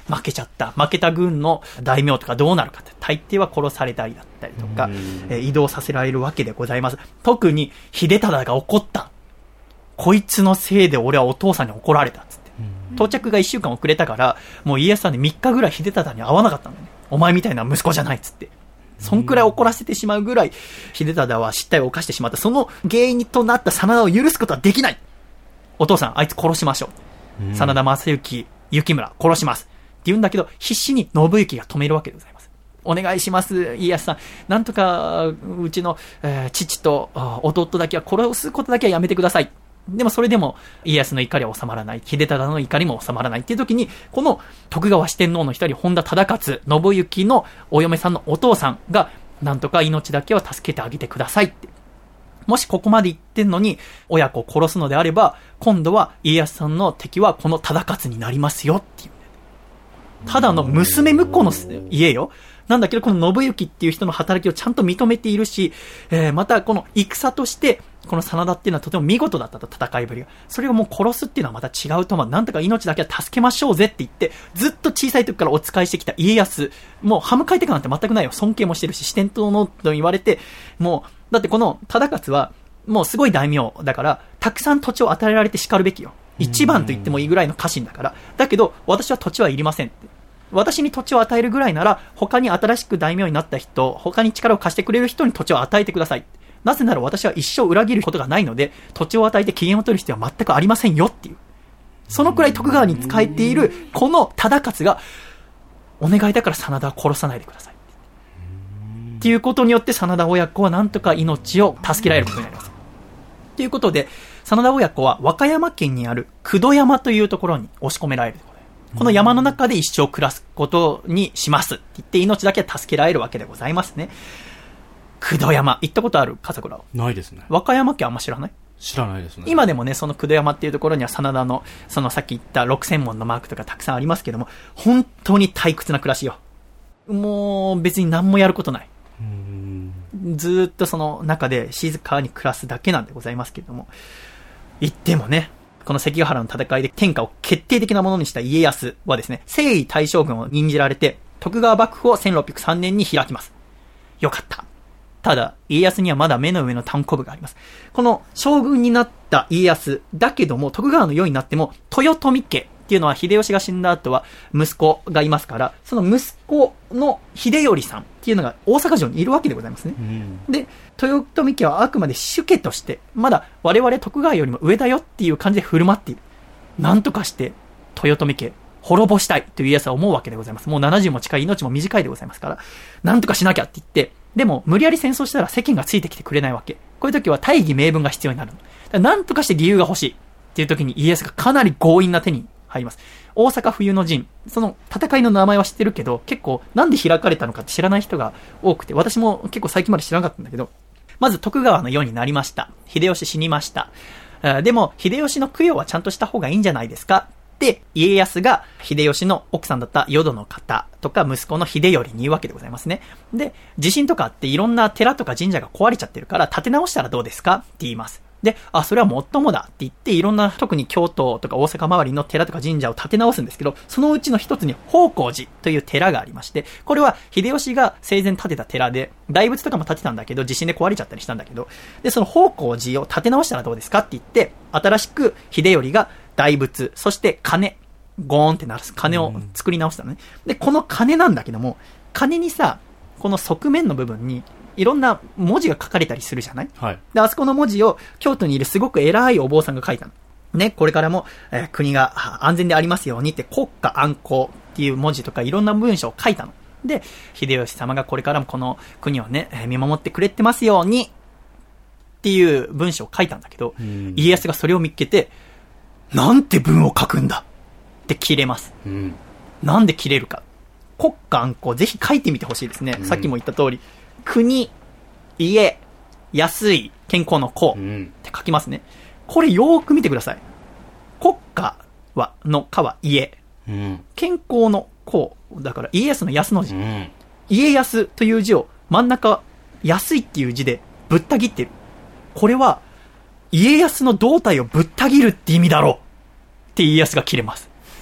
負けちゃった。負けた軍の大名とかどうなるかって、大抵は殺されたりだったりとか、えー、移動させられるわけでございます。特に秀忠が怒った。こいつのせいで俺はお父さんに怒られたっつって。到着がいっしゅうかん遅れたから、もう家康さんでみっかぐらい秀忠に会わなかったんだよね。お前みたいな息子じゃないっつって。そんくらい怒らせてしまうぐらい、秀忠は失態を犯してしまった。その原因となった真田を許すことはできない。お父さん、あいつ殺しましょう。真田正幸、幸村、殺します。って言うんだけど、必死に信行が止めるわけでございます。お願いします、家康さん。なんとか、うちの、えー、父と弟だけは殺すことだけはやめてください。でもそれでも家康の怒りは収まらない。秀忠の怒りも収まらないっていう時に、この徳川四天王の一人、本田忠勝、信行のお嫁さんのお父さんが、なんとか命だけは助けてあげてくださいって。もしここまで言ってんのに、親子を殺すのであれば、今度は家康さんの敵はこの忠勝になりますよっていう。ただの娘婿の家よ。なんだけど、この信行っていう人の働きをちゃんと認めているし、えー、またこの戦として、この真田っていうのはとても見事だったと、戦いぶりが。それがもう殺すっていうのはまた違うと思う。なんとか命だけは助けましょうぜって言って、ずっと小さい時からお仕えしてきた家康。もう歯向かいてかなんて全くないよ。尊敬もしてるし、四天王のと言われて、もう、だってこの忠勝は、もうすごい大名だから、たくさん土地を与えられて叱るべきよ。一番と言ってもいいぐらいの家臣だから。だけど、私は土地はいりませんって。私に土地を与えるぐらいなら、他に新しく大名になった人、他に力を貸してくれる人に土地を与えてください。なぜなら私は一生裏切ることがないので、土地を与えて機嫌を取る必要は全くありませんよっていう。そのくらい徳川に仕えている、この忠勝が、お願いだから真田は殺さないでください。っていうことによって真田親子はなんとか命を助けられることになります。ということで、真田親子は和歌山県にある九度山というところに押し込められる。この山の中で一生暮らすことにしますって言って命だけは助けられるわけでございますね。九度山、行ったことある？笠倉は。 ないですね。 和歌山県あんま知らない？ 知らないですね。 今でもね、その九度山っていうところには真田の、そのさっき言った六千門のマークとかたくさんありますけども、本当に退屈な暮らしよ。もう別に何もやることない。うーん、ずーっとその中で静かに暮らすだけなんでございますけれども、言ってもね、この関ヶ原の戦いで天下を決定的なものにした家康はですね、征夷大将軍を任じられて、徳川幕府をせんろっぴゃくさんねんに開きます。よかった。ただ、家康にはまだ目の上の単行部があります。この将軍になった家康だけども、徳川の世になっても、豊臣家っていうのは秀吉が死んだ後は息子がいますから、その息子の秀頼さんっていうのが大阪城にいるわけでございますね。うん、で、豊臣家はあくまで主家として、まだ我々徳川よりも上だよっていう感じで振る舞っている。なんとかして豊臣家滅ぼしたいという家康は思うわけでございます。もうななじゅうも近い、命も短いでございますから、なんとかしなきゃって言って、でも無理やり戦争したら世間がついてきてくれないわけ。こういう時は大義名分が必要になる。だからなんとかして理由が欲しいっていう時に家康がかなり強引な手に入ります。大阪冬の陣、その戦いの名前は知ってるけど、結構なんで開かれたのかって知らない人が多くて、私も結構最近まで知らなかったんだけど、まず徳川の世になりました。秀吉死にました。でも秀吉の供養はちゃんとした方がいいんじゃないですかって家康が秀吉の奥さんだった淀の方とか息子の秀頼に言うわけでございますね。で、地震とかあっていろんな寺とか神社が壊れちゃってるから建て直したらどうですかって言います。で、あ、それはもっともだって言って、いろんな、特に京都とか大阪周りの寺とか神社を建て直すんですけど、そのうちの一つに宝光寺という寺がありまして、これは秀吉が生前建てた寺で、大仏とかも建てたんだけど、地震で壊れちゃったりしたんだけど、で、その宝光寺を建て直したらどうですかって言って、新しく秀頼が大仏、そして鐘、ゴーンって鳴らす鐘を作り直したのね。で、この鐘なんだけども、鐘にさ、この側面の部分に、いろんな文字が書かれたりするじゃない、はい、で、あそこの文字を京都にいるすごく偉いお坊さんが書いたの。ね、これからも、えー、国が安全でありますようにって国家安康っていう文字とかいろんな文章を書いたの。で、秀吉様がこれからもこの国をね、見守ってくれてますようにっていう文章を書いたんだけど、家康がそれを見っけて、なんて文を書くんだって切れます。うん、なんで切れるか。国家安康、ぜひ書いてみてほしいですね。うん、さっきも言った通り。国、家、安い、健康の康って書きますね。これよーく見てください。国家は、の家は家。うん、健康の康。だから家康の安の字。うん、家康という字を真ん中、安いっていう字でぶった切ってる。これは、家康の胴体をぶった切るって意味だろうって家康が切れます。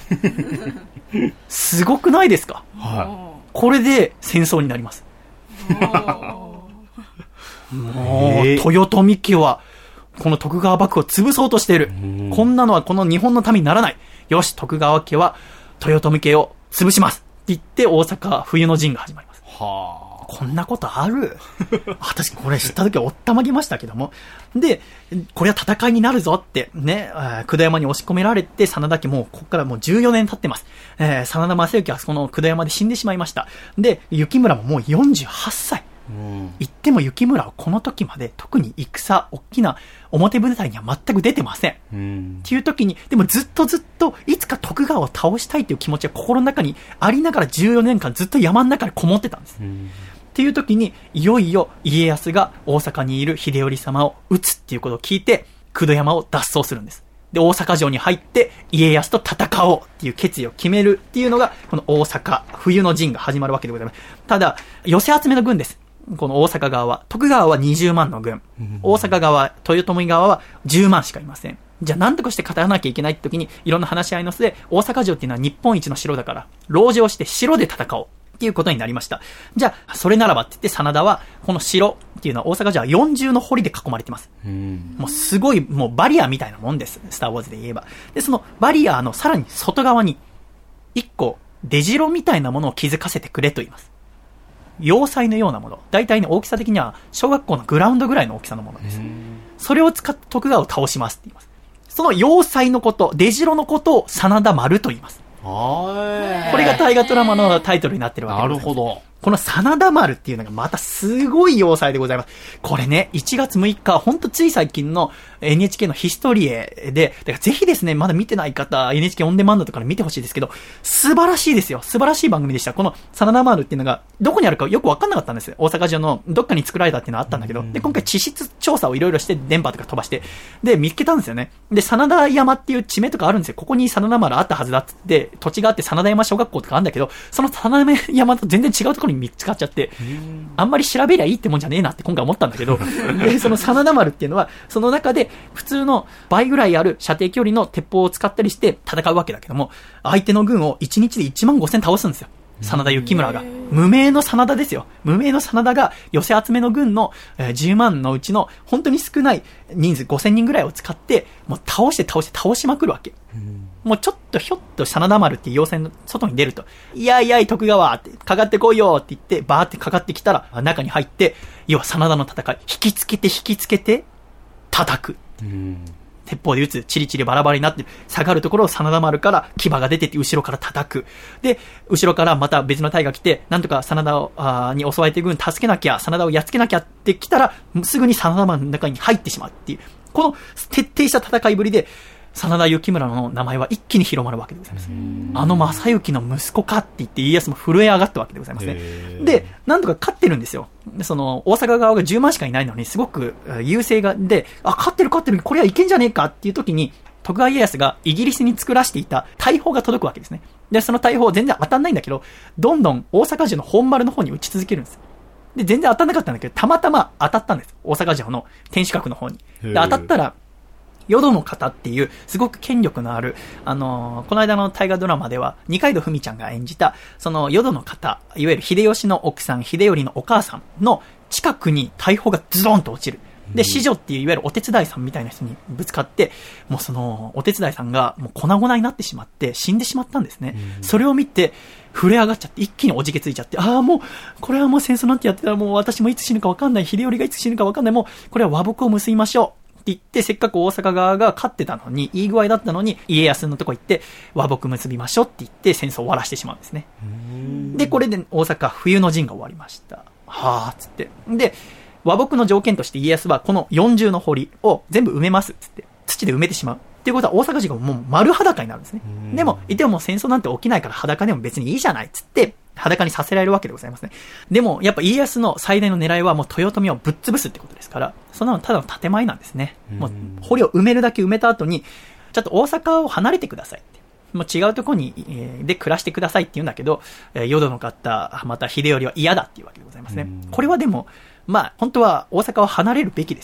すごくないですか？ はこれで戦争になります。もう、豊臣家は、この徳川幕府を潰そうとしている。こんなのはこの日本のためにならない。よし、徳川家は豊臣家を潰します。って言って大阪冬の陣が始まります。はあ、こんなことある私これ知った時はおったまげましたけども。で、これは戦いになるぞってね、久田山に押し込められて、真田家もうここからもうじゅうよねん経ってます。えー、真田正幸はその久田山で死んでしまいました。で、雪村ももうよんじゅうはっさい。うん、言っても雪村はこの時まで特に戦、大きな表舞台には全く出てません、うん、っていう時に、でもずっとずっといつか徳川を倒したいっていう気持ちが心の中にありながらじゅうよねんかんずっと山の中にこもってたんです、うん、っていう時にいよいよ家康が大阪にいる秀頼様を討つっていうことを聞いて久土山を脱走するんです。で、大阪城に入って家康と戦おうっていう決意を決めるっていうのがこの大阪冬の陣が始まるわけでございます。ただ寄せ集めの軍です。この大阪側は、徳川はにじゅうまんの軍、大阪側、豊臣側はじゅうまんしかいません。じゃあ何とかして勝たなきゃいけないって時に、いろんな話し合いの末、大阪城っていうのは日本一の城だから、籠城して城で戦おうっていうことになりました。じゃあ、それならばって言って真田は、この城っていうのは大阪城はよんじゅうの堀で囲まれてます。もうすごい、もうバリアみたいなもんです。スターウォーズで言えば。で、そのバリアのさらに外側に、一個、出城みたいなものを築かせてくれと言います。要塞のようなもの。大体ね、大きさ的には小学校のグラウンドぐらいの大きさのものです。それを使って徳川を倒しますって言います。その要塞のこと、出城のことを真田丸と言います。これが大河ドラマのタイトルになってるわけです。なるほど。この真田丸っていうのがまたすごい要塞でございます。これね、いちがつむいか、ほんとつい最近の エヌエイチケー のヒストリエで、だからぜひですね、まだ見てない方、エヌエイチケー オンデマンドとかで見てほしいですけど、素晴らしいですよ。素晴らしい番組でした。この真田丸っていうのが、どこにあるかよくわかんなかったんです。大阪城のどっかに作られたっていうのはあったんだけど、で、今回地質調査をいろいろして、電波とか飛ばして、で、見つけたんですよね。で、真田山っていう地名とかあるんですよ。ここに真田丸あったはずだって、土地があって真田山小学校とかあるんだけど、その真田山と全然違うところに見つかっちゃって、あんまり調べりゃいいってもんじゃねえなって今回思ったんだけどでその真田丸っていうのはその中で普通の倍ぐらいある射程距離の鉄砲を使ったりして戦うわけだけども、相手の軍をいちにちでいちまんごせん倒すんですよ。真田幸村が無名の真田ですよ。無名の真田が寄せ集めの軍のじゅうまんのうちの本当に少ない人数ごせんにんぐらいを使ってもう倒して倒して倒しまくるわけ。もうちょっとひょっと真田丸っていう要塞の外に出ると、いやいやい徳川ってかかってこいよって言ってバーってかかってきたら中に入って、要は真田の戦い、引きつけて引きつけて叩く。うん鉄砲で撃つ、チリチリバラバラになって下がるところを真田丸から牙が出てって後ろから叩く。で、後ろからまた別の隊が来て、なんとか真田をあに襲われている軍助けなきゃ、真田をやっつけなきゃって来たら、すぐに真田丸の中に入ってしまうっていう、この徹底した戦いぶりで、真田幸村の名前は一気に広まるわけでございます。あの正幸の息子かって言って家康も震え上がったわけでございますね。で、なんとか勝ってるんですよ。その大阪側がじゅうまんしかいないのにすごく優勢がで、あ、勝ってる勝ってる、これはいけんじゃねえかっていう時に徳川家康がイギリスに作らしていた大砲が届くわけですね。で、その大砲全然当たんないんだけど、どんどん大阪城の本丸の方に撃ち続けるんです。で、全然当たんなかったんだけど、たまたま当たったんです。大阪城の天守閣の方に。で、当たったら、淀の方っていうすごく権力のある、あのー、この間の大河ドラマでは二階堂ふみちゃんが演じたその淀の方、いわゆる秀吉の奥さん、秀頼のお母さんの近くに大砲がズドンと落ちる。で、子女っていういわゆるお手伝いさんみたいな人にぶつかって、もうそのお手伝いさんがもう粉々になってしまって死んでしまったんですね。それを見て震え上がっちゃって一気におじけついちゃって、ああもうこれはもう戦争なんてやってたらもう私もいつ死ぬか分かんない、秀頼がいつ死ぬか分かんない、もうこれは和睦を結びましょうって言って、せっかく大阪側が勝ってたのに、いい具合だったのに、家康のとこ行って、和睦結びましょうって言って、戦争を終わらしてしまうんですね。で、これで大阪冬の陣が終わりました。はぁ、つって。で、和睦の条件として家康は、このよんじゅうの堀を全部埋めます、つって。土で埋めてしまう。っていうことは大阪城がもう丸裸になるんですね。でも、いてももう戦争なんて起きないから裸でも別にいいじゃない、つって、裸にさせられるわけでございますね。でも、やっぱ家康の最大の狙いはもう豊臣をぶっ潰すってことですから、そんなのただの建前なんですね。もう、堀を埋めるだけ埋めた後に、ちょっと大阪を離れてくださいって。もう違うところに、えー、で暮らしてくださいって言うんだけど、えー、淀の方、また秀頼は嫌だっていうわけでございますね。これはでも、まあ、本当は大阪を離れるべきですね。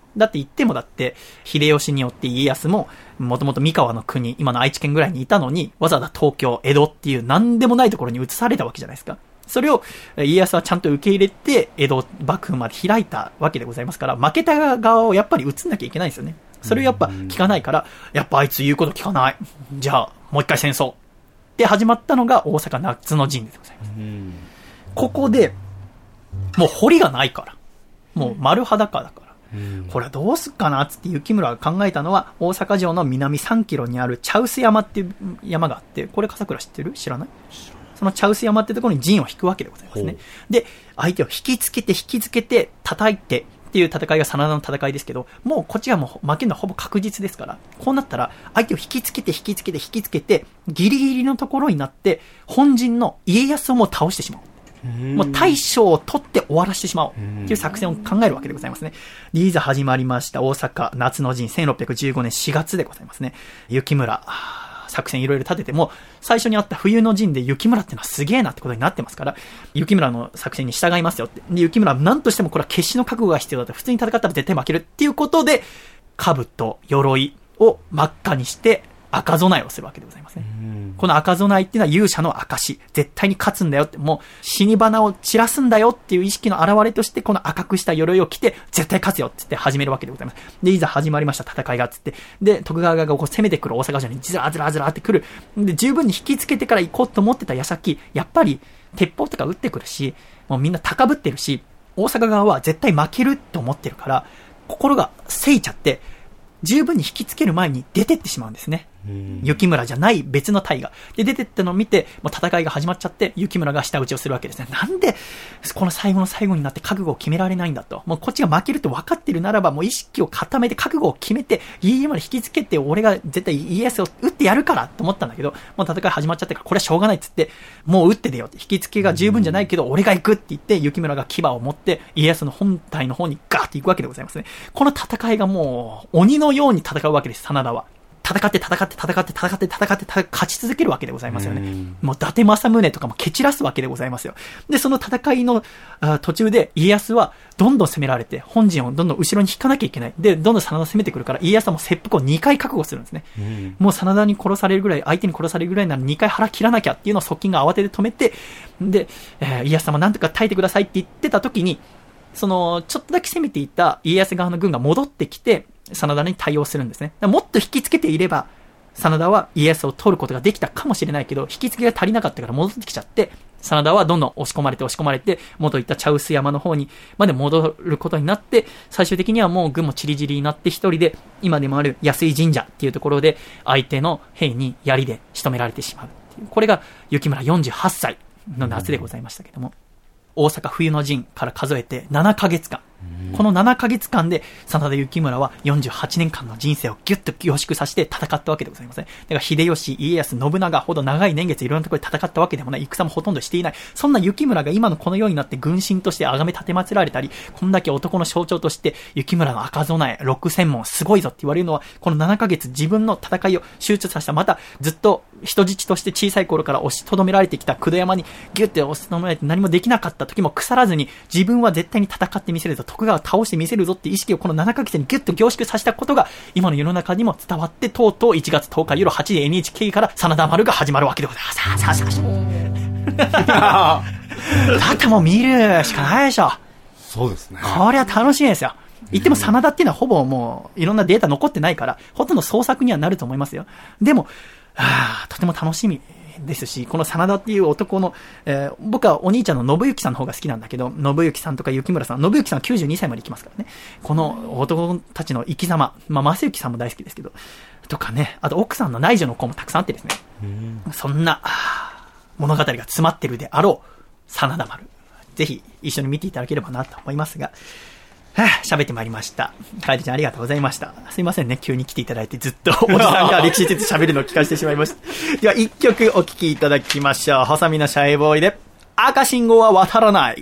だって言ってもだって、秀吉によって家康も、もともと三河の国、今の愛知県ぐらいにいたのに、わざわざ東京、江戸っていう何でもないところに移されたわけじゃないですか。それを家康はちゃんと受け入れて、江戸幕府まで開いたわけでございますから、負けた側をやっぱり移んなきゃいけないんですよね。それをやっぱ聞かないから、やっぱあいつ言うこと聞かない。じゃあ、もう一回戦争。で始まったのが大阪夏の陣でございます。ここで、もう堀がないから。もう丸裸だから。これはどうすっかなっつって雪村が考えたのは、大阪城の南さんキロにある茶臼山っていう山があって、これ笠倉知ってる？知らない？その茶臼山ってところに陣を引くわけでございますね。で、相手を引きつけて引きつけて叩いてっていう戦いが真田の戦いですけど、もうこっちはもう負けるのはほぼ確実ですから、こうなったら相手を引きつけて引きつけて引きつけて、ギリギリのところになって、本陣の家康をもう倒してしまう。もう大将を取って終わらせてしまおうっていう作戦を考えるわけでございますね。で、いざ始まりました大阪夏の陣せんろっぴゃくじゅうごねんしがつでございますね。雪村、作戦いろいろ立てても、最初にあった冬の陣で雪村ってのはすげえなってことになってますから、雪村の作戦に従いますよって。で、雪村は何としてもこれは決死の覚悟が必要だと。普通に戦ったら絶対負けるっていうことで、兜、鎧を真っ赤にして赤備えをするわけでございますね。この赤備えっていうのは勇者の証。絶対に勝つんだよって、もう死に花を散らすんだよっていう意識の表れとして、この赤くした鎧を着て、絶対勝つよって言って始めるわけでございます。で、いざ始まりました戦いがっつって、で、徳川側がこう攻めてくる大阪城にずらずらずらってくる。で、十分に引きつけてから行こうと思ってた矢先、やっぱり鉄砲とか撃ってくるし、もうみんな高ぶってるし、大阪側は絶対負けると思ってるから、心がせいちゃって、十分に引きつける前に出てってしまうんですね。雪村じゃない別の隊が。で、出てったのを見て、もう戦いが始まっちゃって、雪村が下打ちをするわけですね。なんで、この最後の最後になって覚悟を決められないんだと。もうこっちが負けると分かってるならば、もう意識を固めて覚悟を決めて、家まで引きつけて、俺が絶対家康を撃ってやるからと思ったんだけど、もう戦い始まっちゃってから、これはしょうがないっつって、もう撃って出ようって。引きつけが十分じゃないけど、俺が行くって言って、雪村が牙を持って、家康の本体の方にガーって行くわけでございますね。この戦いがもう、鬼のように戦うわけです、真田は。戦って戦って戦って戦って戦って勝ち続けるわけでございますよね。もう伊達政宗とかも蹴散らすわけでございますよ。で、その戦いの途中で家康はどんどん攻められて、本陣をどんどん後ろに引かなきゃいけない。で、どんどん真田攻めてくるから、家康はもう切腹をにかい覚悟するんですね。もう真田に殺されるぐらい、相手に殺されるぐらいならにかい腹切らなきゃっていうのを側近が慌てて止めて、で、えー、家康様なんとか耐えてくださいって言ってた時に、その、ちょっとだけ攻めていた家康側の軍が戻ってきて、真田に対応するんですね。もっと引きつけていれば、真田は家康を取ることができたかもしれないけど、引きつけが足りなかったから戻ってきちゃって、真田はどんどん押し込まれて押し込まれて、元言った茶臼山の方にまで戻ることになって、最終的にはもう軍もチリジリになって一人で、今でもある安井神社っていうところで、相手の兵に槍で仕留められてしまうっていう。これが雪村よんじゅうはっさいの夏でございましたけども。大阪冬の陣から数えてななかげつかん。このななかげつかんで、真田幸村はよんじゅうはちねんかんの人生をギュッと凝縮させて戦ったわけでございますね。だから秀吉、家康、信長ほど長い年月いろんなところで戦ったわけでもない、戦もほとんどしていない。そんな幸村が今のこのようになって軍神として崇め立て祀られたり、こんだけ男の象徴として幸村の赤備え、六千門すごいぞって言われるのは、このななかげつ自分の戦いを集中させた、またずっと人質として小さい頃から押しとどめられてきた九度山にギュッて押しとどめられて何もできなかった時も腐らずに、自分は絶対に戦ってみせるぞ、徳川を倒してみせるぞって意識をこのななかげつにギュッと凝縮させたことが今の世の中にも伝わって、とうとういちがつとおか夜はちじ エヌエイチケー から真田丸が始まるわけでございます。さあさあさあさあだってもう見るしかないでしょ。 そうですね。 これは楽しみですよ。言っても真田っていうのはほぼもういろんなデータ残ってないから、ほとんど創作にはなると思いますよ。でもあとても楽しみですし、この真田っていう男の、えー、僕はお兄ちゃんの信行さんの方が好きなんだけど、信行さんとか幸村さん、信行さんはきゅうじゅうにさいまで生きますからね。この男たちの生き様、まあ正行さんも大好きですけど、とかね、あと奥さんの内助の子もたくさんあってですね、そんな物語が詰まってるであろう真田丸、ぜひ一緒に見ていただければなと思いますが、喋ってまいりました。カエルちゃんありがとうございました。すいませんね、急に来ていただいてずっとおじさんが歴史について喋るのを聞かせてしまいました。では一曲お聴きいただきましょう。細身のシャイボーイで赤信号は渡らない。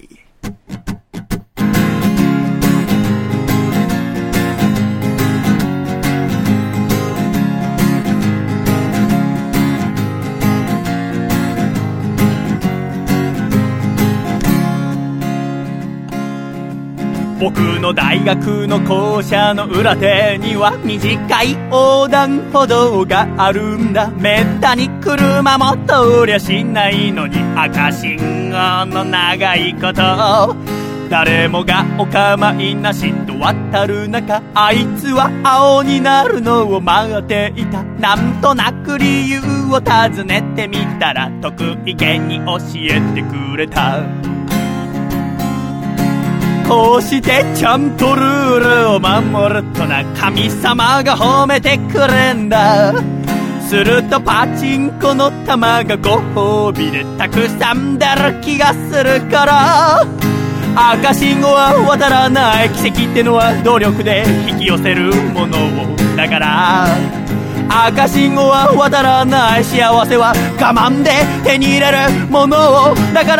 僕の大学の校舎の裏手には短い横断歩道があるんだ。めったに車も通りゃしないのに赤信号の長いこと誰もがお構いなしと渡る中、あいつは青になるのを待っていた。なんとなく理由を尋ねてみたら得意げに教えてくれた。こうしてちゃんとルールを守るとな、神様が褒めてくれんだ。するとパチンコの玉がご褒美でたくさん出る気がするから、赤信号は渡らない奇跡ってのは努力で引き寄せるものをだから、赤信号は渡らない幸せは我慢で手に入れるものをだから、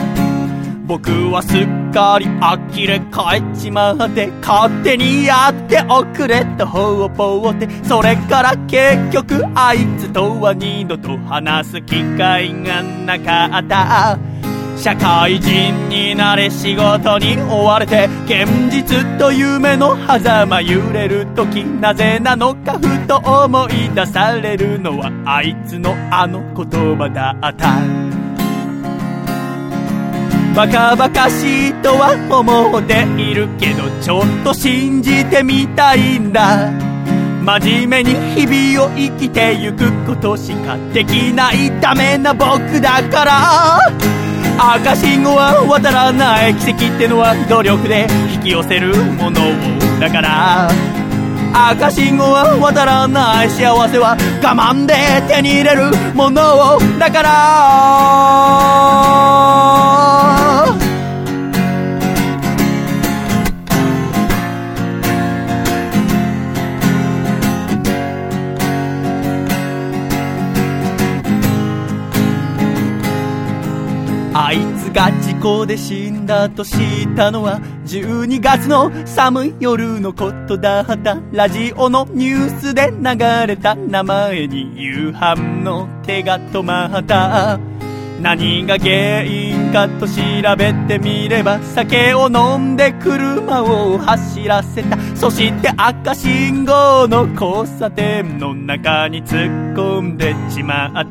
僕はすっかり呆れ返っちまって勝手にやっておくれと方々って、それから結局あいつとは二度と話す機会がなかった。社会人になれ仕事に追われて現実と夢の狭間揺れるとき、なぜなのかふと思い出されるのはあいつのあの言葉だった。バカバカしいとは思っているけどちょっと信じてみたいんだ。真面目に日々を生きてゆくことしかできないダメな僕だから、赤信号は渡らない奇跡ってのは努力で引き寄せるものをだから、赤信号は渡らない幸せは我慢で手に入れるものをだから、あいつが事故で死んだと知ったのはじゅうにがつの寒い夜のことだった。ラジオのニュースで流れた名前に夕飯の手が止まった。何が原因かと調べてみれば酒を飲んで車を走らせた。そして赤信号の交差点の中に突っ込んでしまった。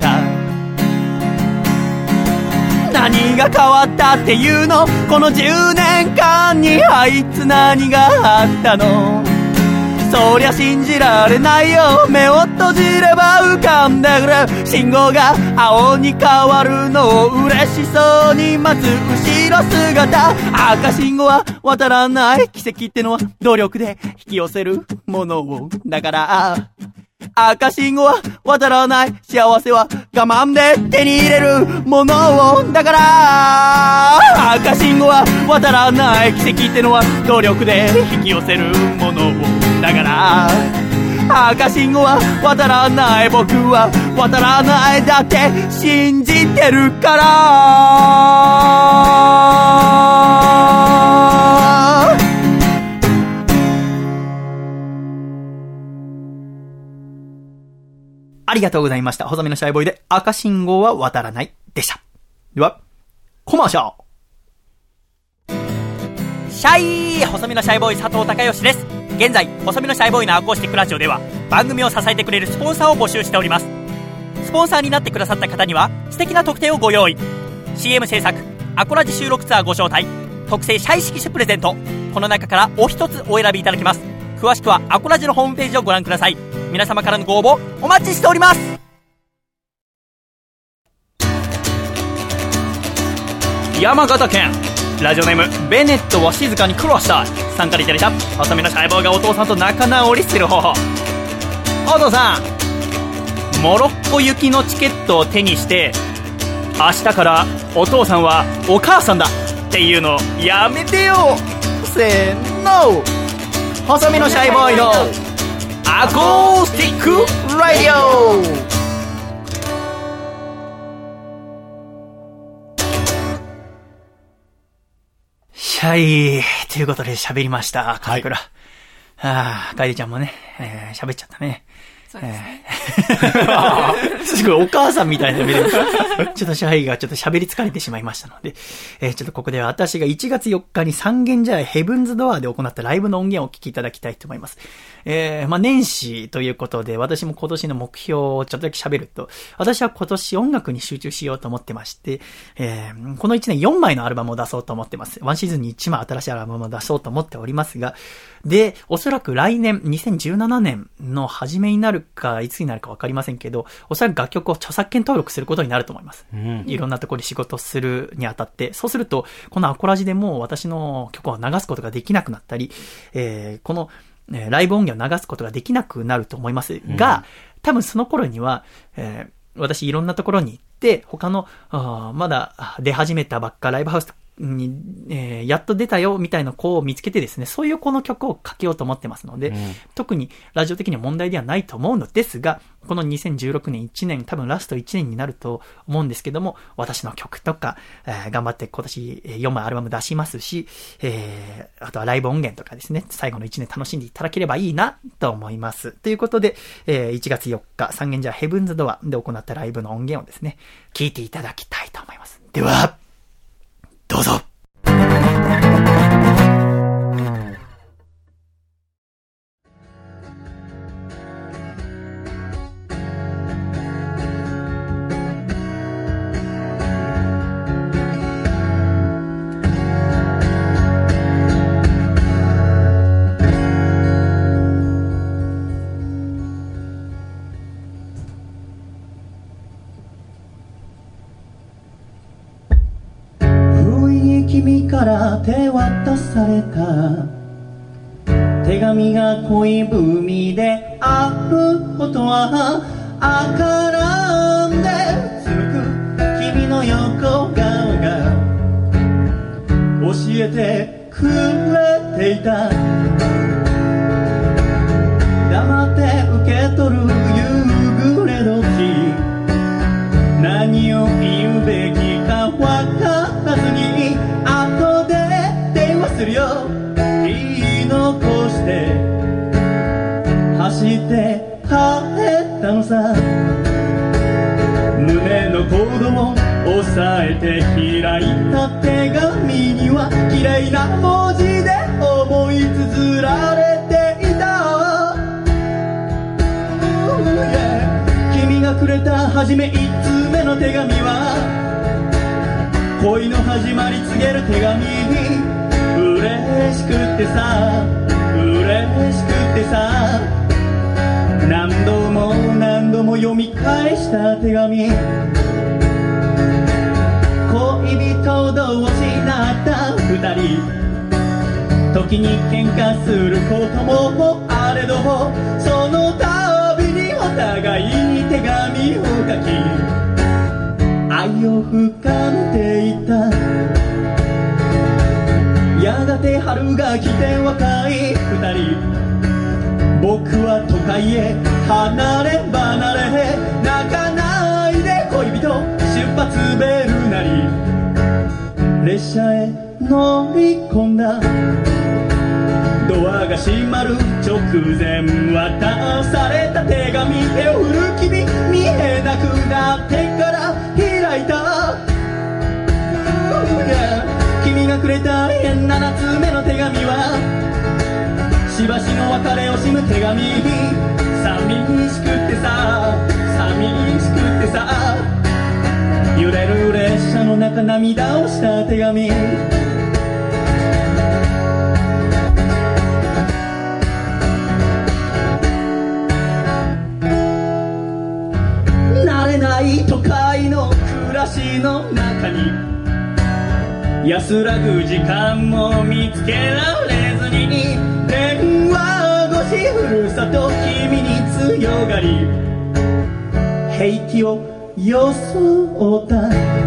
何が変わったっていうの、このじゅうねんかんにあいつ何があったの。そりゃ信じられないよ。目を閉じれば浮かんでくる信号が青に変わるのを嬉しそうに待つ後ろ姿。赤信号は渡らない奇跡ってのは努力で引き寄せるものをだから、赤信号は渡らない幸せは我慢で手に入れるものをだから、赤信号は渡らない奇跡ってのは努力で引き寄せるものをだから、赤信号は渡らない僕は渡らないだって信じてるから。 ありがとうございました。細身のシャイボーイで赤信号は渡らないでした。では、コマーシャル。シャイ細身のシャイボーイ佐藤孝義です。現在、細身のシャイボーイのアコースティックラジオでは番組を支えてくれるスポンサーを募集しております。スポンサーになってくださった方には素敵な特典をご用意。 シーエム 制作、アコラジ収録ツアーご招待、特製シャイ色紙プレゼント、この中からお一つお選びいただきます。詳しくはアコラジのホームページをご覧ください。皆様からのご応募お待ちしております。山形県ラジオネームベネットは静かに苦労した参加でいただいた細身のシャイボーイがお父さんと仲直りする方法。お父さん、モロッコ行きのチケットを手にして明日からお父さんはお母さんだっていうのやめてよ。せーの、細身のシャイボーイのアコースティックラディオ。シャイということで喋りました、鎌倉。はい、ああ、楓ちゃんもね、えー、喋っちゃったね。 そうですね。 すごいお母さんみたいな目で、ちょっとシャイがちょっと喋り疲れてしまいましたので、えー、ちょっとここでは私がいちがつよっかに三軒茶屋ヘブンズドアで行ったライブの音源をお聞きいただきたいと思います。えー、まあ年始ということで、私も今年の目標をちょっとだけ喋ると、私は今年音楽に集中しようと思ってまして、えー、このいちねんよんまいのアルバムを出そうと思ってます。ワンシーズンにいちまい新しいアルバムを出そうと思っておりますが、で、おそらく来年、にせんじゅうななねんの初めになるか、いつになるかわかりませんけど、おそらく楽曲を著作権登録することになると思います。うん、いろんなところで仕事するにあたって、そうすると、このアコラジでもう私の曲を流すことができなくなったり、えー、この、えー、ライブ音源を流すことができなくなると思いますが、うん、多分その頃には、えー、私いろんなところに行って、他の、あまだ出始めたばっかライブハウスに、えー、やっと出たよみたいな子を見つけてですね、そういう子の曲をかけようと思ってますので、うん、特にラジオ的には問題ではないと思うのですが、このにせんじゅうろくねんいちねん、多分ラストいちねんになると思うんですけども、私の曲とか、えー、頑張って今年よんまいアルバム出しますし、えー、あとはライブ音源とかですね、最後のいちねん楽しんでいただければいいなと思います。ということで、えー、いちがつよっか、三軒茶屋ヘブンズドアで行ったライブの音源をですね、聞いていただきたいと思います。では、どうぞ。 君から手渡された手紙が恋文であることはあからんで続く君の横顔が教えてくれていた。黙って受け取る夕暮れ時、何を言うべきか分からずに後で電話するよ言い残して走って帰ったのさ。胸のコードを押さえて開いた手紙には綺麗な文字で思い綴られていた、yeah、君がくれた初め一通目の手紙は恋の始まり告げる手紙。嬉しくってさ嬉しくってさ、何度も何度も読み返した手紙。恋人同士なった二人、時に喧嘩することもあれど、その度にお互いに手紙を書き愛を深めていた。やがて春が来て若い二人、僕は都会へ離れ離れ、泣かないで恋人出発ベルなり、列車へ乗り込んだ。ドアが閉まる直前渡された手紙、手を振る君見えなくなってから開いた、yeah、君がくれたななつ目の手紙はしばしの別れを惜しむ手紙。寂しくってさ寂しくってさ、揺れる列車の中涙をした手紙。慣れない都会の暮らしの中に安らぐ時間も見つけられずに、電話越しふるさと君に強がり平気を装った。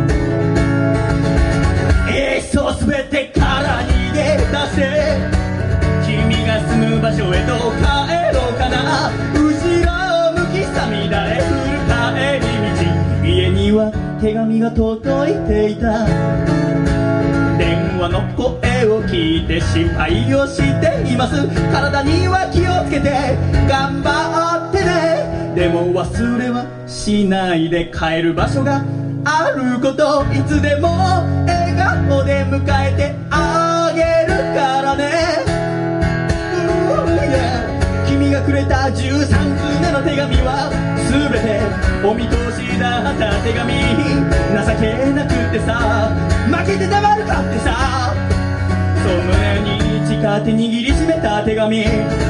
いっそすべてから逃げ出せ、君が住む場所へと帰ろうかな。後ろ向きさ乱れ降る帰り道、家には手紙が届いていた。電話の声を聞いて心配をしています。体には気をつけて頑張ってね。 でも忘れはしないで帰る場所があること、いつでも笑顔で迎えてあげるからね、yeah、君がくれたじゅうさんつうめの手紙は全てお見通しだった手紙、情けなくってさ負けてたまるかってさ、そう胸に誓って握りしめた手紙、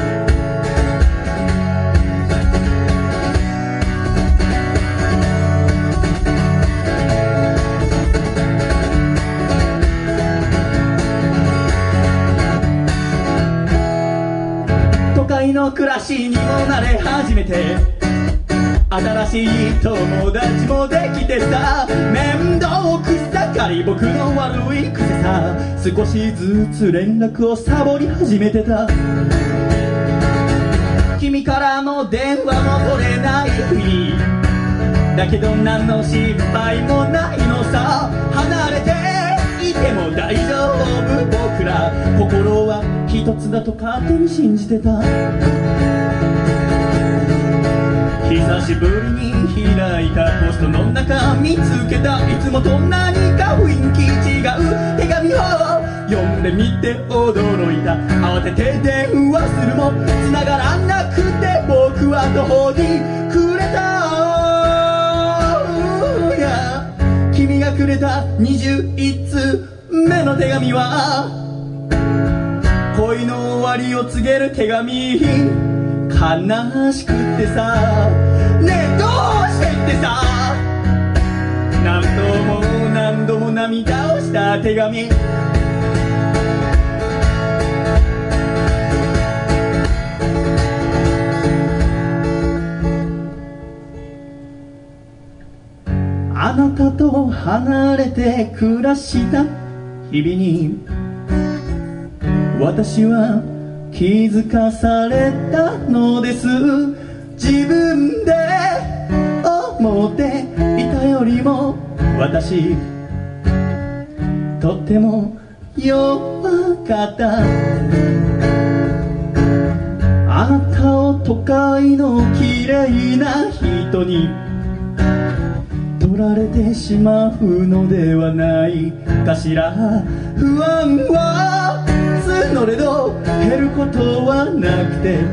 都会の暮らしにも慣れ始めて新しい友達もできてさ、面倒くさがり僕の悪い癖さ、少しずつ連絡をサボり始めてた。君からの電話も取れない日だけど何の心配もないのさ、離れていても大丈夫僕ら心は一つだと勝手に信じてた。久しぶりに開いたポストの中見つけた、いつもと何か雰囲気違う手紙を読んでみて驚いた。慌てて電話するも繋がらなくて僕は途方に暮れた。君がくれたにじゅういっつうめの手紙は恋の終わりを告げる手紙、悲しくってさ、ねえどうしてってさ、何度も何度も涙をした手紙、あなたと離れて暮らした日々に私は気づかされたのです。自分で思っていたよりも私とっても弱かった。あなたを都会の綺麗な人に取られてしまうのではないかしら。不安は募れど減ることはなくて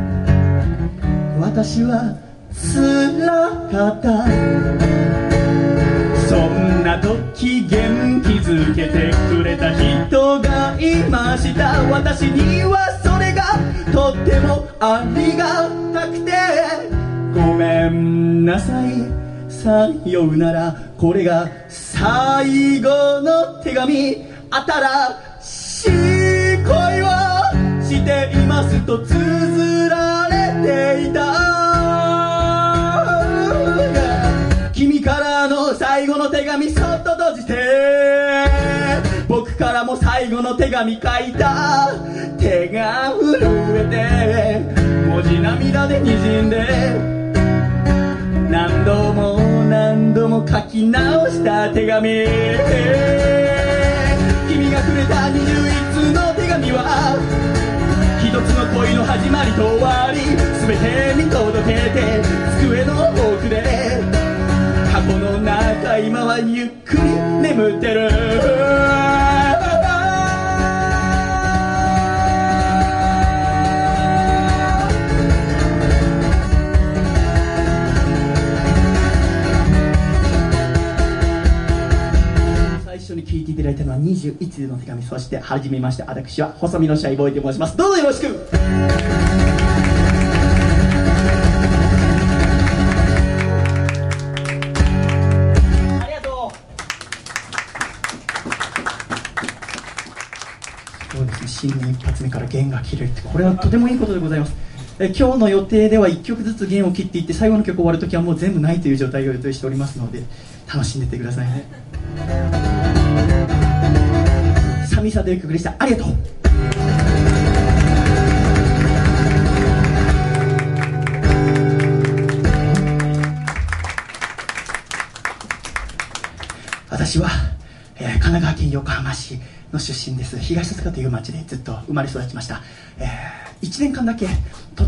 私は辛かった。そんな時元気づけてくれた人がいました。私にはそれがとってもありがたくて、ごめんなさいさようなら、これが最後の手紙、新しい恋をしていますと綴られていた。君からの最後の手紙そっと閉じて、僕からも最後の手紙書いた。手が震えて文字涙でにじんで、何度も何度も書き直した手紙、君がくれたにじゅういっつうの手紙は一つの恋の始まりと終わり、全て見届けて机の奥で過去の中今はゆっくり眠ってる。最初に聞いていただいたのはにじゅういっつうの手紙、そしてはじめまして私は細身のシャイボーイと申します。どうぞよろしく。ありがとう。そうですね、新年一発目から弦が切れるって、これはとてもいいことでございます。え今日の予定ではいっきょくずつ弦を切っていって、最後の曲終わるときはもう全部ないという状態を予定しておりますので、楽しんでいってくださいね。寂しさという曲でした。ありがとう。私は、えー、神奈川県横浜市の出身です。東戸塚という町でずっと生まれ育ちました。えー、いちねんかんだけとっ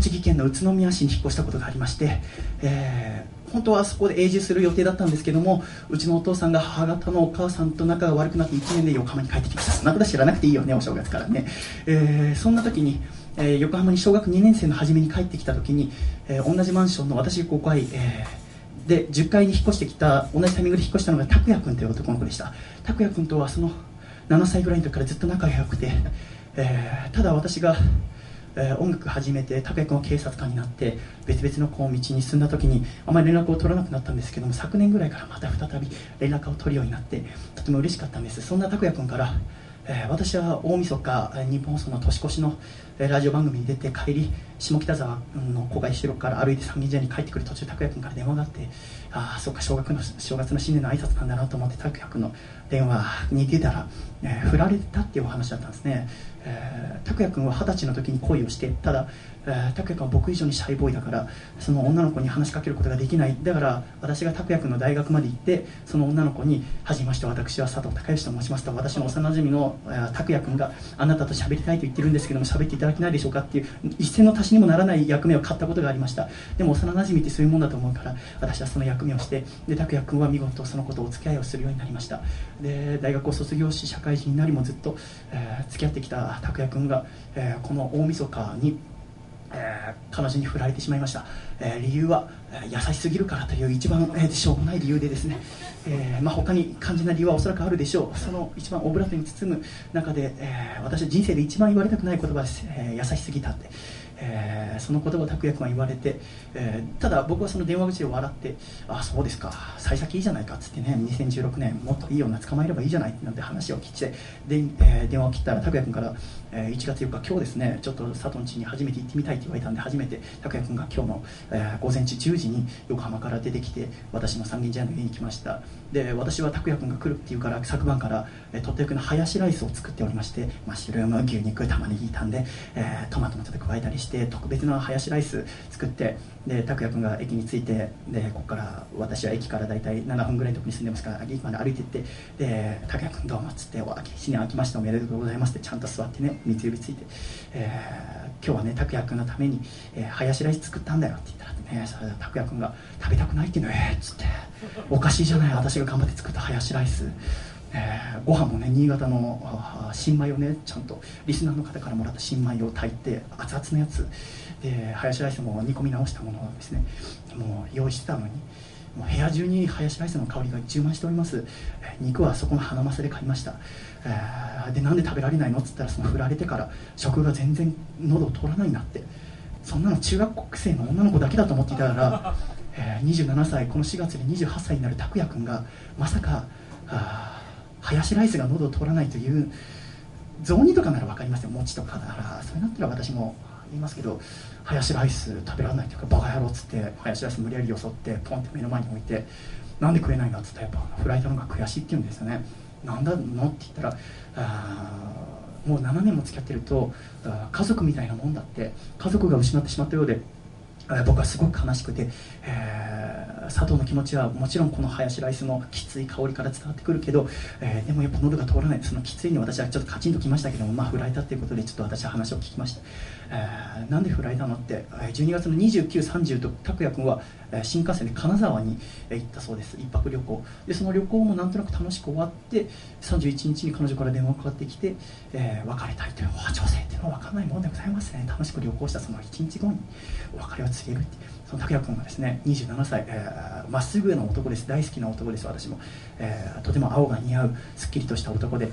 栃木県の宇都宮市に引っ越したことがありまして、えー、本当はそこで永住する予定だったんですけども、うちのお父さんが母方のお母さんと仲が悪くなっていちねんで横浜に帰ってきました。そんなこと知らなくていいよね、お正月からね。えー、そんな時に、えー、横浜に小学にねん生の初めに帰ってきた時に、えー、同じマンションの私ごかい、えー、でじゅっかいに引っ越してきた、同じタイミングで引っ越したのが拓也君という男の子でした。拓也君とはそのななさいぐらいの時からずっと仲が良くて、えー、ただ私が、えー、音楽始めて拓也君は警察官になって別々のこう道に進んだ時にあまり連絡を取らなくなったんですけども、昨年ぐらいからまた再び連絡を取るようになってとても嬉しかったんです。そんな拓也君から、えー、私は大晦日日本放送の年越しの、えー、ラジオ番組に出て帰り下北沢の公開収録から歩いて三軒茶屋に帰ってくる途中、拓也君から電話があって、ああそっか、正月の正月の新年の挨拶なんだなと思って拓也君の電話に出たら、えー、振られたっていうお話だったんですね。えー、拓也君は二十歳の時に恋をして、ただ、えー、拓也君は僕以上にシャイボーイだからその女の子に話しかけることができない。だから私が拓也君の大学まで行って、その女の子にはじめまして私は佐藤孝義と申しますと、私の幼馴染の拓也君があなたと喋りたいと言ってるんですけども喋っていただけないでしょうかっていう一銭の足しにもならない役目を買ったことがありました。でも幼馴染ってそういうもんだと思うから私はその役目をして、で拓也君は見事その子とお付き合いをするようになりました。で大学を卒業し社会人になりもずっと、えー、付き合ってきた拓也君が、えー、この大晦日に、えー、彼女に振られてしまいました。えー、理由は、えー、優しすぎるからという一番、えー、しょうもない理由でですね、えーまあ、他に肝心な理由はおそらくあるでしょう。その一番オブラートに包む中で、えー、私は人生で一番言われたくない言葉です。えー、優しすぎたって、えー、その言葉を拓也君は言われて、えー、ただ僕はその電話口で笑って、ああそうですか、幸先いいじゃないかっつってね、にせんじゅうろくねんもっといい女捕まえればいいじゃないなんて話を聞いて、で、えー、電話を切ったら拓也君から、えー、いちがつよっか今日ですね、ちょっと佐藤ん家に初めて行ってみたいって言われたんで、初めて拓也君が今日の、えー、午前中じゅうじに横浜から出てきて私の三軒茶屋の家に来ました。で私は拓也君が来るっていうから昨晩から、えー、とっておきのハヤシライスを作っておりまして、マッシュルーム、牛肉、玉ねぎ炒んで、えー、トマトもちょっと加えたりして特別なハヤシライス作って、で拓也君が駅に着いて、でここから私は駅からだいたいななふんぐらいのところに住んでますから駅まで歩いていって、で拓也君どうもっつって、お新年明けましておめでとうございますってちゃんと座ってね三つ指ついて、えー、今日はね拓也君のために、えー、ハヤシライス作ったんだよって言ったらね、それで拓也君が食べたくないっていうのえーっつって、おかしいじゃない、私が頑張って作ったハヤシライス、えー、ご飯もね新潟の新米をねちゃんとリスナーの方からもらった新米を炊いて熱々のやつで、ハヤシライスも煮込み直したものをですねもう用意してたのに、もう部屋中にハヤシライスの香りが充満しております。えー、肉はそこの花正で買いました。えー、でなんで食べられないのっつったら、その振られてから食が全然喉を通らないんだって、そんなの中学生の女の子だけだと思っていたら、えー、にじゅうななさい、このしがつでにじゅうはっさいになる拓也君がまさかハヤシライスが喉を通らないという、雑煮とかなら分かりますよ、餅とかなら、それだったら私も言いますけど、ハヤシライス食べられないというか、バカ野郎っつってハヤシライス無理やりよそってポンって目の前に置いて、なんで食えないんだっつったら、やっぱ振られたのが悔しいって言うんですよね。なんだのって言ったら、あもうななねんも付き合ってると家族みたいなもんだって、家族が失ってしまったようで、僕はすごく悲しくて、えー、佐藤の気持ちはもちろんこのハヤシライスのきつい香りから伝わってくるけど、えー、でもやっぱ喉が通らない、そのきついに私はちょっとカチンときましたけども、まあ振られたっていうことでちょっと私は話を聞きました。えー、なんで振られたのって、じゅうにがつのにじゅうく、さんじゅうと拓也君は新幹線で金沢に行ったそうです。一泊旅行で、その旅行もなんとなく楽しく終わって、さんじゅういちにちに彼女から電話がかかってきて、えー、別れたいという、女性っていうのは分かんないものでございますね。楽しく旅行したそのいちにちごにお別れを告げるっていう、その拓也君がですねにじゅうななさい、えー、まっすぐな男です。大好きな男です。私も、えー、とても青が似合うすっきりとした男で、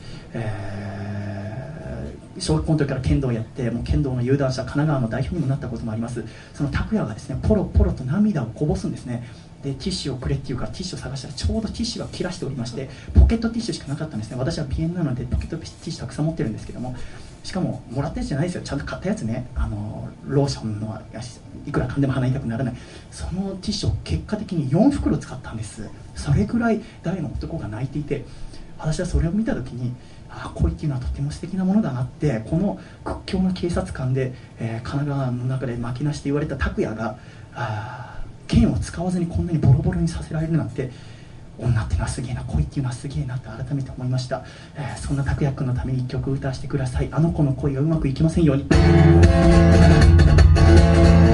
えー、小学校の時から剣道をやって、もう剣道の有段者神奈川の代表にもなったこともあります。その拓也がですねポロポロと涙をこぼすんですね。でティッシュをくれっていうからティッシュを探したら、ちょうどティッシュが切らしておりまして、ポケットティッシュしかなかったんですね。私は鼻炎なのでポケットティッシュたくさん持ってるんですけども、しかももらったやつじゃないですよ、ちゃんと買ったやつね、あのローションのいくら噛んでも鼻痛くならない、そのティッシュを結果的によんふくろ使ったんです。それくらい大の男が泣いていて、私はそれを見た時に、あ恋っていうのはとても素敵なものだなって、この屈強な警察官で、えー、神奈川の中で負けなしと言われた拓也があ剣を使わずにこんなにボロボロにさせられるなんて、女っていうのはすげえな、恋っていうのはすげえなって改めて思いました。えー、そんな拓也君のためにいっきょく歌わせてください。あの子の恋がうまくいきませんように。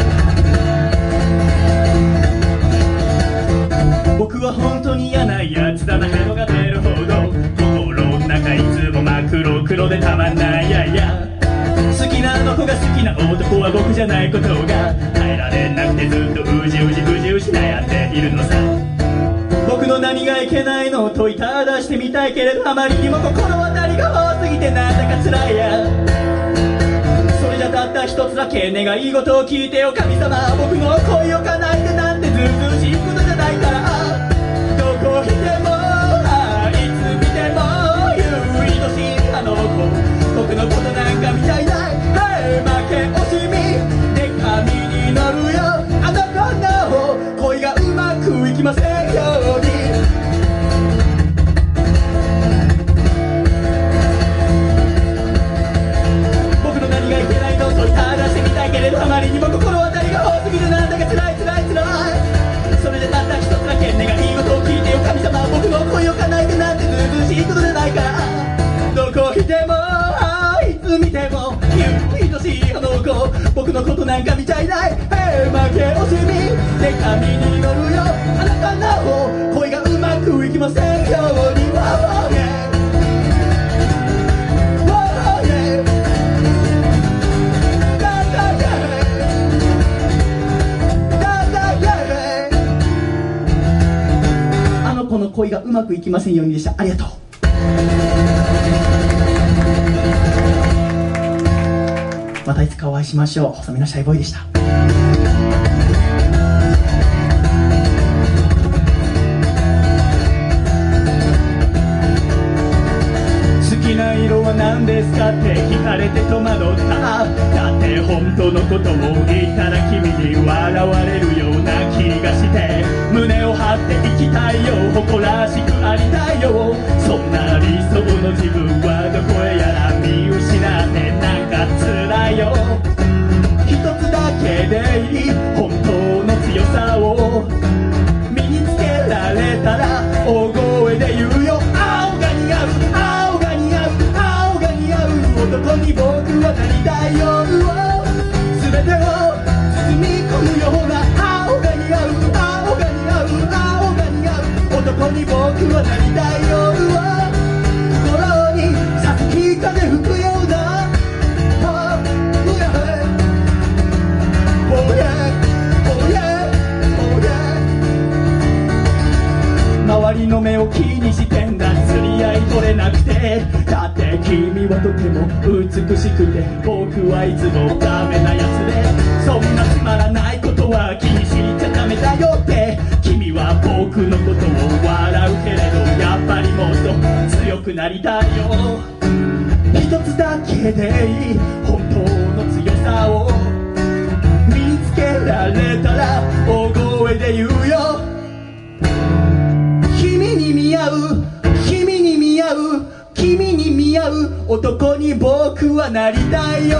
な男は僕じゃないことが耐えられなくてずっとうじうじうじうじ悩んでいるのさ。僕の何がいけないのを問いただしてみたいけれど、あまりにも心当たりが多すぎてなんだか辛いや。それじゃたった一つだけ願い事を聞いてよ神様。僕の恋を叶えてなんてずうずうしいことじゃないから。どこ来てもいつ見ても優しいあの子、僕のことなんか見ちゃいない。負け惜しみで神になるよ。あなたの恋がうまくいきませんように。僕の何がいけないのを問いただしてみたいけれど、あまりにも心当たりが多すぎる。なんだか辛い辛い辛い。それでたった一つだけ願い事を聞いてよ神様。僕の恋を叶えてなんてずうずうしいことじゃないから。どこ来てもいつ見ても愛しいあの子、僕のことなんか見ちゃいない。負け惜しみで神に乗るよ。あなたの恋がうまくいきませんように。あの子の恋がうまくいきませんようにでした。ありがとう。またいつかお会いしましょう。細身のシャイボーイでした。好きな色は何ですかって聞かれて戸惑った。だって本当のことを言ったら君に笑われるような気がして、胸を張って生きたいよ。誇らしくありたいよ。そんな理想の自分はどこへやら見失ってなんか辛いよ。一つだけでいい本当の強さを身につけられたら大声で言うよ。青が似合う青が似合う青が似合う男に僕はなりたいよ。全てを包み込むような青が似合う青が似合う青が似合う男に僕はなりたいよ。心にさつき風吹くような周りの目を気にしてんだ。釣り合い取れなくて。だって君はとても美しくて僕はいつもダメなやつで、そんなつまらないことは気にしちゃダメだよって。君は僕のことを笑うけれどやっぱりもっと強くなりたいよ。一つだけでいい本当の強さを身につけられたら大声で言うよ。君に見合う君に見合う君に見合う男に僕はなりたいよ。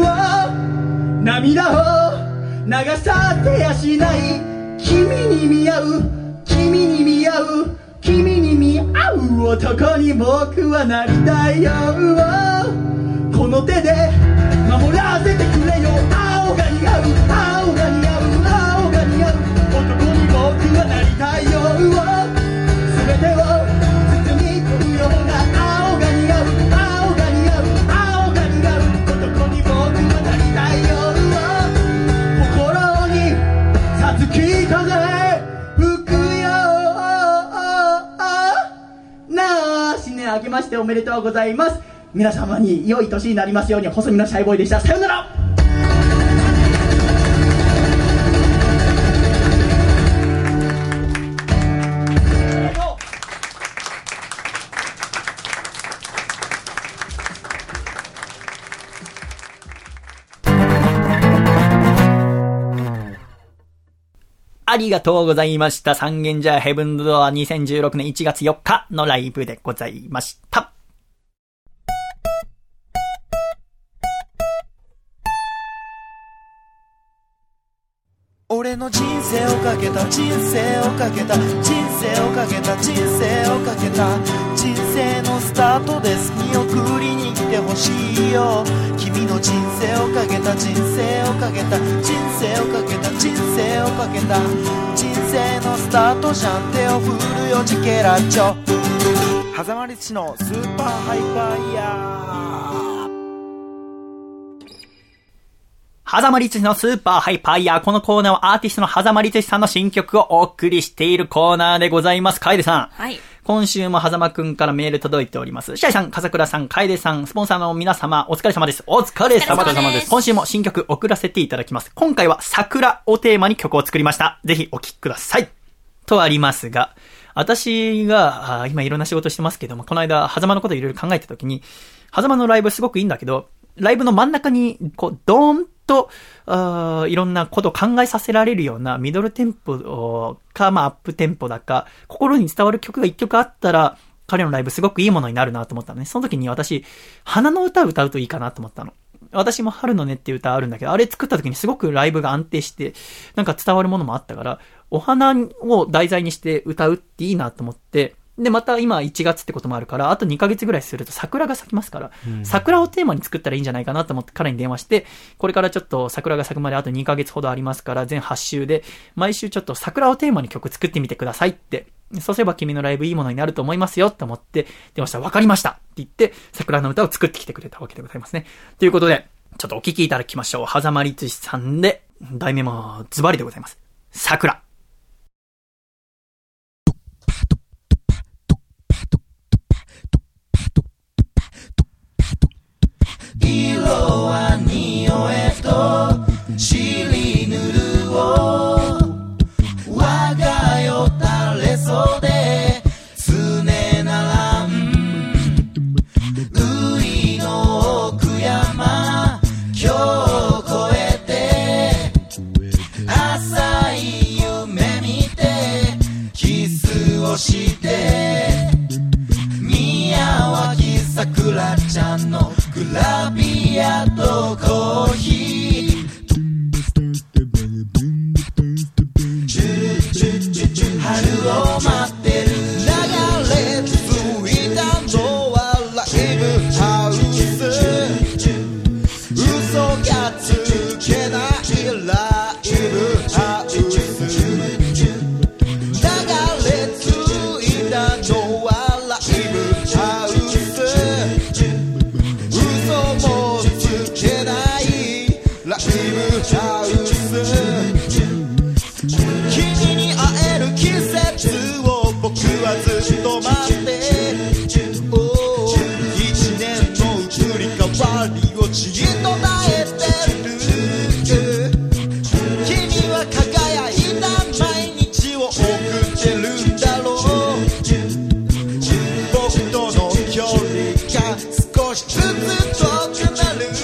涙を流させやしない君に見合う君に見合う君に見合う男に僕はなりたいよ。この手で守らせてくれよ。青が似合う青が似合う青が似合う男に僕はなりたいよ。全てを包み込むような青が似合う青が似合う青が似合う男に僕はなりたいよ。心にさつき風吹くよなあ。新年明けましておめでとうございます。皆様に良い年になりますように。細身のシャイボーイでした。さようなら。 ありがとうございました。三軒茶屋ヘブンズドアにせんじゅうろくねんいちがつよっかのライブでございました。 俺の人生をかけた人生をかけた人生をかけた人生をかけた人生のスタートです。見送りに来てほしいよ。君の人生をかけた人生をかけた人生をかけた人生をかけた人生のスタートじゃん。手を振るよジケラッチョ。狭間律師のスーパーハイパーイヤー。 狭間律師のスーパーハイパーイヤー。このコーナーはアーティストの狭間律師さんの新曲をお送りしているコーナーでございます。楓さん。 はい。 今週も狭間くんからメール届いております。シャイさん、笠倉さん、楓さん、スポンサーの皆様、お疲れ様です。お疲れ様です。今週も新曲送らせていただきます。今回は桜をテーマに曲を作りました。ぜひお聴きください。とありますが、私が、今いろんな仕事してますけども、この間、狭間のこといろいろ考えたときに、狭間のライブすごくいいんだけど、ライブの真ん中に、こう、ドーンと、あいろんなことを考えさせられるようなミドルテンポか、まあアップテンポだか、心に伝わる曲が一曲あったら、彼のライブすごくいいものになるなと思ったのね。その時に私、花の歌を歌うといいかなと思ったの。私も春のねっていう歌あるんだけど、あれ作った時にすごくライブが安定して、なんか伝わるものもあったから、お花を題材にして歌うっていいなと思って、で、また今いちがつってこともあるから、あとにかげつぐらいすると桜が咲きますから、うん、桜をテーマに作ったらいいんじゃないかなと思って彼に電話して、これからちょっと桜が咲くまであとにかげつほどありますから、全はち週で、毎週ちょっと桜をテーマに曲作ってみてくださいって。そうすれば君のライブいいものになると思いますよって思って、電話したら分かりましたって言って、桜の歌を作ってきてくれたわけでございますね。ということで、ちょっとお聞きいただきましょう。狭間律師さんで、題名もズバリでございます。桜。 色は匂えと尻ぬるを我がよ垂れ袖常ならんういの奥山今日越えて浅い夢見てキスをして宮脇さくらちゃんのグラビアとコーヒーチュルチュチュチュ春を待ってる流れ着いたのはライブハウス嘘がつけないライブハウス流れ着いたのはライブハウス嘘もつけないライブハウス君に会える季節を僕はずっと待って一年の移り変わりをじっと耐えてる君は輝いた毎日を送ってるんだろう僕との距離が少しずつ遠くなる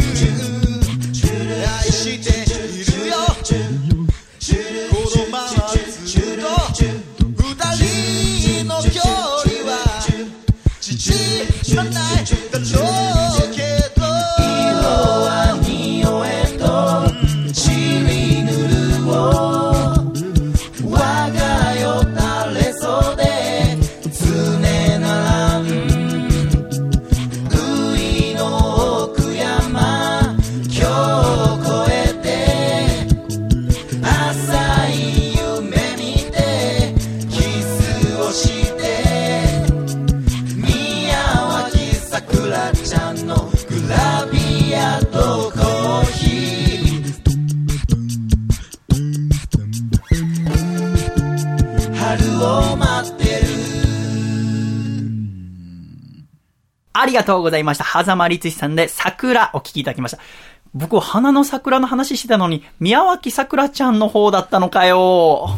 愛しているよこのままずっと二人の距離は縮まないだろうけど色は匂えと尻ぬるを我がよ垂れ袖常ならんういの奥山今日越えて浅い夢見てキスをして宮脇さくらちゃんのグラビアとコーヒー春を待ってるありがとうございました。狭間律師さんで桜お聞きいただきました。僕は花の桜の話してたのに、宮脇桜ちゃんの方だったのかよ。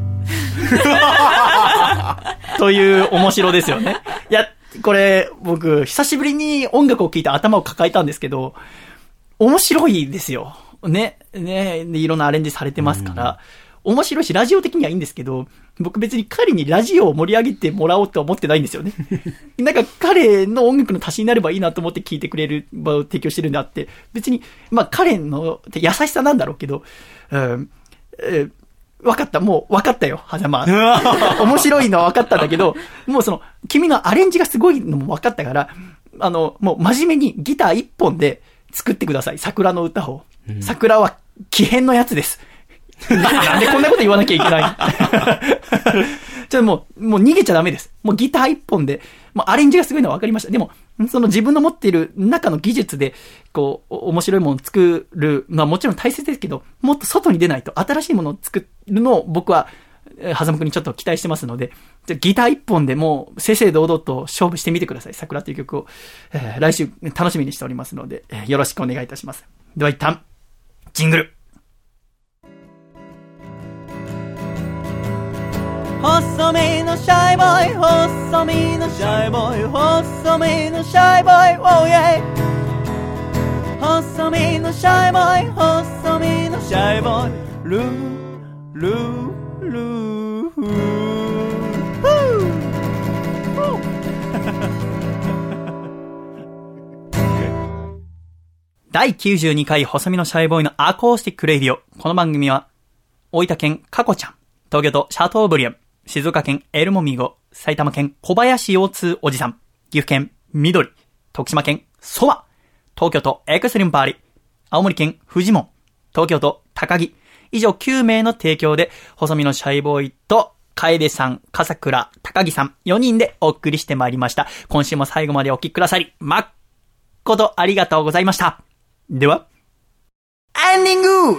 という面白ですよね。いや、これ僕久しぶりに音楽を聴いて頭を抱えたんですけど、面白いですよ。ね、ね、いろんなアレンジされてますから。面白いし、ラジオ的にはいいんですけど、僕別に彼にラジオを盛り上げてもらおうとは思ってないんですよね。なんか彼の音楽の足しになればいいなと思って聴いてくれる場を提供してるんであって、別に、まあ彼の優しさなんだろうけど、うん、えー、分かった、もう分かったよ、狭間。面白いのは分かったんだけど、もうその、君のアレンジがすごいのも分かったから、あの、もう真面目にギター一本で作ってください、桜の歌を。うん、桜は奇変のやつです。なんでこんなこと言わなきゃいけないちょっともう、もう逃げちゃダメです。もうギター一本で、もうアレンジがすごいのは分かりました。でも、その自分の持っている中の技術で、こう、面白いものを作るのはもちろん大切ですけど、もっと外に出ないと新しいものを作るのを僕は、はざむくんにちょっと期待してますので、ギター一本でもう正々堂々と勝負してみてください。桜という曲を、えー、来週楽しみにしておりますので、えー、よろしくお願いいたします。では一旦、ジングル。 細身のシャイボーイ、細身のシャイボーイ、細身のシャイボーイ、oh yeah。細身のシャイボーイ、細身のシャイボーイ、ルー、ルー、ルー、フー。 だいきゅうじゅうにかい細身のシャイボーイのアコースティックレイディオ。この番組は、大分県カコちゃん、東京都シャトーブリアン、静岡県エルモミゴ、埼玉県小林腰痛おじさん、岐阜県緑、徳島県ソワ、東京都エクストリームパーリ、青森県フジモン、東京都高木、以上きゅうめいの提供で、細身のシャイボーイと、楓さん、笠倉、高木さん、よにんでお送りしてまいりました。今週も最後までお聞きくださり、誠ありがとうございました。では、エンディング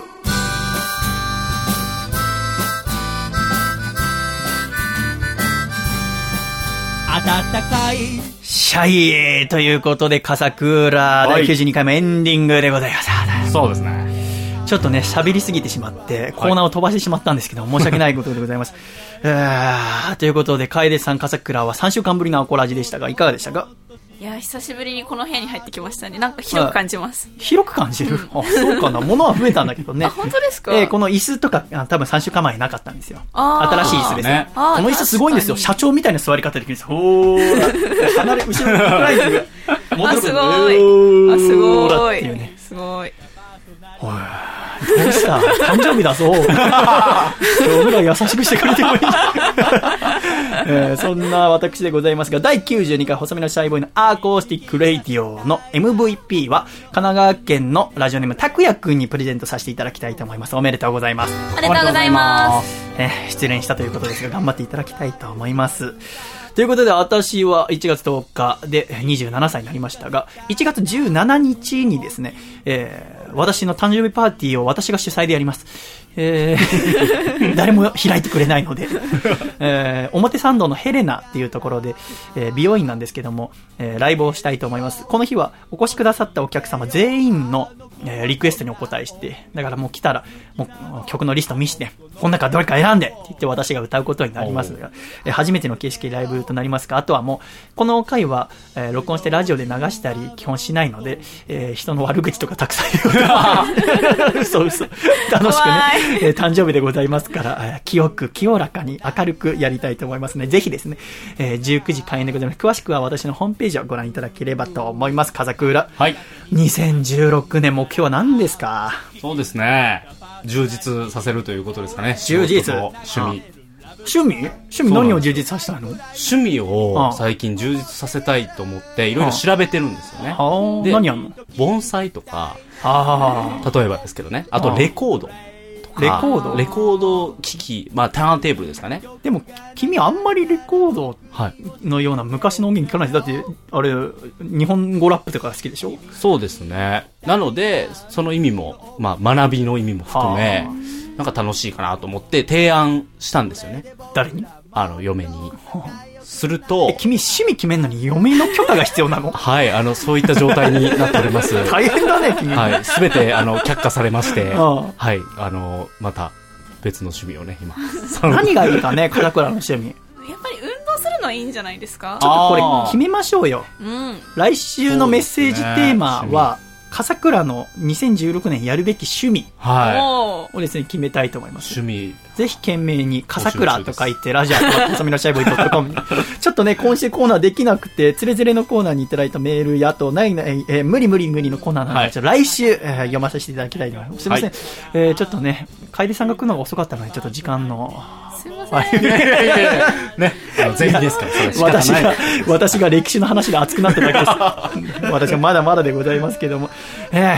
暖かいシャイということで、笠倉だいきゅうじゅうにかいもエンディングでございます。 そうですね。 ちょっとね、喋りすぎてしまって、コーナーを飛ばしてしまったんですけど、申し訳ないことでございます。えー、ということで、楓さん、笠倉はさんしゅうかんぶりのアコラジでしたが、いかがでしたか？ いや、久しぶりにこの部屋に入ってきましたね。なんか広く感じます。 広く感じる、うん、あ、そうかな。物は増えたんだけどね。 あ、本当ですか？ えー、この椅子とか、多分さんしゅうかんまえなかったんですよ。新しい椅子ですね。この椅子すごいんですよ。社長みたいな座り方できるんですよ。ほーら。離れ、後ろに暗いのが。 あ、すごい。あ、すごい。 っていうね。 すごい。 おい。どうした誕生日だぞ。今日ぐらい優しくしてくれてもいい、えー、そんな私でございますが、だいきゅうじゅうにかい細身のシャイボーイのアーコースティックレイディオの エムブイピー は神奈川県のラジオネームたくやくんにプレゼントさせていただきたいと思います。おめでとうございます。 ありがとうございます。 えー、失恋したということですが、頑張っていただきたいと思います。ということで、私はいちがつとおかでにじゅうななさいになりましたが、いちがつじゅうしちにちにですね、えー、私の誕生日パーティーを私が主催でやります。えー、誰も開いてくれないので、えー、表参道のヘレナっていうところで、えー、美容院なんですけども、えー、ライブをしたいと思います。この日はお越しくださったお客様全員の、えー、リクエストにお答えして、だからもう来たらもう曲のリスト見して、この中どれか選んでって言って私が歌うことになりますが、えー、初めての形式ライブとなりますが、あとはもうこの回は、えー、録音してラジオで流したり基本しないので、えー、人の悪口とかたくさん言う嘘嘘楽しくね、えー、誕生日でございますから、えー、清く清らかに明るくやりたいと思いますので、ぜひですね、えー、じゅうくじ開演でございます。詳しくは私のホームページをご覧いただければと思います。風倉、 はい、 にせんじゅうろくねん目標は何ですか？ そうですね、充実させるということですかね。 充実、 趣味趣味趣味何を充実させたの？ 趣味を最近充実させたいと思っていろいろ調べてるんですよね。 で、何やんの？ 盆栽とか、 あ例えばですけどね、あとレコードとか、 レコードレコード機器、まあターンテーブルですかね。 でも君あんまりレコードのような昔の音源聞かないです。だってあれ日本語ラップとか好きでしょ？ そうですね。なのでその意味も、まあ学びの意味も含め、なんか楽しいかなと思って提案したんですよね。 誰に？ あの嫁に。すると、 え、君趣味決めんのに嫁の許可が必要なの？ はい、あのそういった状態になっております。 大変だね君。 はい、すべてあの却下されまして、ああ、はい、あのまた別の趣味をね今。 何がいいかね、風倉の趣味。 やっぱり運動するのはいいんじゃないですか？ ちょっとこれ決めましょうよ。 うん。 来週のメッセージテーマは、笠倉のにせんじゅうろくねんやるべき趣味をですね決めたいと思います。 趣味ぜひ懸命に笠倉と書いてラジオ細身のシャイボーイ .com にちょっとね今週コーナーできなくてつれづれのコーナーにいただいたメールやとないない、えー、無理無理無理のコーナーなので、はい、来週、えー、読まさせていただきたいと思います。すいません、はい、えー、ちょっとね楓さんが来るのが遅かったのでちょっと時間のすいませんいやいやいやね、あの全員ですからそれ仕方ない。 私が私が歴史の話で熱くなっただけです私はまだまだでございますけども、えー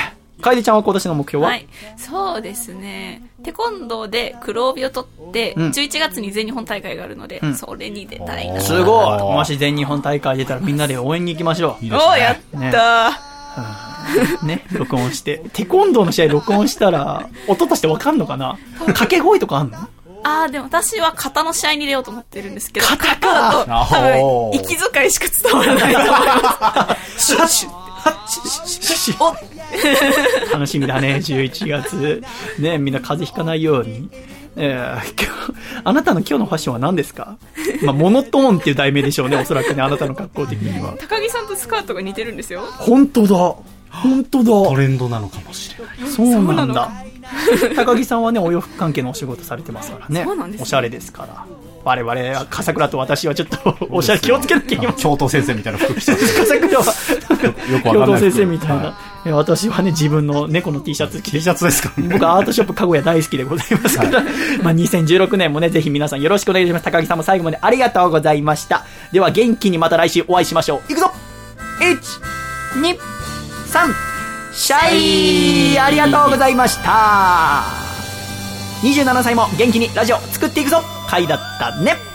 楓ちゃんは今年の目標は？ はい。そうですね。テコンドーで黒帯を取って、うん、じゅういちがつに全日本大会があるので、うん、それに出たいな。 すごい。もし全日本大会出たらみんなで応援に行きましょう。 いいですね、おー、やったー。ねね、録音して。テコンドーの試合録音したら、音としてわかんのかな？掛け声とかあんの？ あー、でも私は型の試合に出ようと思ってるんですけど、型だと多分、息遣いしか伝わらないと思います。シュッシュッハッシュッシュッシュッお楽しみだね、じゅういちがつ。ね、みんな風邪ひかないように。えー、あなたの今日のファッションは何ですか？まあ、モノトーンっていう題名でしょうね、おそらくね、あなたの格好的には。 高木さんとスカートが似てるんですよ。 本当だ。本当だ。 トレンドなのかもしれない。 そうなんだ。高木さんはね、お洋服関係のお仕事されてますからね。 そうなんですね。 おしゃれですから。我々、笠倉と私はちょっと、おしゃれ気をつけなきゃいけない。 教頭先生みたいな服着てます。 笠倉は、 よくわかんない。 教頭先生みたいな。はい、私はね、自分の猫の T シャツ着て。 T シャツですか？ 僕はアートショップかごや大好きでございますから。はい、まあ、にせんじゅうろくねんもね、ぜひ皆さんよろしくお願いします。高木さんも最後までありがとうございました。では、元気にまた来週お会いしましょう。いくぞ !いち、に、さん、シャイありがとうございました。にじゅうななさいも元気にラジオ作っていくぞ。回だったね。